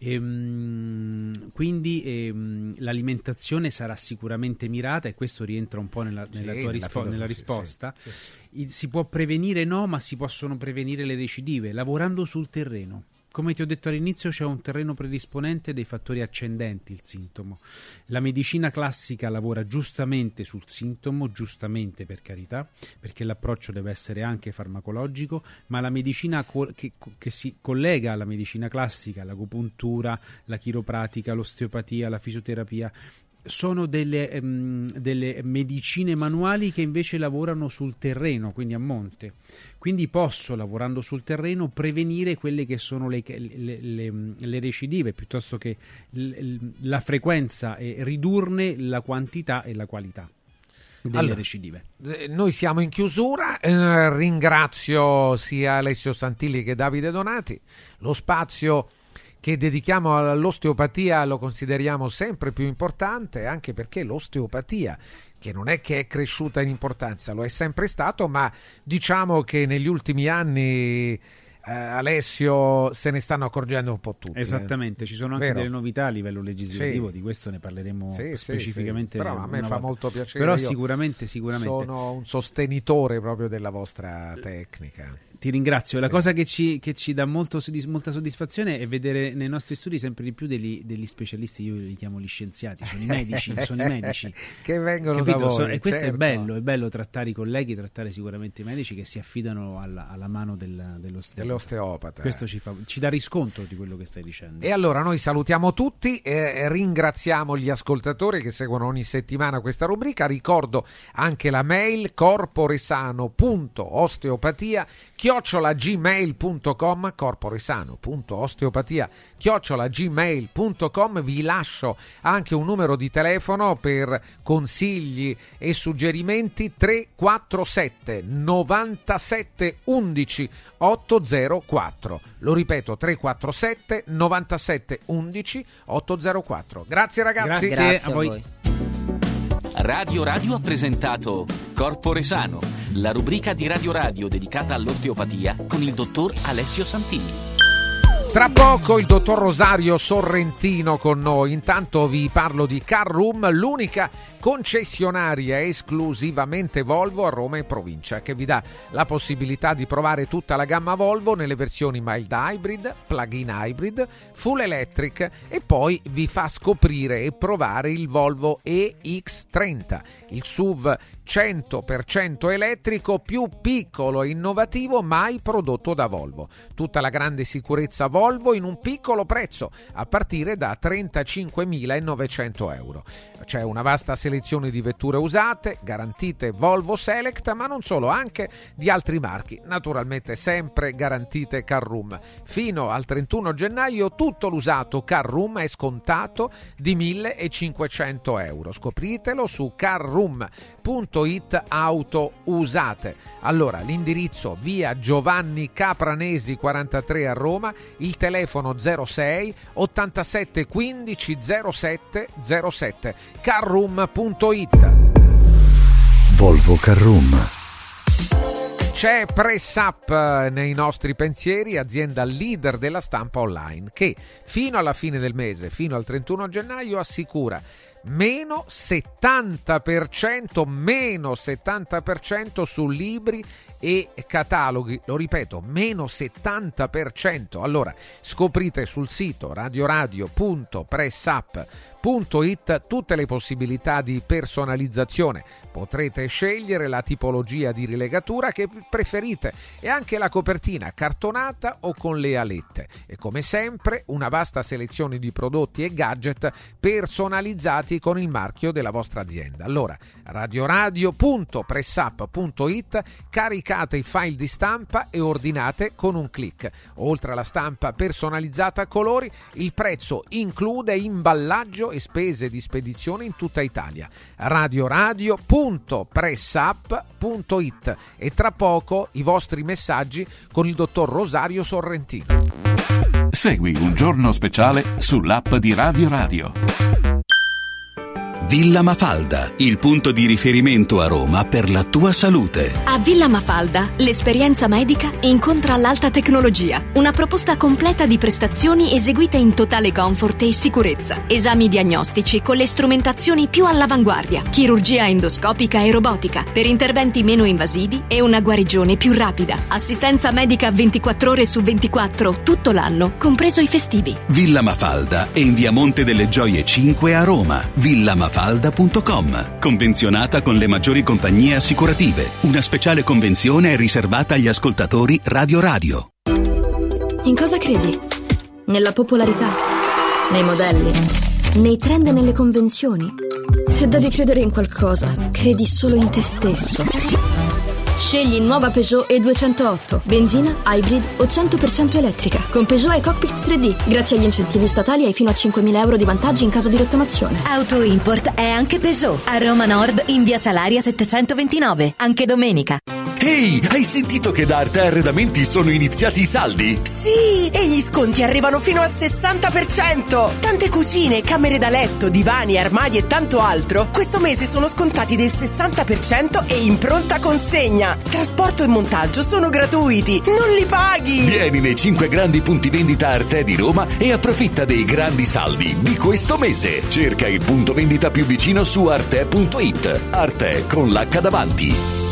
[SPEAKER 27] Quindi l'alimentazione sarà sicuramente mirata, e questo rientra un po' nella tua risposta. Sì. Si può prevenire, no, ma si possono prevenire le recidive lavorando sul terreno. Come ti ho detto all'inizio, c'è un terreno predisponente dei fattori accendenti il sintomo. La medicina classica lavora giustamente sul sintomo, giustamente per carità, perché l'approccio deve essere anche farmacologico, ma la medicina che si collega alla medicina classica, l'agopuntura, la chiropratica, l'osteopatia, la fisioterapia, sono delle medicine manuali che invece lavorano sul terreno, quindi a monte. Quindi posso, lavorando sul terreno, prevenire quelle che sono le recidive, piuttosto che la frequenza, e ridurne la quantità e la qualità delle recidive.
[SPEAKER 2] Noi siamo in chiusura, ringrazio sia Alessio Santilli che Davide Donati. Lo spazio che dedichiamo all'osteopatia lo consideriamo sempre più importante, anche perché l'osteopatia, che non è che è cresciuta in importanza, lo è sempre stato, ma diciamo che negli ultimi anni Alessio se ne stanno accorgendo un po' tutti.
[SPEAKER 27] Esattamente, ci sono anche delle novità a livello legislativo,
[SPEAKER 2] sì.
[SPEAKER 27] Di questo ne parleremo
[SPEAKER 2] Sì.
[SPEAKER 27] specificamente.
[SPEAKER 2] Però a me fa molto piacere.
[SPEAKER 27] Però
[SPEAKER 2] io
[SPEAKER 27] sicuramente
[SPEAKER 2] sono un sostenitore proprio della vostra tecnica.
[SPEAKER 27] Ti ringrazio. La cosa che ci dà molta soddisfazione è vedere nei nostri studi sempre di più degli specialisti, io li chiamo gli scienziati, sono i medici
[SPEAKER 2] che vengono
[SPEAKER 27] capito?
[SPEAKER 2] da voi.
[SPEAKER 27] E questo
[SPEAKER 2] certo.
[SPEAKER 27] è bello trattare i colleghi, trattare sicuramente i medici che si affidano alla mano dell'osteopata. Questo ci dà riscontro di quello che stai dicendo.
[SPEAKER 2] E allora noi salutiamo tutti, ringraziamo gli ascoltatori che seguono ogni settimana questa rubrica. Ricordo anche la mail corporesano.osteopatia@gmail.com, corporesano.osteopatia@gmail.com. Vi lascio anche un numero di telefono per consigli e suggerimenti: 347 97 11 804. Lo ripeto, 347 97 11 804. Grazie ragazzi.
[SPEAKER 27] Grazie a voi.
[SPEAKER 10] Radio Radio ha presentato Corporesano, la rubrica di Radio Radio dedicata all'osteopatia con il dottor Alessio Santilli.
[SPEAKER 2] Tra poco il dottor Rosario Sorrentino con noi. Intanto vi parlo di Carroom, l'unica concessionaria esclusivamente Volvo a Roma e provincia, che vi dà la possibilità di provare tutta la gamma Volvo nelle versioni mild hybrid, plug-in hybrid, full electric, e poi vi fa scoprire e provare il Volvo EX30, il SUV 100% elettrico più piccolo e innovativo mai prodotto da Volvo. Tutta la grande sicurezza Volvo in un piccolo prezzo, a partire da 35.900 euro. C'è una vasta selezione di vetture usate, garantite Volvo Select, ma non solo, anche di altri marchi, naturalmente sempre garantite Carroom. Fino al 31 gennaio tutto l'usato Carroom è scontato di 1.500 euro. Scopritelo su carroom.it auto usate. Allora, l'indirizzo via Giovanni Capranesi 43 a Roma, il telefono 06 87 15 07 07, carroom.it.
[SPEAKER 11] Volvo Carroom.
[SPEAKER 2] C'è PressUp nei nostri pensieri, azienda leader della stampa online, che fino alla fine del mese, fino al 31 gennaio, assicura meno 70% su libri e cataloghi, lo ripeto, meno 70%. Allora scoprite sul sito radioradio.pressup.it tutte le possibilità di personalizzazione. Potrete scegliere la tipologia di rilegatura che preferite e anche la copertina cartonata o con le alette. E come sempre una vasta selezione di prodotti e gadget personalizzati con il marchio della vostra azienda. Allora, radioradio.pressup.it, caricate il file di stampa e ordinate con un click. Oltre alla stampa personalizzata a colori, il prezzo include imballaggio e spese di spedizione in tutta Italia. radioradio.pressup.it, e tra poco i vostri messaggi con il dottor Rosario Sorrentino.
[SPEAKER 1] Segui Un Giorno Speciale sull'app di Radio Radio.
[SPEAKER 12] Villa Mafalda, il punto di riferimento a Roma per la tua salute.
[SPEAKER 7] A Villa Mafalda l'esperienza medica incontra l'alta tecnologia. Una proposta completa di prestazioni eseguite in totale comfort e sicurezza. Esami diagnostici con le strumentazioni più all'avanguardia. Chirurgia endoscopica e robotica per interventi meno invasivi e una guarigione più rapida. Assistenza medica 24 ore su 24 tutto l'anno, compreso i festivi.
[SPEAKER 12] Villa Mafalda è in via Monte delle Gioie 5 a Roma. villamafalda.com. Convenzionata con le maggiori compagnie assicurative. Una speciale convenzione è riservata agli ascoltatori Radio.
[SPEAKER 7] In cosa credi? Nella popolarità? Nei modelli? Nei trend e nelle convenzioni? Se devi credere in qualcosa, credi solo in te stesso. Scegli nuova Peugeot E208, benzina, hybrid o 100% elettrica. Con Peugeot e Cockpit 3D, grazie agli incentivi statali hai fino a 5.000 euro di vantaggi in caso di rottamazione.
[SPEAKER 14] Auto Import è anche Peugeot. A Roma Nord, in via Salaria 729, anche domenica.
[SPEAKER 8] Ehi, hai sentito che da Arte Arredamenti sono iniziati i saldi?
[SPEAKER 15] Sì, e gli sconti arrivano fino al 60%. Tante cucine, camere da letto, divani, armadi e tanto altro questo mese sono scontati del 60% e in pronta consegna. Trasporto e montaggio sono gratuiti, non li paghi.
[SPEAKER 8] Vieni nei 5 grandi punti vendita Arte di Roma e approfitta dei grandi saldi di questo mese. Cerca il punto vendita più vicino su arte.it. Arte con l'H davanti.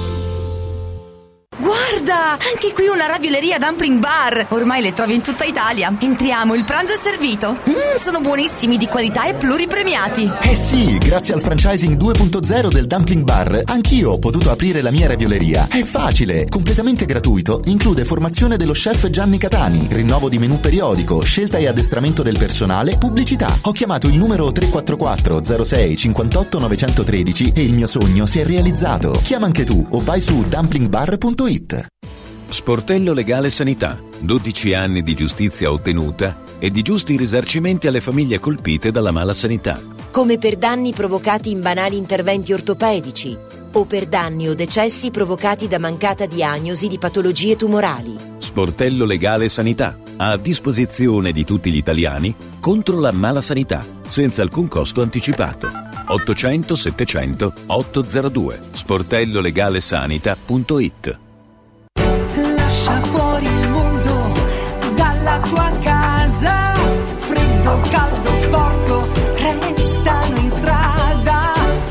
[SPEAKER 18] Guarda, anche qui una ravioleria Dumpling Bar. Ormai le trovi in tutta Italia. Entriamo, il pranzo è servito. Sono buonissimi, di qualità e pluripremiati.
[SPEAKER 4] Eh sì, grazie al franchising 2.0 del Dumpling Bar, anch'io ho potuto aprire la mia ravioleria. È facile, completamente gratuito, include formazione dello chef Gianni Catani, rinnovo di menù periodico, scelta e addestramento del personale, pubblicità. Ho chiamato il numero 344 06 58 913 e il mio sogno si è realizzato. Chiama anche tu o vai su dumplingbar.it.
[SPEAKER 22] Sportello Legale Sanità. 12 anni di giustizia ottenuta e di giusti risarcimenti alle famiglie colpite dalla mala sanità.
[SPEAKER 24] Come per danni provocati in banali interventi ortopedici o per danni o decessi provocati da mancata diagnosi di patologie tumorali.
[SPEAKER 22] Sportello Legale Sanità. A disposizione di tutti gli italiani contro la mala sanità, senza alcun costo anticipato. 800 700 802. sportellolegalesanita.it.
[SPEAKER 16] Lascia fuori il mondo dalla tua casa, freddo, caldo, sporco, restano in strada.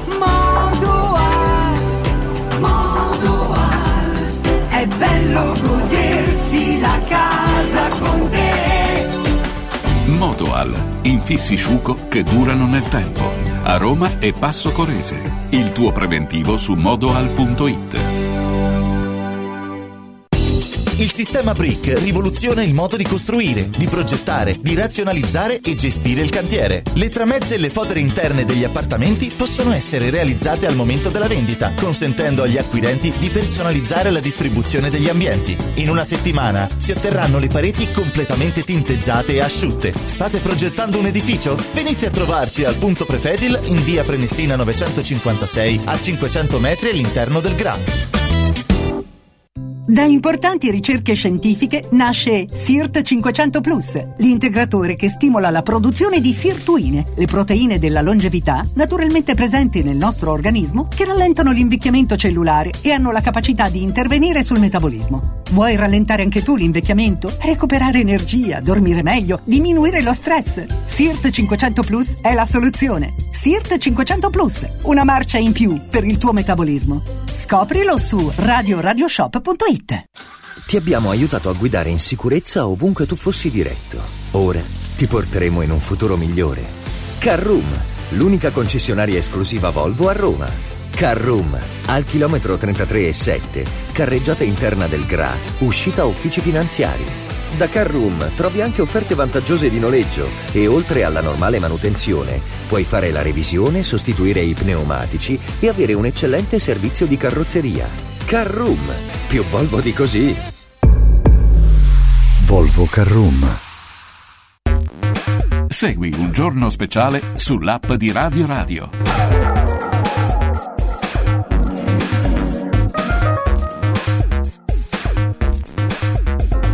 [SPEAKER 16] Modoal, è bello godersi la casa con te.
[SPEAKER 1] Modoal, infissi sciuco che durano nel tempo. A Roma e Passo Corese. Il tuo preventivo su modoal.it.
[SPEAKER 4] Il sistema Brick rivoluziona il modo di costruire, di progettare, di razionalizzare e gestire il cantiere. Le tramezze e le fodere interne degli appartamenti possono essere realizzate al momento della vendita, consentendo agli acquirenti di personalizzare la distribuzione degli ambienti. In una settimana si otterranno le pareti completamente tinteggiate e asciutte. State progettando un edificio? Venite a trovarci al punto Prefedil in via Prenestina 956 a 500 metri all'interno del GRA.
[SPEAKER 20] Da importanti ricerche scientifiche nasce SIRT 500 Plus, l'integratore che stimola la produzione di sirtuine, le proteine della longevità naturalmente presenti nel nostro organismo che rallentano l'invecchiamento cellulare e hanno la capacità di intervenire sul metabolismo. Vuoi rallentare anche tu l'invecchiamento? Recuperare energia, dormire meglio, diminuire lo stress? SIRT 500 Plus è la soluzione. SIRT 500 Plus, una marcia in più per il tuo metabolismo. Scoprilo su radioshop.it.
[SPEAKER 21] Ti abbiamo aiutato a guidare in sicurezza ovunque tu fossi diretto. Ora ti porteremo in un futuro migliore. Carroom, l'unica concessionaria esclusiva Volvo a Roma. Carroom, al chilometro 33,7, carreggiata interna del GRA, uscita uffici finanziari. Da Carroom trovi anche offerte vantaggiose di noleggio e oltre alla normale manutenzione puoi fare la revisione, sostituire i pneumatici e avere un eccellente servizio di carrozzeria. Carroom, più Volvo di così.
[SPEAKER 11] Volvo Carroom.
[SPEAKER 1] Segui Un Giorno Speciale sull'app di Radio Radio.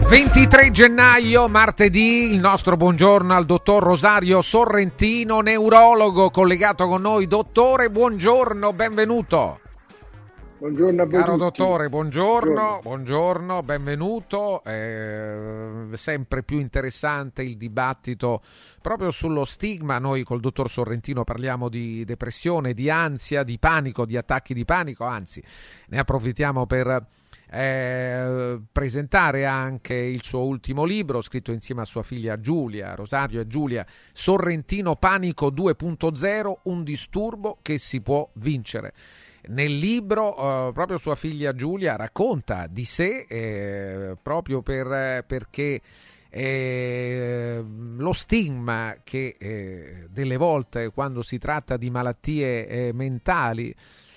[SPEAKER 2] 23 gennaio, martedì, il nostro buongiorno al dottor Rosario Sorrentino, neurologo, collegato con noi. Dottore, buongiorno, benvenuto.
[SPEAKER 3] Buongiorno a voi.
[SPEAKER 2] Caro
[SPEAKER 3] tutti.
[SPEAKER 2] Dottore, buongiorno, benvenuto. Sempre più interessante il dibattito proprio sullo stigma. Noi col dottor Sorrentino parliamo di depressione, di ansia, di panico, di attacchi di panico, anzi ne approfittiamo per presentare anche il suo ultimo libro, scritto insieme a sua figlia Giulia, Rosario e Giulia, Sorrentino Panico 2.0, un disturbo che si può vincere. Nel libro proprio sua figlia Giulia racconta di sé proprio perché lo stigma che delle volte quando si tratta di malattie mentali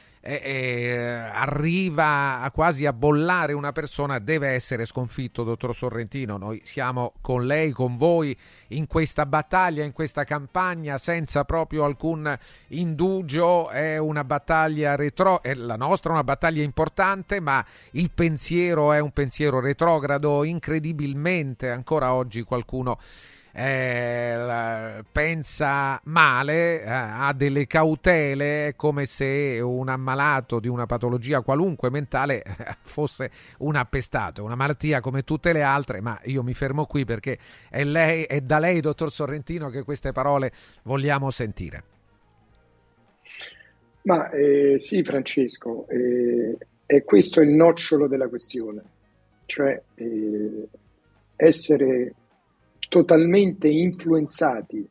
[SPEAKER 2] arriva a quasi a bollare una persona, deve essere sconfitto, dottor Sorrentino. Noi siamo con lei, con voi in questa battaglia, in questa campagna, senza proprio alcun indugio. È una battaglia la nostra è una battaglia importante, ma il pensiero è un pensiero retrogrado. Incredibilmente ancora oggi qualcuno pensa male, ha delle cautele, come se un ammalato di una patologia qualunque mentale fosse un appestato, una malattia come tutte le altre. Ma io mi fermo qui perché è da lei, dottor Sorrentino, che queste parole vogliamo sentire.
[SPEAKER 3] Ma sì, Francesco, è questo il nocciolo della questione, cioè essere totalmente influenzati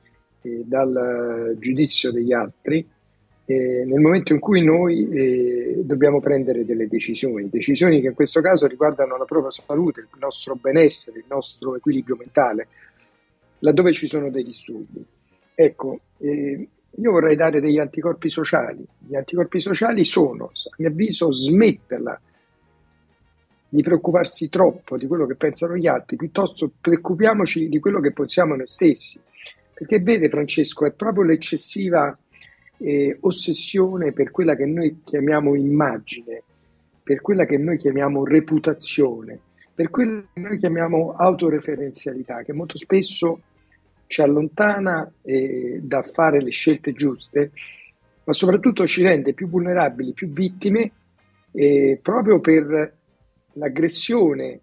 [SPEAKER 3] dal giudizio degli altri nel momento in cui noi dobbiamo prendere delle decisioni che in questo caso riguardano la propria salute, il nostro benessere, il nostro equilibrio mentale, laddove ci sono dei disturbi. Ecco, io vorrei dare degli anticorpi sociali. Gli anticorpi sociali sono, a mio avviso, smetterla di preoccuparsi troppo di quello che pensano gli altri, piuttosto preoccupiamoci di quello che pensiamo noi stessi. Perché vede, Francesco, è proprio l'eccessiva ossessione per quella che noi chiamiamo immagine, per quella che noi chiamiamo reputazione, per quella che noi chiamiamo autoreferenzialità, che molto spesso ci allontana da fare le scelte giuste, ma soprattutto ci rende più vulnerabili, più vittime, proprio per l'aggressione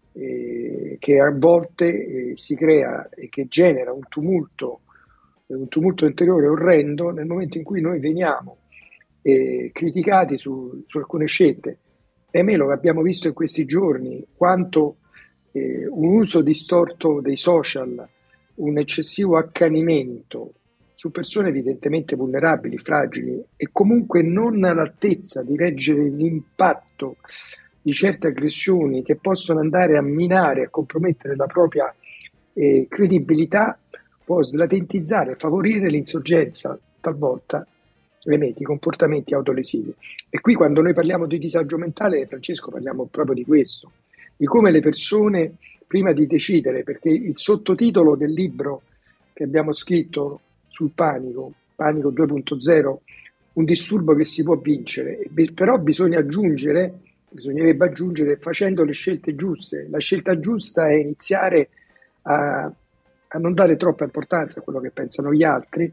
[SPEAKER 3] che a volte si crea e che genera un tumulto interiore orrendo nel momento in cui noi veniamo criticati su alcune scelte. E a me lo abbiamo visto in questi giorni, quanto un uso distorto dei social, un eccessivo accanimento su persone evidentemente vulnerabili, fragili e comunque non all'altezza di reggere l'impatto di certe aggressioni che possono andare a minare, a compromettere la propria credibilità, può slatentizzare, favorire l'insorgenza, talvolta, di comportamenti autolesivi. E qui quando noi parliamo di disagio mentale, Francesco, parliamo proprio di questo, di come le persone, prima di decidere, perché il sottotitolo del libro che abbiamo scritto sul panico 2.0, un disturbo che si può vincere, però bisognerebbe aggiungere facendo le scelte giuste. La scelta giusta è iniziare a non dare troppa importanza a quello che pensano gli altri,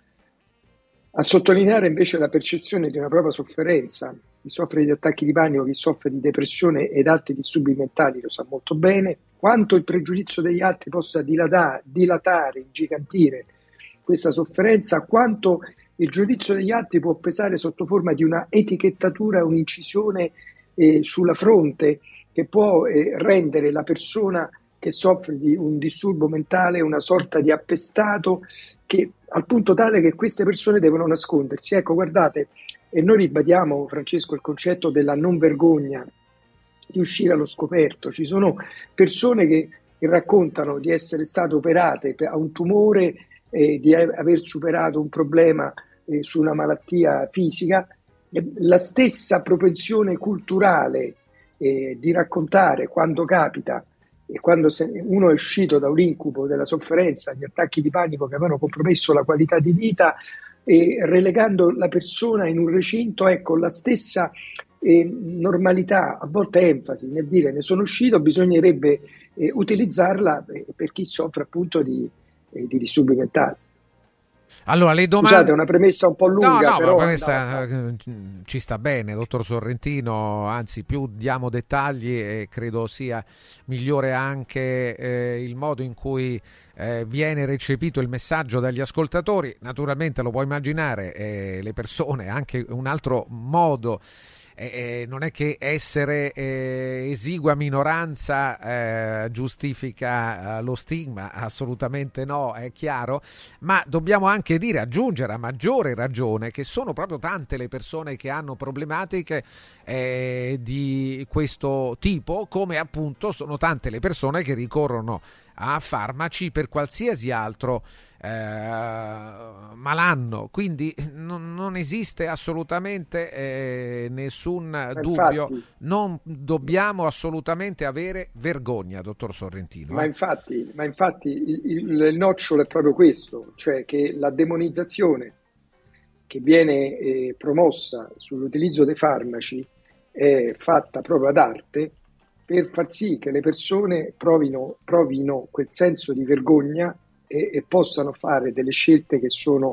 [SPEAKER 3] a sottolineare invece la percezione di una propria sofferenza. Chi soffre di attacchi di panico, chi soffre di depressione ed altri disturbi mentali lo sa molto bene, quanto il pregiudizio degli altri possa dilatare, ingigantire questa sofferenza, quanto il giudizio degli altri può pesare sotto forma di una etichettatura, un'incisione sulla fronte, che può rendere la persona che soffre di un disturbo mentale una sorta di appestato, che al punto tale che queste persone devono nascondersi. Ecco, guardate, e noi ribadiamo, Francesco, il concetto della non vergogna di uscire allo scoperto. Ci sono persone che raccontano di essere state operate a un tumore, di aver superato un problema su una malattia fisica. La stessa propensione culturale di raccontare quando capita e quando uno è uscito da un incubo della sofferenza, gli attacchi di panico che avevano compromesso la qualità di vita, relegando la persona in un recinto, ecco, la stessa normalità, a volte enfasi nel dire ne sono uscito, bisognerebbe utilizzarla per chi soffre appunto di disturbi mentali.
[SPEAKER 2] Allora, le domande...
[SPEAKER 3] Scusate, è una premessa un po' lunga,
[SPEAKER 2] no,
[SPEAKER 3] però...
[SPEAKER 2] la premessa ci sta bene, dottor Sorrentino, anzi più diamo dettagli e credo sia migliore anche il modo in cui viene recepito il messaggio dagli ascoltatori. Naturalmente lo puoi immaginare, le persone, anche un altro modo... non è che essere esigua minoranza giustifica lo stigma, assolutamente no, è chiaro, ma dobbiamo anche aggiungere a maggiore ragione che sono proprio tante le persone che hanno problematiche di questo tipo, come appunto sono tante le persone che ricorrono a farmaci per qualsiasi altro malanno, quindi non esiste assolutamente nessun dubbio, non dobbiamo assolutamente avere vergogna, dottor Sorrentino.
[SPEAKER 3] Ma infatti il nocciolo è proprio questo, cioè che la demonizzazione che viene promossa sull'utilizzo dei farmaci è fatta proprio ad arte per far sì che le persone provino quel senso di vergogna e possano fare delle scelte che sono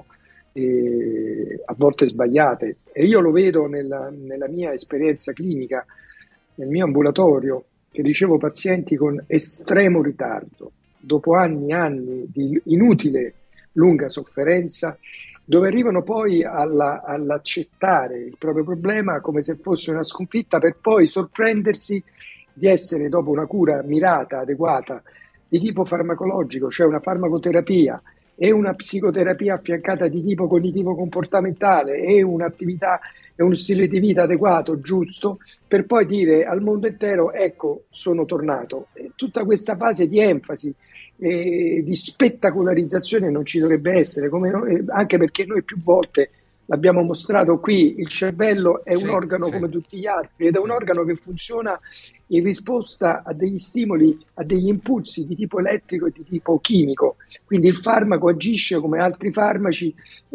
[SPEAKER 3] a volte sbagliate. E io lo vedo nella mia esperienza clinica, nel mio ambulatorio, che ricevo pazienti con estremo ritardo, dopo anni e anni di inutile lunga sofferenza, dove arrivano poi all'accettare il proprio problema come se fosse una sconfitta, per poi sorprendersi di essere, dopo una cura mirata, adeguata, di tipo farmacologico, cioè una farmacoterapia e una psicoterapia affiancata di tipo cognitivo-comportamentale e un'attività e uno stile di vita adeguato, giusto, per poi dire al mondo intero: ecco, sono tornato. E tutta questa fase di enfasi di spettacolarizzazione non ci dovrebbe essere, anche perché noi più volte l'abbiamo mostrato qui, il cervello è un organo come tutti gli altri, ed è un organo che funziona in risposta a degli stimoli, a degli impulsi di tipo elettrico e di tipo chimico. Quindi il farmaco agisce come altri farmaci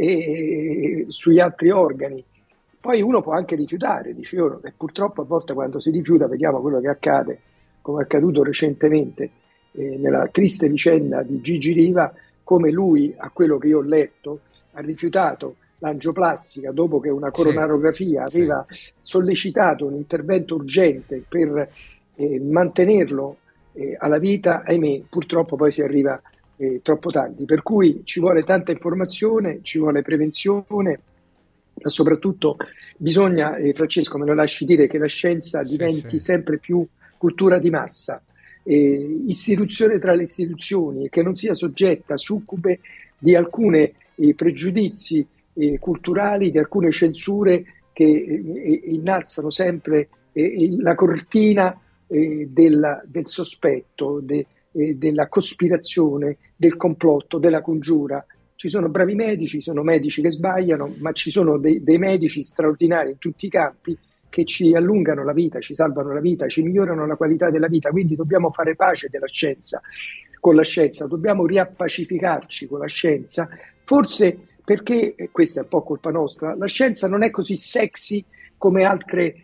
[SPEAKER 3] sugli altri organi. Poi uno può anche rifiutare, dice io, e purtroppo a volte quando si rifiuta vediamo quello che accade, come è accaduto recentemente nella triste vicenda di Gigi Riva, come lui, a quello che io ho letto, ha rifiutato l'angioplastica dopo che una coronarografia aveva sollecitato un intervento urgente per mantenerlo alla vita. Ahimè, purtroppo poi si arriva troppo tardi, per cui ci vuole tanta informazione, ci vuole prevenzione, ma soprattutto bisogna, Francesco, me lo lasci dire, che la scienza diventi sempre più cultura di massa, istituzione tra le istituzioni, che non sia soggetta, succube di alcune pregiudizi culturali, di alcune censure che innalzano sempre la cortina del sospetto, della cospirazione, del complotto, della congiura. Ci sono bravi medici, sono medici che sbagliano, ma ci sono dei medici straordinari in tutti i campi che ci allungano la vita, ci salvano la vita, ci migliorano la qualità della vita. Quindi dobbiamo fare pace con la scienza, dobbiamo riappacificarci con la scienza, forse perché, questa è un po' colpa nostra, la scienza non è così sexy come altre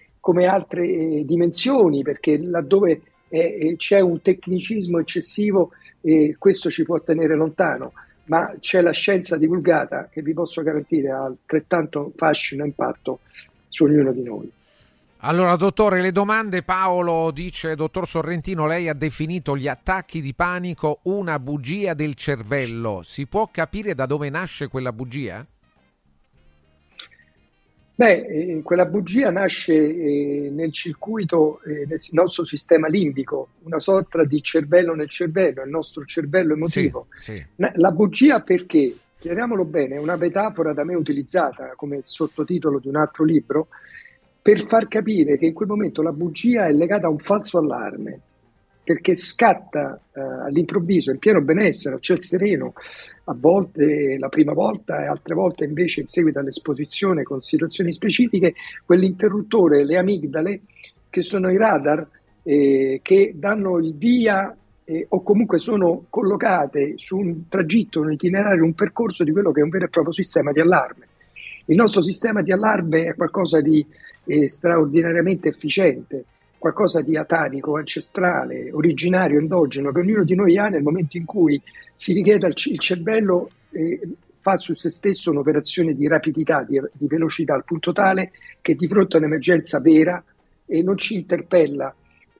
[SPEAKER 3] dimensioni, perché laddove c'è un tecnicismo eccessivo questo ci può tenere lontano, ma c'è la scienza divulgata che vi posso garantire ha altrettanto fascino e impatto su ognuno di noi.
[SPEAKER 2] Allora, dottore, le domande. Paolo dice: dottor Sorrentino, lei ha definito gli attacchi di panico una bugia del cervello. Si può capire da dove nasce quella bugia?
[SPEAKER 3] Quella bugia nasce nel circuito del nostro sistema limbico, una sorta di cervello nel cervello, il nostro cervello emotivo. Sì. La bugia, perché, chiariamolo bene, è una metafora da me utilizzata come sottotitolo di un altro libro, per far capire che in quel momento la bugia è legata a un falso allarme, perché scatta all'improvviso, in pieno benessere, a ciel sereno, a volte la prima volta e altre volte invece in seguito all'esposizione con situazioni specifiche, quell'interruttore, le amigdale, che sono i radar che danno il via o comunque sono collocate su un tragitto, un itinerario, un percorso di quello che è un vero e proprio sistema di allarme. Il nostro sistema di allarme è qualcosa di straordinariamente efficiente, qualcosa di atanico, ancestrale, originario, endogeno, che ognuno di noi ha nel momento in cui si richiede il cervello fa su se stesso un'operazione di rapidità, di velocità, al punto tale che di fronte a un'emergenza vera non ci interpella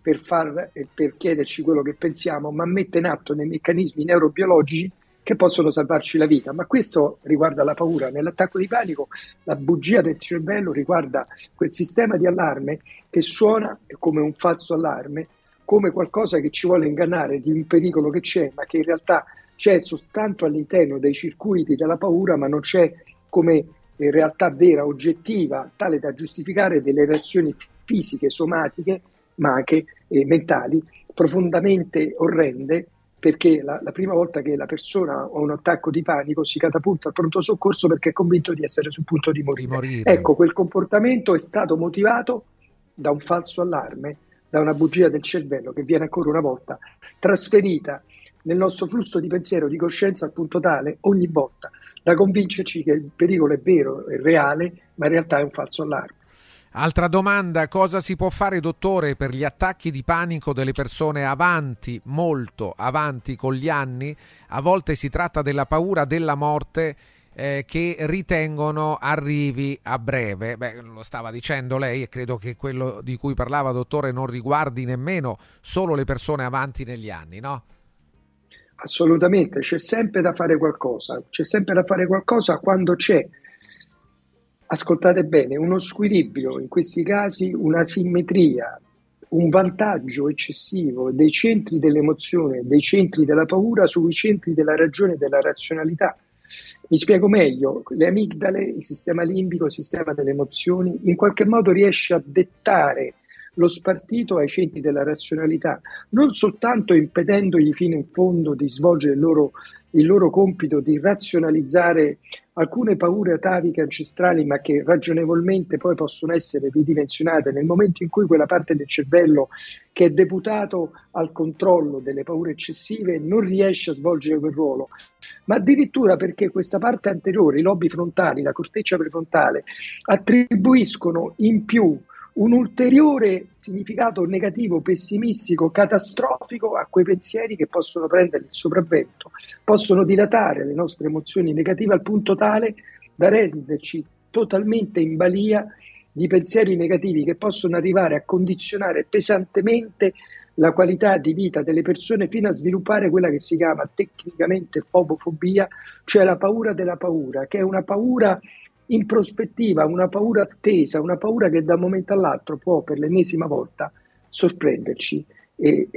[SPEAKER 3] per chiederci quello che pensiamo, ma mette in atto dei meccanismi neurobiologici che possono salvarci la vita. Ma questo riguarda la paura. Nell'attacco di panico la bugia del cervello riguarda quel sistema di allarme che suona come un falso allarme, come qualcosa che ci vuole ingannare di un pericolo che c'è, ma che in realtà c'è soltanto all'interno dei circuiti della paura, ma non c'è come realtà vera, oggettiva, tale da giustificare delle reazioni fisiche, somatiche, ma anche mentali, profondamente orrende, perché la prima volta che la persona ha un attacco di panico si catapulta al pronto soccorso perché è convinto di essere sul punto di morire. Ecco, quel comportamento è stato motivato da un falso allarme, da una bugia del cervello che viene ancora una volta trasferita nel nostro flusso di pensiero, di coscienza, al punto tale ogni volta da convincerci che il pericolo è vero, è reale, ma in realtà è un falso allarme.
[SPEAKER 2] Altra domanda: cosa si può fare, dottore, per gli attacchi di panico delle persone avanti, molto avanti con gli anni? A volte si tratta della paura della morte che ritengono arrivi a breve. Lo stava dicendo lei e credo che quello di cui parlava, dottore, non riguardi nemmeno solo le persone avanti negli anni, no?
[SPEAKER 3] Assolutamente, c'è sempre da fare qualcosa quando c'è, ascoltate bene, uno squilibrio, in questi casi una simmetria, un vantaggio eccessivo dei centri dell'emozione, dei centri della paura sui centri della ragione e della razionalità. Mi spiego meglio: le amigdale, il sistema limbico, il sistema delle emozioni, in qualche modo riesce a dettare lo spartito ai centri della razionalità, non soltanto impedendogli fino in fondo di svolgere il loro compito di razionalizzare alcune paure ataviche ancestrali, ma che ragionevolmente poi possono essere ridimensionate nel momento in cui quella parte del cervello che è deputato al controllo delle paure eccessive non riesce a svolgere quel ruolo, ma addirittura perché questa parte anteriore, i lobi frontali, la corteccia prefrontale, attribuiscono in più un ulteriore significato negativo, pessimistico, catastrofico a quei pensieri che possono prendere il sopravvento, possono dilatare le nostre emozioni negative al punto tale da renderci totalmente in balia di pensieri negativi che possono arrivare a condizionare pesantemente la qualità di vita delle persone fino a sviluppare quella che si chiama tecnicamente fobofobia, cioè la paura della paura, che è una paura in prospettiva, una paura attesa, una paura che da un momento all'altro può per l'ennesima volta sorprenderci e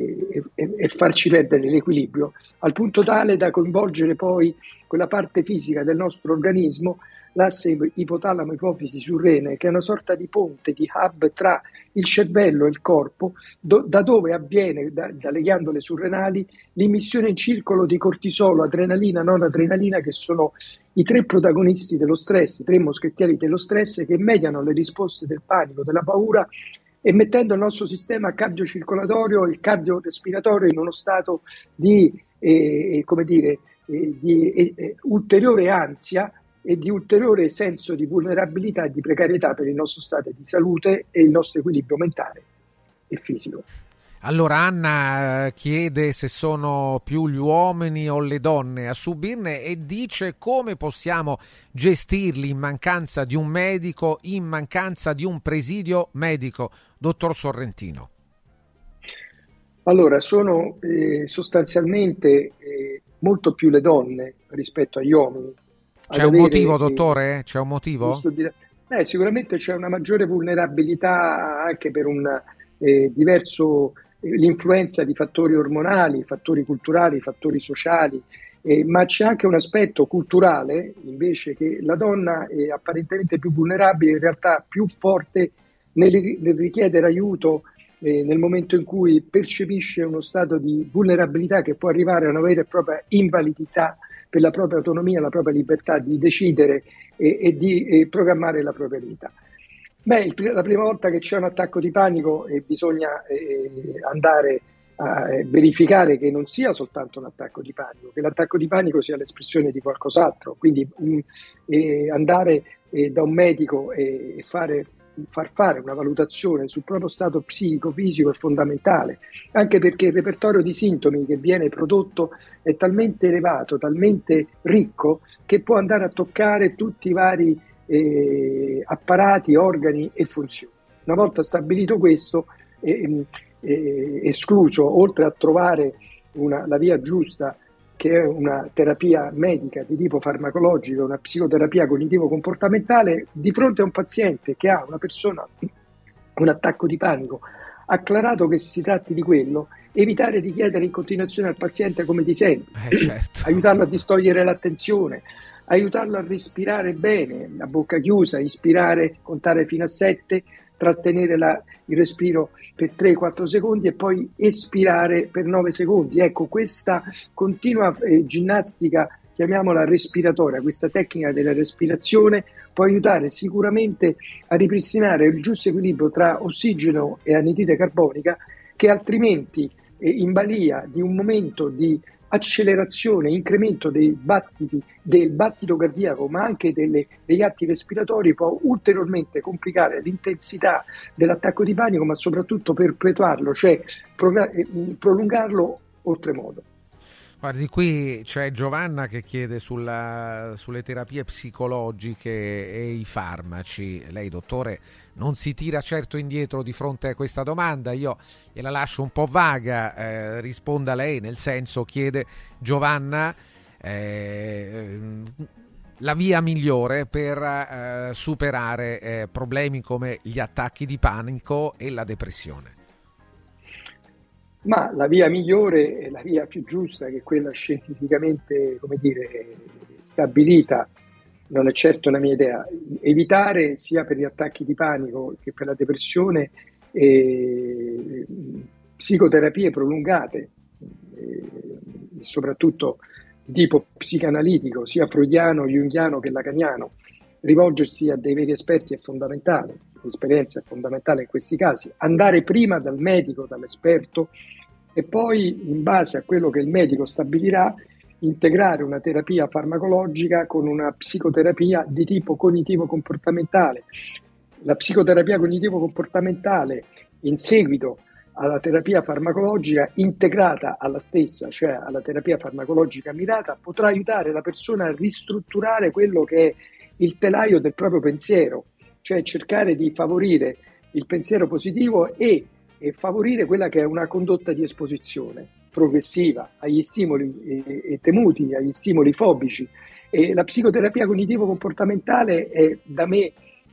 [SPEAKER 3] farci perdere l'equilibrio, al punto tale da coinvolgere poi quella parte fisica del nostro organismo, l'asse ipotalamo-ipofisi surrene, che è una sorta di ponte, di hub tra il cervello e il corpo, da dove avviene, dalle ghiandole surrenali, l'immissione in circolo di cortisolo, adrenalina, non adrenalina, che sono i tre protagonisti dello stress, i tre moschettieri dello stress, che mediano le risposte del panico, della paura, e mettendo il nostro sistema cardiocircolatorio, il cardiorespiratorio, in uno stato di ulteriore ansia e di ulteriore senso di vulnerabilità e di precarietà per il nostro stato di salute e il nostro equilibrio mentale e fisico.
[SPEAKER 2] Allora Anna chiede se sono più gli uomini o le donne a subirne e dice come possiamo gestirli in mancanza di un medico, in mancanza di un presidio medico. Dottor Sorrentino.
[SPEAKER 3] Allora, sono sostanzialmente molto più le donne rispetto agli uomini.
[SPEAKER 2] C'è un motivo, dottore? C'è un motivo?
[SPEAKER 3] Sicuramente c'è una maggiore vulnerabilità anche per un diverso l'influenza di fattori ormonali, fattori culturali, fattori sociali, ma c'è anche un aspetto culturale invece, che la donna è apparentemente più vulnerabile, in realtà più forte nel richiedere aiuto nel momento in cui percepisce uno stato di vulnerabilità che può arrivare a una vera e propria invalidità per la propria autonomia, la propria libertà di decidere e di programmare la propria vita. La prima volta che c'è un attacco di panico bisogna andare verificare che non sia soltanto un attacco di panico, che l'attacco di panico sia l'espressione di qualcos'altro, quindi andare da un medico e far fare una valutazione sul proprio stato psico-fisico è fondamentale, anche perché il repertorio di sintomi che viene prodotto è talmente elevato, talmente ricco, che può andare a toccare tutti i vari apparati, organi e funzioni. Una volta stabilito questo, escluso, oltre a trovare la via giusta, che è una terapia medica di tipo farmacologico, una psicoterapia cognitivo-comportamentale, di fronte a un paziente che ha un attacco di panico, acclarato che si tratti di quello, evitare di chiedere in continuazione al paziente come ti senti,
[SPEAKER 2] certo.
[SPEAKER 3] Aiutarlo a distogliere l'attenzione, aiutarlo a respirare bene, a bocca chiusa, ispirare, contare fino a 7, trattenere il respiro per 3-4 secondi e poi espirare per 9 secondi. Ecco, questa continua ginnastica, chiamiamola respiratoria, questa tecnica della respirazione può aiutare sicuramente a ripristinare il giusto equilibrio tra ossigeno e anidride carbonica, che altrimenti in balia di un momento di accelerazione, incremento del battito cardiaco, ma anche degli atti respiratori, può ulteriormente complicare l'intensità dell'attacco di panico, ma soprattutto perpetuarlo, cioè prolungarlo oltremodo.
[SPEAKER 2] Guardi, qui c'è Giovanna che chiede sulle terapie psicologiche e i farmaci. Lei, dottore, non si tira certo indietro di fronte a questa domanda. Io gliela lascio un po' vaga, risponda lei, nel senso, chiede Giovanna, la via migliore per superare problemi come gli attacchi di panico e la depressione.
[SPEAKER 3] Ma la via migliore e la via più giusta, che è quella scientificamente, stabilita, non è certo una mia idea. Evitare, sia per gli attacchi di panico che per la depressione, psicoterapie prolungate, soprattutto di tipo psicanalitico, sia freudiano, junghiano che lacaniano. Rivolgersi a dei veri esperti è fondamentale, l'esperienza è fondamentale in questi casi. Andare prima dal medico, dall'esperto, e poi, in base a quello che il medico stabilirà, integrare una terapia farmacologica con una psicoterapia di tipo cognitivo-comportamentale. La psicoterapia cognitivo-comportamentale, in seguito alla terapia farmacologica integrata alla stessa, cioè alla terapia farmacologica mirata, potrà aiutare la persona a ristrutturare quello che è il telaio del proprio pensiero, cioè cercare di favorire il pensiero positivo e favorire quella che è una condotta di esposizione progressiva agli stimoli temuti, agli stimoli fobici. La psicoterapia cognitivo-comportamentale è da me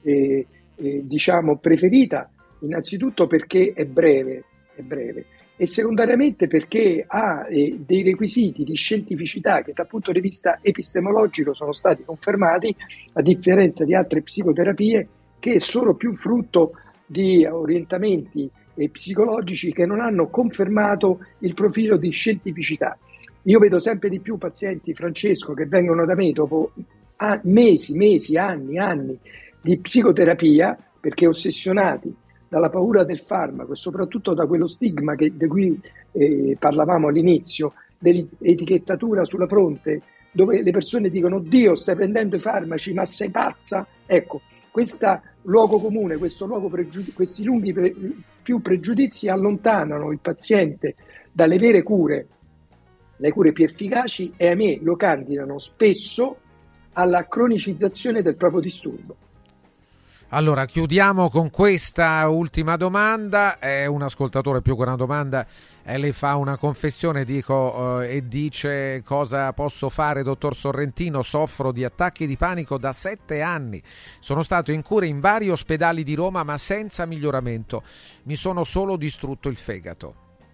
[SPEAKER 3] preferita, innanzitutto perché è breve e secondariamente perché ha dei requisiti di scientificità che dal punto di vista epistemologico sono stati confermati, a differenza di altre psicoterapie che sono più frutto di orientamenti psicologici che non hanno confermato il profilo di scientificità. Io vedo sempre di più pazienti, Francesco, che vengono da me dopo mesi, anni di psicoterapia, perché ossessionati dalla paura del farmaco e soprattutto da quello stigma di cui parlavamo all'inizio, dell'etichettatura sulla fronte, dove le persone dicono: Dio, stai prendendo i farmaci, ma sei pazza? Ecco, questo luogo comune, questi lunghi più pregiudizi allontanano il paziente dalle vere cure, le cure più efficaci, e a me lo candidano spesso alla cronicizzazione del proprio disturbo.
[SPEAKER 2] Allora, chiudiamo con questa ultima domanda. È un ascoltatore, più che una domanda, lei fa una confessione, e dice: cosa posso fare, dottor Sorrentino? Soffro di attacchi di panico da 7 anni. Sono stato in cura in vari ospedali di Roma, ma senza miglioramento. Mi sono solo distrutto il fegato.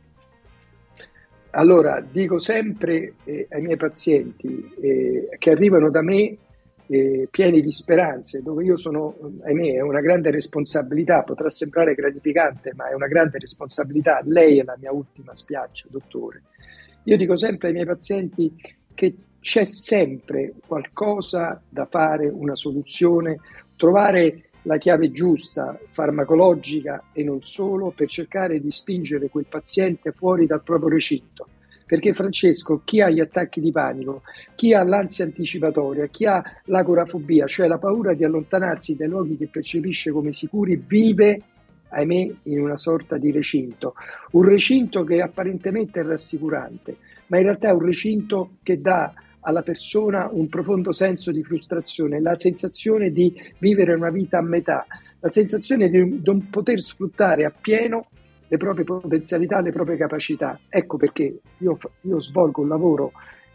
[SPEAKER 3] Allora, dico sempre ai miei pazienti che arrivano da me pieni di speranze, dove io sono, ahimè, è una grande responsabilità, potrà sembrare gratificante, ma è una grande responsabilità. Lei è la mia ultima spiaggia, dottore. Io dico sempre ai miei pazienti che c'è sempre qualcosa da fare, una soluzione, trovare la chiave giusta, farmacologica e non solo, per cercare di spingere quel paziente fuori dal proprio recinto. Perché Francesco, chi ha gli attacchi di panico, chi ha l'ansia anticipatoria, chi ha l'agorafobia, cioè la paura di allontanarsi dai luoghi che percepisce come sicuri, vive, ahimè, in una sorta di recinto. Un recinto che apparentemente è rassicurante, ma in realtà è un recinto che dà alla persona un profondo senso di frustrazione, la sensazione di vivere una vita a metà, la sensazione di non poter sfruttare appieno le proprie potenzialità, le proprie capacità. Ecco perché io svolgo un lavoro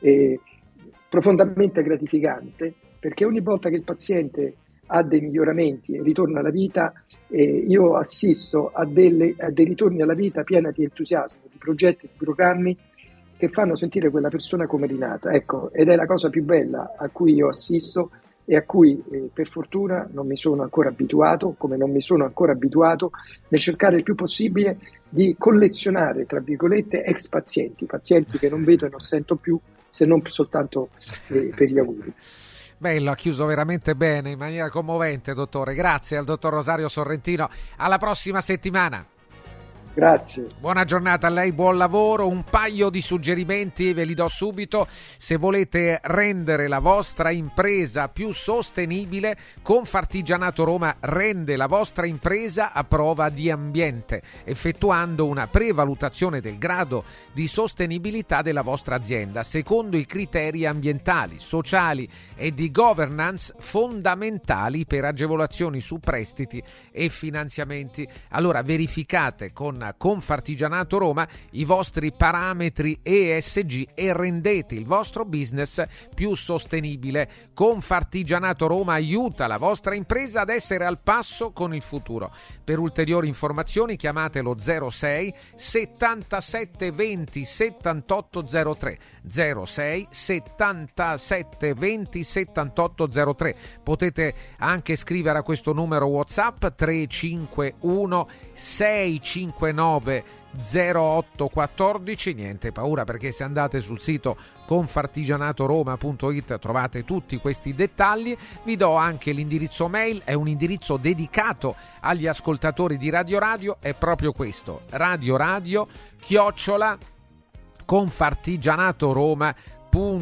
[SPEAKER 3] profondamente gratificante, perché ogni volta che il paziente ha dei miglioramenti e ritorna alla vita, io assisto a dei ritorni alla vita piena di entusiasmo, di progetti, di programmi che fanno sentire quella persona come rinata. Ecco, ed è la cosa più bella a cui io assisto e a cui per fortuna non mi sono ancora abituato, come non mi sono ancora abituato nel cercare il più possibile di collezionare, tra virgolette, ex pazienti che non vedo e non sento più, se non soltanto per gli auguri.
[SPEAKER 2] Bello, ha chiuso veramente bene, in maniera commovente, dottore. Grazie al dottor Rosario Sorrentino. Alla prossima settimana.
[SPEAKER 3] Grazie.
[SPEAKER 2] Buona giornata a lei, buon lavoro. Un paio di suggerimenti ve li do subito. Se volete rendere la vostra impresa più sostenibile, Confartigianato Roma rende la vostra impresa a prova di ambiente, effettuando una prevalutazione del grado di sostenibilità della vostra azienda secondo i criteri ambientali, sociali e di governance fondamentali per agevolazioni su prestiti e finanziamenti. Allora verificate con Confartigianato Roma i vostri parametri ESG e rendete il vostro business più sostenibile. Confartigianato Roma aiuta la vostra impresa ad essere al passo con il futuro. Per ulteriori informazioni chiamate lo 06 77 20 78 03 06 77 20 78 03. Potete anche scrivere a questo numero WhatsApp 351 659 0814. Niente paura, perché se andate sul sito confartigianatoroma.it trovate tutti questi dettagli. Vi do anche l'indirizzo mail, è un indirizzo dedicato agli ascoltatori di Radio Radio, è proprio questo: radioradio@confartigianatoroma.it.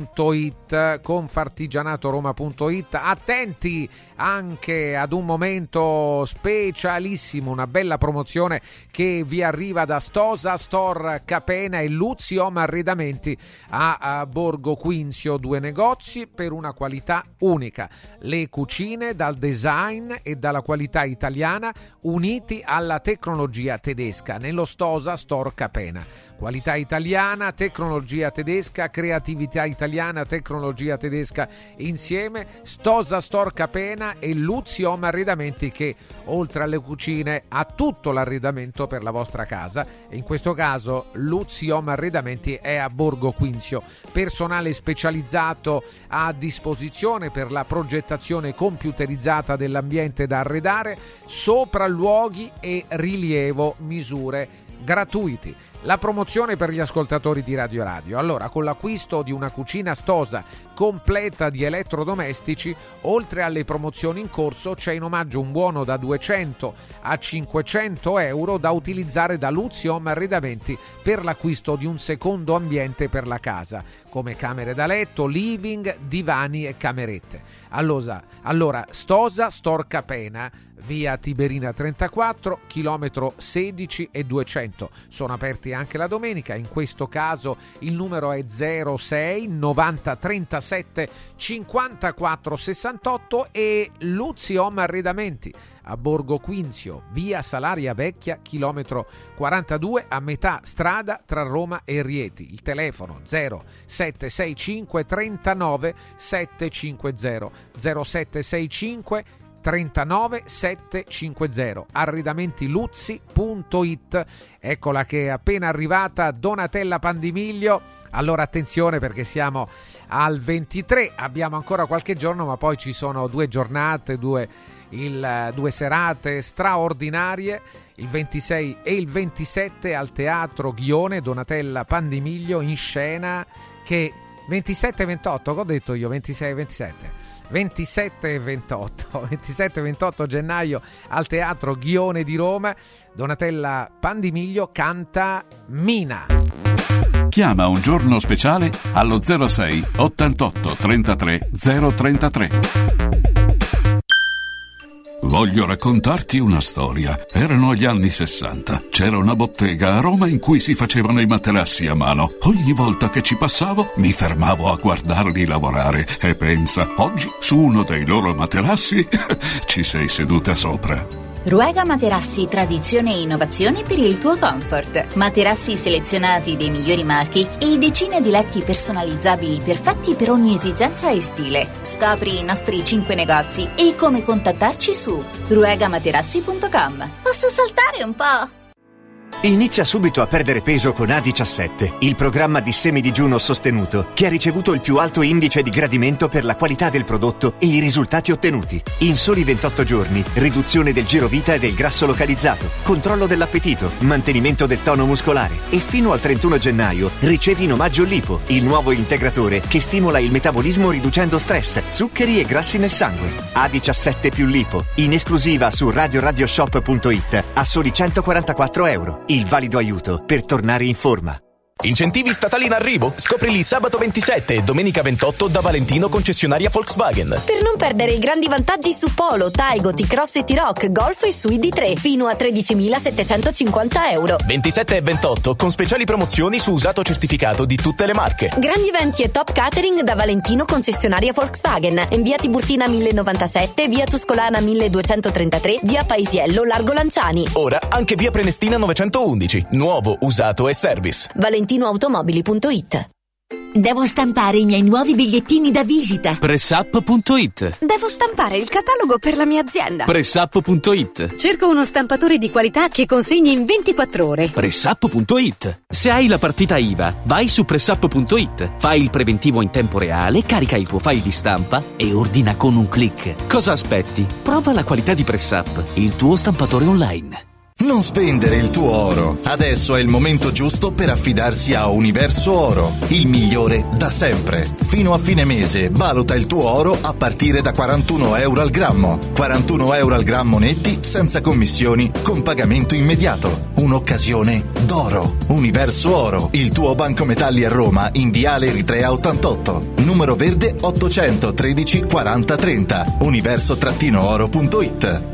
[SPEAKER 2] Confartigianatoroma.it. Attenti anche ad un momento specialissimo, una bella promozione che vi arriva da Stosa Store Capena e Luzzi Home Arredamenti a Borgo Quinzio, 2 negozi per una qualità unica. Le cucine dal design e dalla qualità italiana uniti alla tecnologia tedesca nello Stosa Store Capena. Qualità italiana, tecnologia tedesca, creatività italiana, tecnologia tedesca insieme. Stosa Store Capena e Luzzi Home Arredamenti, che oltre alle cucine ha tutto l'arredamento per la vostra casa, e in questo caso Luzzi Home Arredamenti è a Borgo Quinzio. Personale specializzato a disposizione per la progettazione computerizzata dell'ambiente da arredare, sopralluoghi e rilievo misure gratuiti. La promozione per gli ascoltatori di Radio Radio. Allora, con l'acquisto di una cucina Stosa completa di elettrodomestici, oltre alle promozioni in corso, c'è in omaggio un buono da 200 a 500 euro da utilizzare da Luzzi Home Arredamenti per l'acquisto di un secondo ambiente per la casa, come camere da letto, living, divani e camerette. Allora Stosa Store Capena, via Tiberina 34, chilometro 16 e 200. Sono aperti anche la domenica. In questo caso il numero è 06 90 37 54 68 e Luzzi Home Arredamenti a Borgo Quinzio, via Salaria Vecchia, chilometro 42, a metà strada tra Roma e Rieti. Il telefono 0765 39 750 0765 39 750. arredamentiluzzi.it. Eccola che è appena arrivata Donatella Pandimiglio. Allora attenzione, perché siamo al 23, abbiamo ancora qualche giorno, ma poi ci sono 2 giornate, due serate straordinarie, il 26 e il 27 al Teatro Ghione. Donatella Pandimiglio in scena, che 27 e 28, che ho detto io, 26 e 27. 27 e 28 gennaio al Teatro Ghione di Roma. Donatella Pandimiglio canta Mina.
[SPEAKER 1] Chiama un giorno speciale allo 06 88 33 033. Voglio raccontarti una storia. Erano gli anni 60. C'era una bottega a Roma in cui si facevano i materassi a mano. Ogni volta che ci passavo mi fermavo a guardarli lavorare e pensa, oggi su uno dei loro materassi ci sei seduta sopra.
[SPEAKER 6] Ruega Materassi, tradizione e innovazione per il tuo comfort. Materassi selezionati dei migliori marchi e decine di letti personalizzabili perfetti per ogni esigenza e stile. Scopri i nostri 5 negozi e come contattarci su ruegamaterassi.com. Posso saltare un po'?
[SPEAKER 9] Inizia subito a perdere peso con A17, il programma di semidigiuno sostenuto che ha ricevuto il più alto indice di gradimento per la qualità del prodotto e i risultati ottenuti. In soli 28 giorni, riduzione del girovita e del grasso localizzato, controllo dell'appetito, mantenimento del tono muscolare e fino al 31 gennaio ricevi in omaggio Lipo, il nuovo integratore che stimola il metabolismo riducendo stress, zuccheri e grassi nel sangue. A17 più Lipo, in esclusiva su radioshop.it a soli €144. Il valido aiuto per tornare in forma.
[SPEAKER 17] Incentivi statali in arrivo? Scoprili sabato 27 e domenica 28 da Valentino, concessionaria Volkswagen.
[SPEAKER 14] Per non perdere i grandi vantaggi su Polo, Taigo, T-Cross e T-Roc, Golf e Sui D3 fino a €13.750.
[SPEAKER 17] 27 e 28 con speciali promozioni su usato certificato di tutte le marche.
[SPEAKER 14] Grandi eventi e top catering da Valentino, concessionaria Volkswagen. In via Tiburtina 1097, via Tuscolana 1233, via Paisiello, Largo Lanciani.
[SPEAKER 17] Ora anche via Prenestina 911. Nuovo, usato e service.
[SPEAKER 14] ValentinoAutomobili.it.
[SPEAKER 19] Devo stampare i miei nuovi bigliettini da visita.
[SPEAKER 10] Pressup.it.
[SPEAKER 19] Devo stampare il catalogo per la mia azienda.
[SPEAKER 10] Pressup.it.
[SPEAKER 19] Cerco uno stampatore di qualità che consegni in 24 ore.
[SPEAKER 10] Pressup.it. Se hai la partita IVA, vai su Pressup.it, fai il preventivo in tempo reale, carica il tuo file di stampa e ordina con un click. Cosa aspetti? Prova la qualità di Pressup, il tuo stampatore online.
[SPEAKER 4] Non spendere il tuo oro. Adesso è il momento giusto per affidarsi a Universo Oro, il migliore da sempre. Fino a fine mese valuta il tuo oro a partire da €41 al grammo. €41 al grammo netti, senza commissioni, con pagamento immediato. Un'occasione d'oro. Universo Oro, il tuo banco metalli a Roma, in viale Eritrea 88. Numero verde 813 40 30. Universo-oro.it.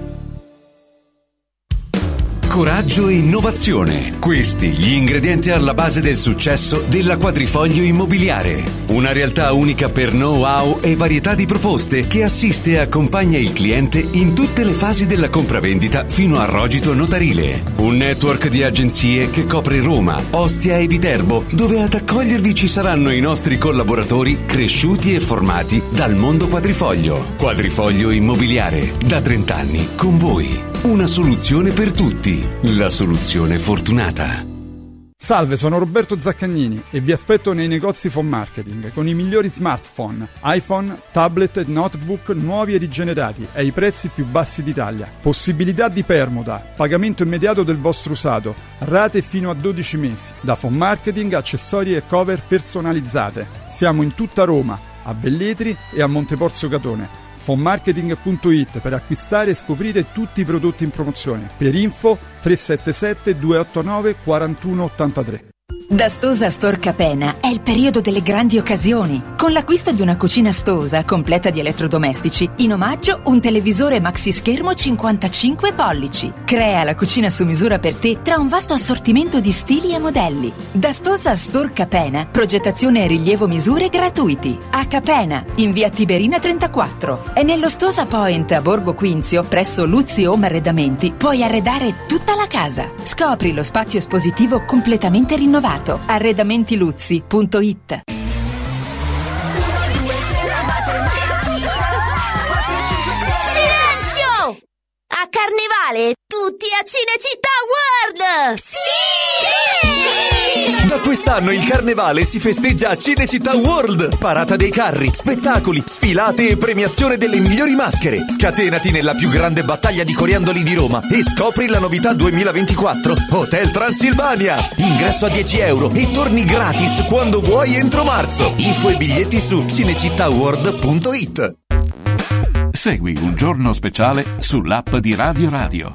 [SPEAKER 22] Coraggio e innovazione. Questi gli ingredienti alla base del successo della Quadrifoglio Immobiliare. Una realtà unica per know-how e varietà di proposte che assiste e accompagna il cliente in tutte le fasi della compravendita fino al rogito notarile. Un network di agenzie che copre Roma, Ostia e Viterbo, dove ad accogliervi ci saranno i nostri collaboratori cresciuti e formati dal mondo quadrifoglio. Quadrifoglio Immobiliare, da 30 anni con voi. Una soluzione per tutti. La soluzione fortunata.
[SPEAKER 23] Salve, sono Roberto Zaccagnini e vi aspetto nei negozi Phone Marketing con i migliori smartphone, iPhone, tablet e notebook nuovi e rigenerati ai prezzi più bassi d'Italia. Possibilità di permuta, pagamento immediato del vostro usato, rate fino a 12 mesi. Da Phone Marketing, accessori e cover personalizzate. Siamo in tutta Roma, a Velletri e a Monteporzio Catone. Fonmarketing.it per acquistare e scoprire tutti i prodotti in promozione. Per info 377 289 4183.
[SPEAKER 25] Da Stosa Store Capena è il periodo delle grandi occasioni. Con l'acquisto di una cucina Stosa completa di elettrodomestici, in omaggio un televisore maxi schermo 55 pollici. Crea la cucina su misura per te tra un vasto assortimento di stili e modelli. Da Stosa Store Capena, progettazione e rilievo misure gratuiti. A Capena, in via Tiberina 34. E nello Stosa Point a Borgo Quinzio, presso Luzzi Home Arredamenti, puoi arredare tutta la casa. Scopri lo spazio espositivo completamente rinnovato. Arredamentiluzzi.it.
[SPEAKER 14] Silenzio! A Carnevale tutti a Cinecittà World! Sì!
[SPEAKER 17] Da quest'anno il Carnevale si festeggia a Cinecittà World. Parata dei carri, spettacoli, sfilate e premiazione delle migliori maschere. Scatenati nella più grande battaglia di coriandoli di Roma e scopri la novità 2024 Hotel Transilvania. Ingresso a €10 e torni gratis quando vuoi entro marzo. Info e biglietti su cinecittàworld.it.
[SPEAKER 1] Segui Un Giorno Speciale sull'app di Radio Radio.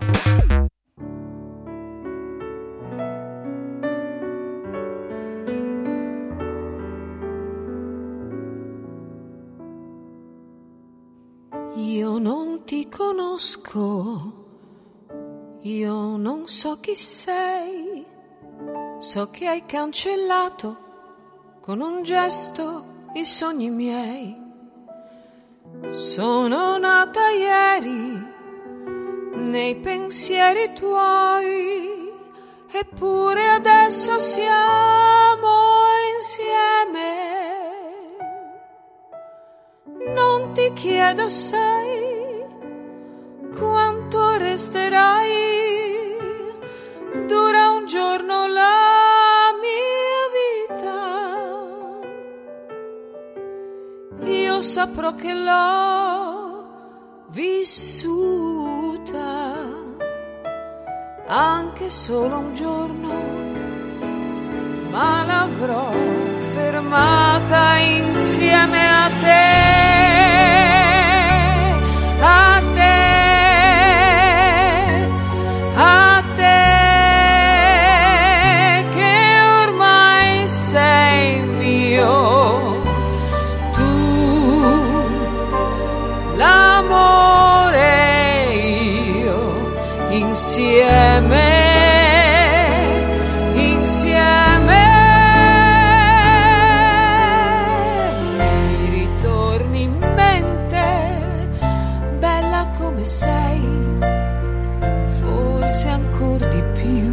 [SPEAKER 5] Io non ti conosco, io non so chi sei, so che hai cancellato con un gesto i sogni miei. Sono nata ieri nei pensieri tuoi, eppure adesso siamo insieme. Non ti chiedo, sai, quanto resterai, dura un giorno la mia vita. Io saprò che l'ho vissuta, anche solo un giorno, ma l'avrò fermata insieme a te. A te, a te, che ormai sei mio, tu, l'amore, io, insieme, insieme. Mi ritorni in mente, bella come sei, forse ancor di più.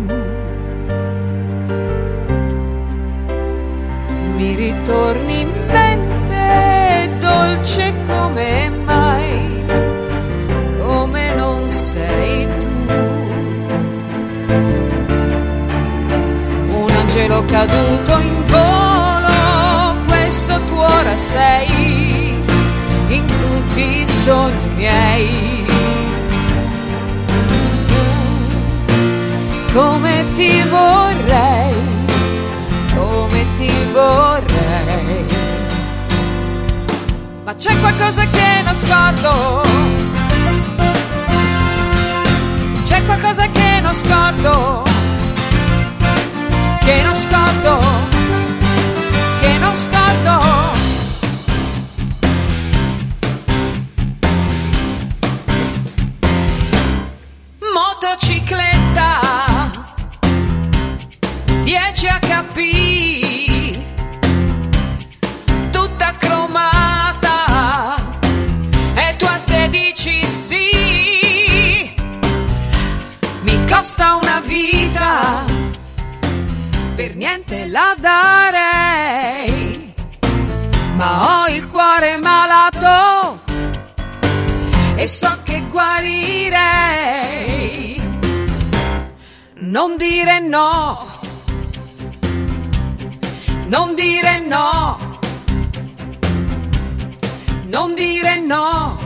[SPEAKER 5] Mi ritorni in mente, dolce come mai, come non sei tu. Un angelo caduto in volo, questo tu ora sei, in tutti i sogni miei. Come ti vorrei, come ti vorrei. Ma c'è qualcosa che non scordo, c'è qualcosa che non scordo, che non scordo, che non scordo. Motocicletta 10 HP, tutta cromata, e tu a 16 sì. Mi costa una vita, per niente la darei, ma ho il cuore malato e so che guarirei. Non dire no, non dire no, non dire no,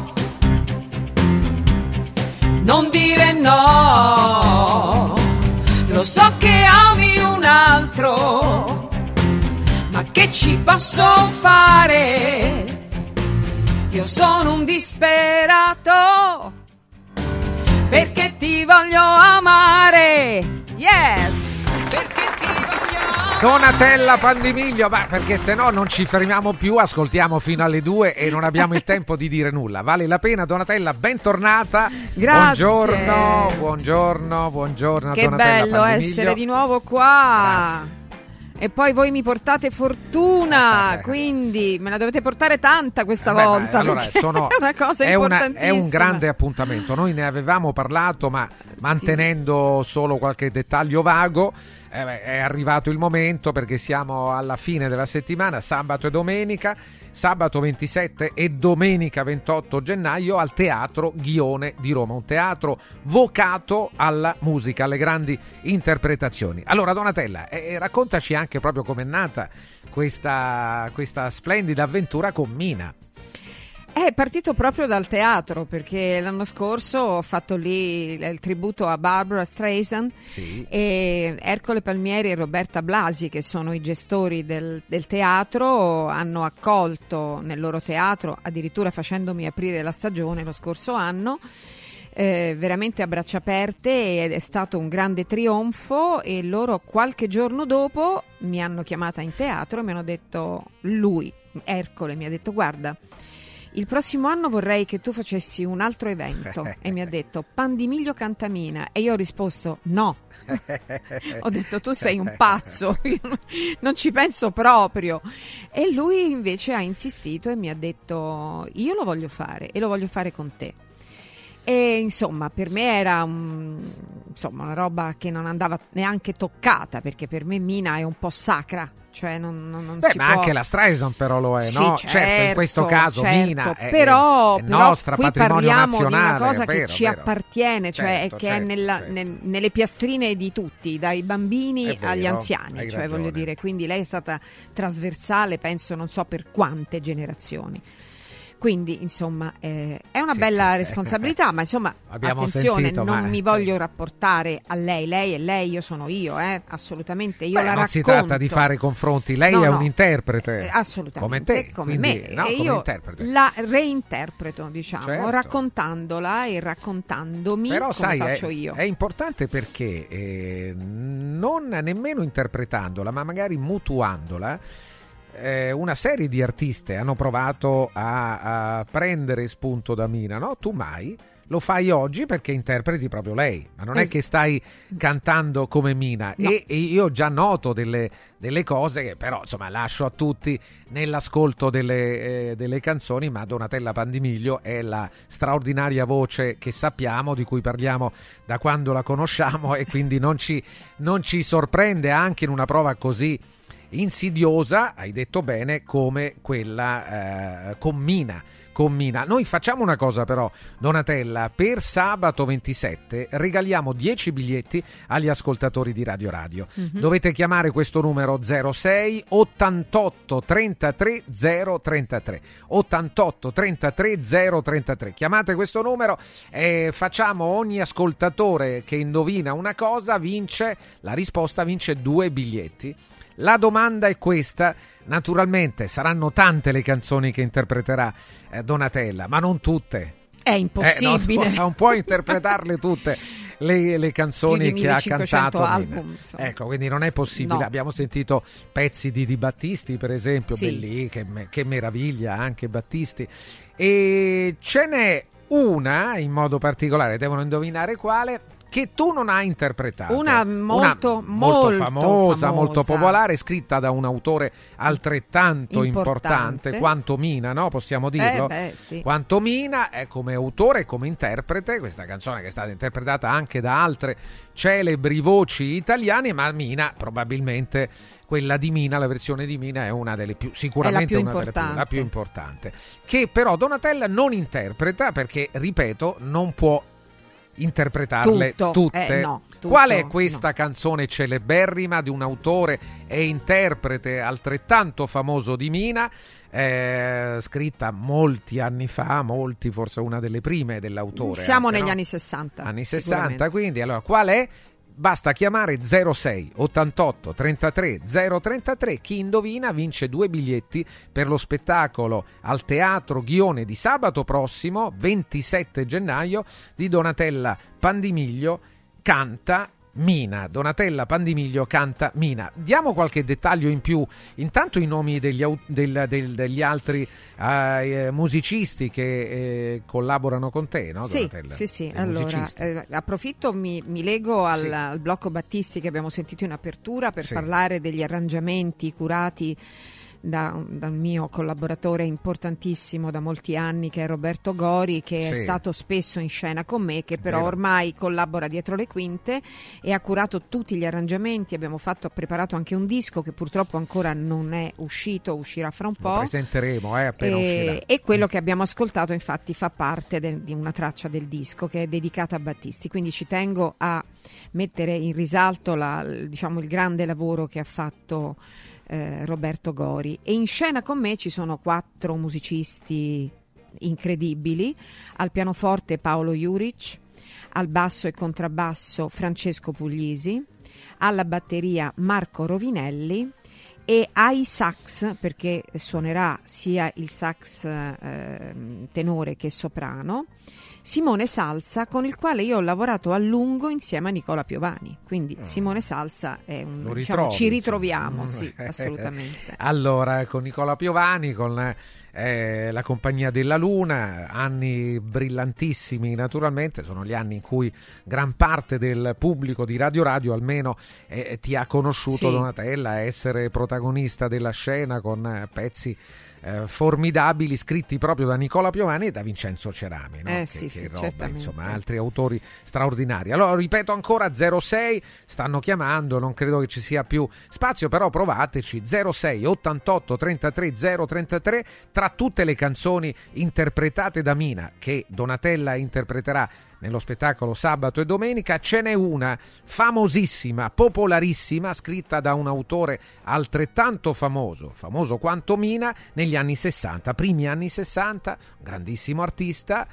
[SPEAKER 5] non dire no. Lo so che ami un altro, ma che ci posso fare? Io sono un disperato, perché ti voglio amare. Yes, perché ti voglio amare.
[SPEAKER 2] Donatella Pandimiglio, ma perché se no non ci fermiamo più, ascoltiamo fino alle 2 e non abbiamo il tempo di dire nulla. Vale la pena, Donatella, bentornata.
[SPEAKER 7] Grazie.
[SPEAKER 2] Buongiorno, buongiorno.
[SPEAKER 7] Che
[SPEAKER 2] Donatella
[SPEAKER 7] bello
[SPEAKER 2] Pandimiglio.
[SPEAKER 7] essere di nuovo qua.
[SPEAKER 2] Grazie.
[SPEAKER 7] E poi voi mi portate fortuna, quindi me la dovete portare tanta questa volta.
[SPEAKER 2] Allora,
[SPEAKER 7] è una cosa importantissima.
[SPEAKER 2] È un grande appuntamento. Noi ne avevamo parlato, ma mantenendo solo qualche dettaglio vago. È arrivato il momento, perché siamo alla fine della settimana, sabato e domenica, sabato 27 e domenica 28 gennaio al Teatro Ghione di Roma, un teatro vocato alla musica, alle grandi interpretazioni. Allora Donatella, raccontaci anche proprio com'è nata questa splendida avventura con Mina.
[SPEAKER 7] È partito proprio dal teatro, perché l'anno scorso ho fatto lì il tributo a Barbara Streisand,
[SPEAKER 2] sì,
[SPEAKER 7] e Ercole Palmieri e Roberta Blasi, che sono i gestori del teatro, hanno accolto nel loro teatro, addirittura facendomi aprire la stagione lo scorso anno, veramente a braccia aperte, ed è stato un grande trionfo. E loro qualche giorno dopo mi hanno chiamata in teatro e mi hanno detto, Ercole mi ha detto: guarda, il prossimo anno vorrei che tu facessi un altro evento. E mi ha detto: Pandimiglio canta Mina. E io ho risposto no. Ho detto: tu sei un pazzo, io non ci penso proprio. E lui invece ha insistito e mi ha detto: io lo voglio fare, e lo voglio fare con te. E insomma, per me era una roba che non andava neanche toccata, perché per me Mina è un po' sacra, cioè non si
[SPEAKER 2] ma
[SPEAKER 7] può.
[SPEAKER 2] anche la Streisand però lo è,
[SPEAKER 7] Sì,
[SPEAKER 2] no?
[SPEAKER 7] certo,
[SPEAKER 2] in questo caso Mina
[SPEAKER 7] però
[SPEAKER 2] nostra,
[SPEAKER 7] qui
[SPEAKER 2] patrimonio
[SPEAKER 7] parliamo
[SPEAKER 2] nazionale,
[SPEAKER 7] di una cosa
[SPEAKER 2] vero,
[SPEAKER 7] che ci
[SPEAKER 2] vero.
[SPEAKER 7] appartiene, cioè
[SPEAKER 2] Certo,
[SPEAKER 7] che è nelle piastrine di tutti, dai bambini
[SPEAKER 2] È vero,
[SPEAKER 7] agli anziani,
[SPEAKER 2] hai
[SPEAKER 7] cioè
[SPEAKER 2] ragione.
[SPEAKER 7] voglio dire, quindi lei è stata trasversale, penso non so per quante generazioni. Quindi insomma è una bella responsabilità, ma insomma
[SPEAKER 2] Abbiamo
[SPEAKER 7] attenzione,
[SPEAKER 2] sentito,
[SPEAKER 7] non
[SPEAKER 2] ma-
[SPEAKER 7] mi voglio rapportare a lei è lei, io sono io, assolutamente, io
[SPEAKER 2] Beh,
[SPEAKER 7] la
[SPEAKER 2] non
[SPEAKER 7] racconto.
[SPEAKER 2] si tratta di fare confronti, lei
[SPEAKER 7] No,
[SPEAKER 2] è
[SPEAKER 7] no.
[SPEAKER 2] un interprete,
[SPEAKER 7] assolutamente,
[SPEAKER 2] come te,
[SPEAKER 7] come
[SPEAKER 2] quindi,
[SPEAKER 7] me,
[SPEAKER 2] no,
[SPEAKER 7] e
[SPEAKER 2] come
[SPEAKER 7] io
[SPEAKER 2] interprete.
[SPEAKER 7] la reinterpreto, diciamo,
[SPEAKER 2] Certo.
[SPEAKER 7] raccontandola e raccontandomi
[SPEAKER 2] Però
[SPEAKER 7] come
[SPEAKER 2] sai,
[SPEAKER 7] faccio io.
[SPEAKER 2] è importante perché non nemmeno interpretandola, ma magari mutuandola, una serie di artiste hanno provato a prendere spunto da Mina, no? Tu mai lo fai oggi perché interpreti proprio lei, ma non è che stai cantando come Mina.
[SPEAKER 7] No.
[SPEAKER 2] E io già noto delle cose che però insomma lascio a tutti nell'ascolto delle canzoni, ma Donatella Pandimiglio è la straordinaria voce che sappiamo, di cui parliamo da quando la conosciamo, e quindi non ci sorprende anche in una prova così insidiosa, hai detto bene, come quella con Mina. Noi facciamo una cosa però, Donatella, per sabato 27 regaliamo 10 biglietti agli ascoltatori di Radio. Dovete chiamare questo numero 06 88 33 033 88 33 033. Chiamate questo numero e facciamo, ogni ascoltatore che indovina una cosa vince, la risposta vince 2 biglietti. La domanda è questa: naturalmente saranno tante le canzoni che interpreterà Donatella, ma non tutte.
[SPEAKER 7] È impossibile.
[SPEAKER 2] Non può interpretarle tutte le canzoni che ha cantato
[SPEAKER 7] album,
[SPEAKER 2] Mina. Ecco, quindi non è possibile.
[SPEAKER 7] No.
[SPEAKER 2] Abbiamo sentito pezzi di Battisti, per esempio,
[SPEAKER 7] Sì.
[SPEAKER 2] belli, che meraviglia, anche Battisti. E ce n'è una in modo particolare, devono indovinare quale, che tu non hai interpretato.
[SPEAKER 7] Una molto
[SPEAKER 2] famosa, molto popolare, scritta da un autore altrettanto importante quanto Mina, no? Possiamo dirlo?
[SPEAKER 7] Sì.
[SPEAKER 2] Quanto Mina è come autore e come interprete. Questa canzone che è stata interpretata anche da altre celebri voci italiane, ma Mina, probabilmente quella di Mina, la versione di Mina, è una delle più, sicuramente una delle più, la più importante, che però Donatella non interpreta perché, ripeto, non può interpretarle tutte.
[SPEAKER 7] No, tutto,
[SPEAKER 2] qual è questa canzone celeberrima di un autore e interprete altrettanto famoso di Mina, scritta molti anni fa, forse una delle prime dell'autore?
[SPEAKER 7] Siamo
[SPEAKER 2] anche,
[SPEAKER 7] negli
[SPEAKER 2] no?
[SPEAKER 7] anni 60.
[SPEAKER 2] Anni 60, quindi allora qual è? Basta chiamare 06 88 33 033. Chi indovina vince 2 biglietti per lo spettacolo al Teatro Ghione di sabato prossimo 27 gennaio di Donatella Pandimiglio canta Mina. Donatella Pandimiglio canta Mina. Diamo qualche dettaglio in più. Intanto i nomi degli altri musicisti che collaborano con te, no, Donatella?
[SPEAKER 7] Sì. Allora, approfitto, mi lego al blocco Battisti che abbiamo sentito in apertura per parlare degli arrangiamenti curati dal mio collaboratore importantissimo da molti anni, che è Roberto Gori, che è stato spesso in scena con me, che però ormai collabora dietro le quinte e ha curato tutti gli arrangiamenti. Abbiamo preparato anche un disco che purtroppo ancora non è uscito, uscirà fra un po'.
[SPEAKER 2] Lo presenteremo appena uscirà.
[SPEAKER 7] E quello che abbiamo ascoltato infatti fa parte di una traccia del disco che è dedicata a Battisti, quindi ci tengo a mettere in risalto il grande lavoro che ha fatto Roberto Gori. E in scena con me ci sono 4 musicisti incredibili, al pianoforte Paolo Juric, al basso e contrabbasso Francesco Puglisi, alla batteria Marco Rovinelli e ai sax, perché suonerà sia il sax tenore che soprano, Simone Salza, con il quale io ho lavorato a lungo insieme a Nicola Piovani. Quindi Simone Salza è un, ci ritroviamo, sì, assolutamente.
[SPEAKER 2] Allora, con Nicola Piovani, con la Compagnia della Luna, anni brillantissimi naturalmente, sono gli anni in cui gran parte del pubblico di Radio Radio almeno ti ha conosciuto, sì. Donatella, essere protagonista della scena con pezzi formidabili scritti proprio da Nicola Piovani e da Vincenzo Cerami, no? Che roba, insomma, altri autori straordinari. Allora ripeto ancora, 06, stanno chiamando, non credo che ci sia più spazio, però provateci, 06 88 33 033, tra tutte le canzoni interpretate da Mina, che Donatella interpreterà nello spettacolo sabato e domenica, ce n'è una famosissima, popolarissima, scritta da un autore altrettanto famoso quanto Mina, negli anni 60, primi anni 60, un grandissimo artista,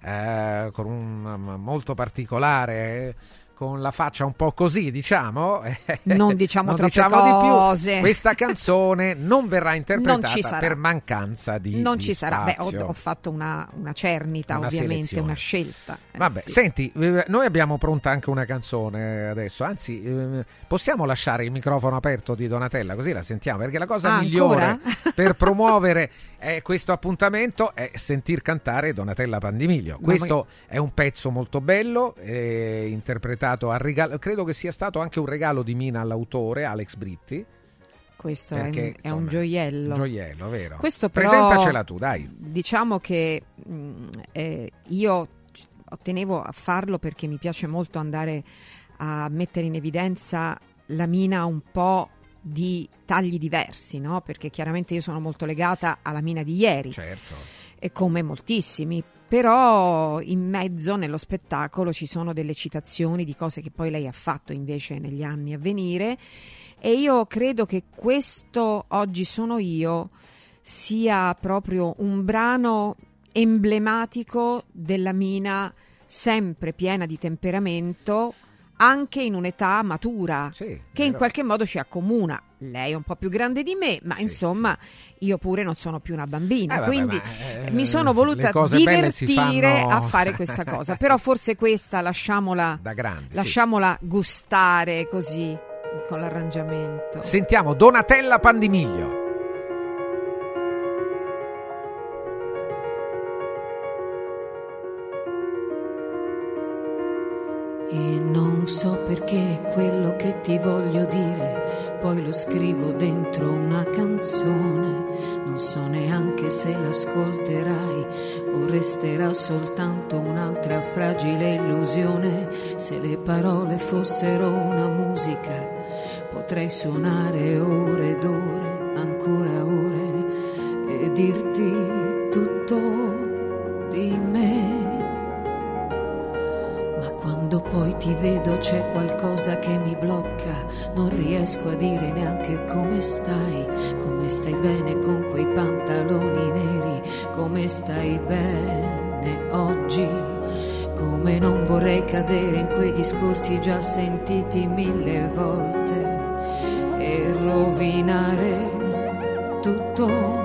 [SPEAKER 2] con un molto particolare, con la faccia un po' così, diciamo.
[SPEAKER 7] Non diciamo troppe
[SPEAKER 2] cose. Di più. Questa canzone non verrà interpretata per mancanza di
[SPEAKER 7] non ci
[SPEAKER 2] spazio.
[SPEAKER 7] Sarà. Beh, ho fatto una cernita,
[SPEAKER 2] una
[SPEAKER 7] ovviamente,
[SPEAKER 2] selezione.
[SPEAKER 7] una scelta.
[SPEAKER 2] Vabbè,
[SPEAKER 7] sì.
[SPEAKER 2] Senti, noi abbiamo pronta anche una canzone adesso, anzi, possiamo lasciare il microfono aperto di Donatella, così la sentiamo, perché la cosa migliore per promuovere questo appuntamento è sentir cantare Donatella Pandimiglio. Questo è un pezzo molto bello, interpretato a regalo, credo che sia stato anche un regalo di Mina all'autore Alex Britti.
[SPEAKER 7] Questo perché, è un gioiello.
[SPEAKER 2] Un gioiello, vero?
[SPEAKER 7] Questo però,
[SPEAKER 2] presentacela tu, dai.
[SPEAKER 7] Diciamo che io tenevo a farlo perché mi piace molto andare a mettere in evidenza la Mina un po' di tagli diversi, no? Perché chiaramente io sono molto legata alla Mina di ieri.
[SPEAKER 2] Certo.
[SPEAKER 7] E come moltissimi. Però in mezzo nello spettacolo ci sono delle citazioni di cose che poi lei ha fatto invece negli anni a venire, e io credo che questo Oggi sono io sia proprio un brano emblematico della Mina, sempre piena di temperamento, anche in un'età matura,
[SPEAKER 2] sì,
[SPEAKER 7] che in qualche modo ci accomuna. Lei è un po' più grande di me, ma insomma io pure non sono più una bambina, quindi mi sono voluta divertire a fare questa cosa. Però forse questa lasciamola
[SPEAKER 2] da grande,
[SPEAKER 7] lasciamola gustare così con l'arrangiamento.
[SPEAKER 2] Sentiamo Donatella Pandimiglio.
[SPEAKER 5] E non so perché quello che ti voglio dire poi lo scrivo dentro una canzone. Non so neanche se l'ascolterai o resterà soltanto un'altra fragile illusione. Se le parole fossero una musica potrei suonare ore ed ore, ancora ore, e dirti tutto di me. Quando poi ti vedo c'è qualcosa che mi blocca, non riesco a dire neanche come stai bene con quei pantaloni neri, come stai bene oggi, come non vorrei cadere in quei discorsi già sentiti 1000 volte e rovinare tutto.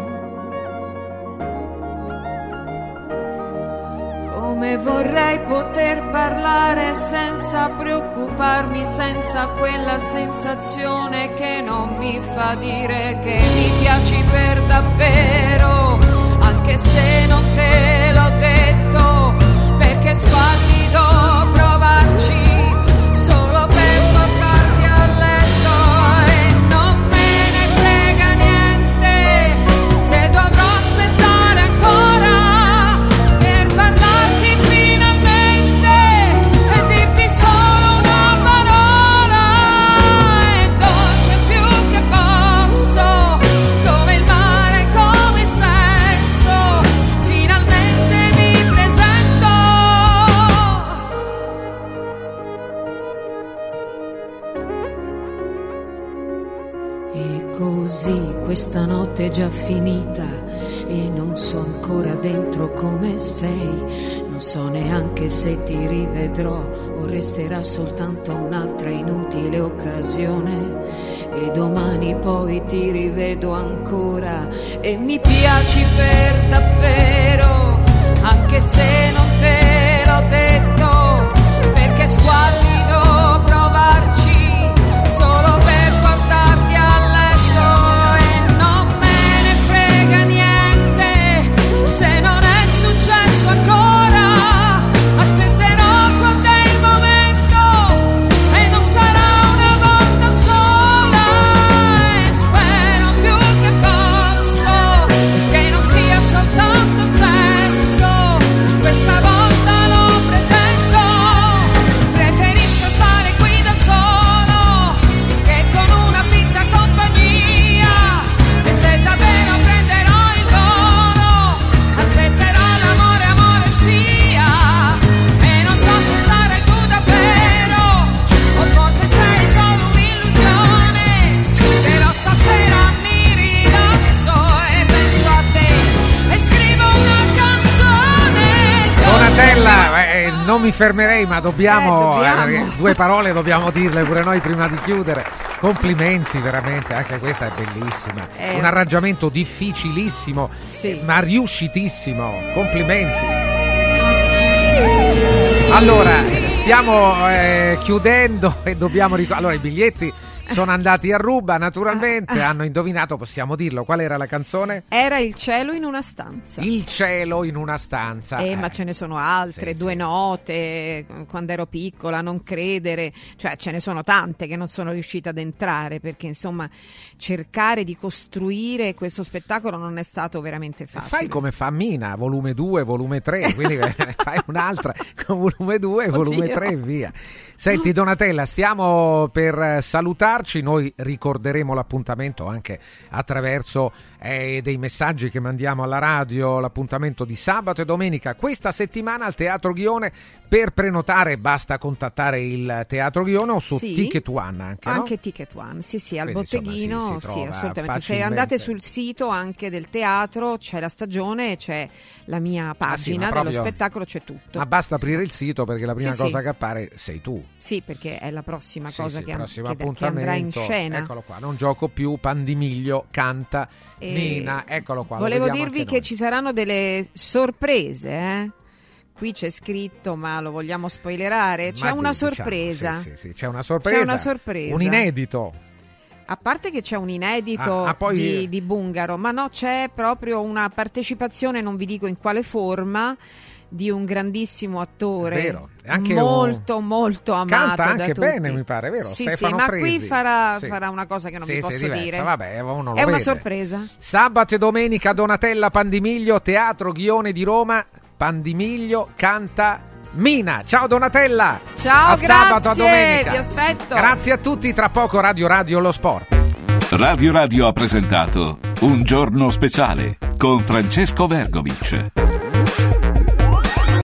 [SPEAKER 5] Come vorrei poter parlare senza preoccuparmi, senza quella sensazione che non mi fa dire che mi piaci per davvero, anche se non te l'ho detto, perché squallido provarci solo per portarti a letto e non me ne frega niente se dovrò aspettare ancora per parlarti finalmente e dirti solo una parola. È dolce più che posso, come il mare, come il sesso, finalmente mi presento. E così questa notte è già finita e non so ancora dentro come sei. Non so neanche se ti rivedrò o resterà soltanto un'altra inutile occasione. E domani poi ti rivedo ancora e mi piaci per davvero, anche se non te l'ho detto, perché squallido provarci solo per portarti a letto. E non me ne frega niente se non è successo ancora, aspetterò quando è il momento e non sarà una volta sola. E spero più che posso che non sia soltanto sesso, questa volta lo pretendo. Preferisco stare qui da solo che con una finta compagnia, e se davvero prenderò il volo aspetterò l'amore, amore sia. E non so se sarai tu davvero o forse sei solo un'illusione, però stasera mi rilasso e penso a te e scrivo una canzone.
[SPEAKER 2] Donatella, non mi fermerei, ma dobbiamo. Due parole dobbiamo dirle pure noi prima di chiudere. Complimenti, veramente, anche questa è bellissima. Un arrangiamento difficilissimo, ma riuscitissimo. Complimenti. Allora, stiamo chiudendo e dobbiamo allora, i biglietti sono andati a ruba, naturalmente. Hanno indovinato, possiamo dirlo, qual era la canzone?
[SPEAKER 7] Era Il cielo in una stanza.
[SPEAKER 2] Il cielo in una stanza.
[SPEAKER 7] Ma ce ne sono altre, Due note, Quando ero piccola, Non credere, cioè ce ne sono tante che non sono riuscita ad entrare, perché insomma cercare di costruire questo spettacolo non è stato veramente facile.
[SPEAKER 2] Fai come fa Mina, volume 2, volume 3, quindi fai un'altra con volume 2, volume 3 e via. Senti Donatella, stiamo per salutarci, noi ricorderemo l'appuntamento anche attraverso dei messaggi che mandiamo alla radio, l'appuntamento di sabato e domenica questa settimana al Teatro Ghione. Per prenotare basta contattare il Teatro Ghione o su Ticket One anche, no?
[SPEAKER 7] Ticket One, sì, al
[SPEAKER 2] quindi,
[SPEAKER 7] botteghino,
[SPEAKER 2] insomma, si
[SPEAKER 7] assolutamente.
[SPEAKER 2] facilmente.
[SPEAKER 7] Se andate sul sito anche del teatro c'è la stagione, c'è la mia pagina dello spettacolo, c'è tutto.
[SPEAKER 2] Ma basta aprire il sito, perché la prima cosa che appare sei tu.
[SPEAKER 7] Sì, perché è la prossima cosa che
[SPEAKER 2] appuntamento,
[SPEAKER 7] andrà in scena.
[SPEAKER 2] Eccolo qua, non gioco più, Pandimiglio canta Mina, eccolo qua.
[SPEAKER 7] Volevo dirvi che ci saranno delle sorprese, Qui c'è scritto, ma lo vogliamo spoilerare? C'è una sorpresa.
[SPEAKER 2] Sì, c'è una sorpresa. Un inedito.
[SPEAKER 7] A parte che c'è un inedito di Bungaro, ma no, c'è proprio una partecipazione, non vi dico in quale forma, di un grandissimo attore.
[SPEAKER 2] Vero. Anche
[SPEAKER 7] molto amato.
[SPEAKER 2] Canta
[SPEAKER 7] da
[SPEAKER 2] anche
[SPEAKER 7] tutti.
[SPEAKER 2] Bene, mi pare, vero?
[SPEAKER 7] Sì,
[SPEAKER 2] Stefano
[SPEAKER 7] ma
[SPEAKER 2] Fresi.
[SPEAKER 7] qui farà una cosa che non vi posso
[SPEAKER 2] diversa.
[SPEAKER 7] dire.
[SPEAKER 2] Vabbè, uno lo
[SPEAKER 7] è una
[SPEAKER 2] vede.
[SPEAKER 7] sorpresa.
[SPEAKER 2] Sabato e domenica Donatella Pandimiglio, Teatro Ghione di Roma. Pandimiglio canta Mina. Ciao Donatella.
[SPEAKER 7] Ciao,
[SPEAKER 2] grazie. Sabato, a domenica.
[SPEAKER 7] Vi aspetto.
[SPEAKER 2] Grazie a tutti. Tra poco Radio lo Sport.
[SPEAKER 1] Radio ha presentato Un giorno speciale con Francesco Vergovic.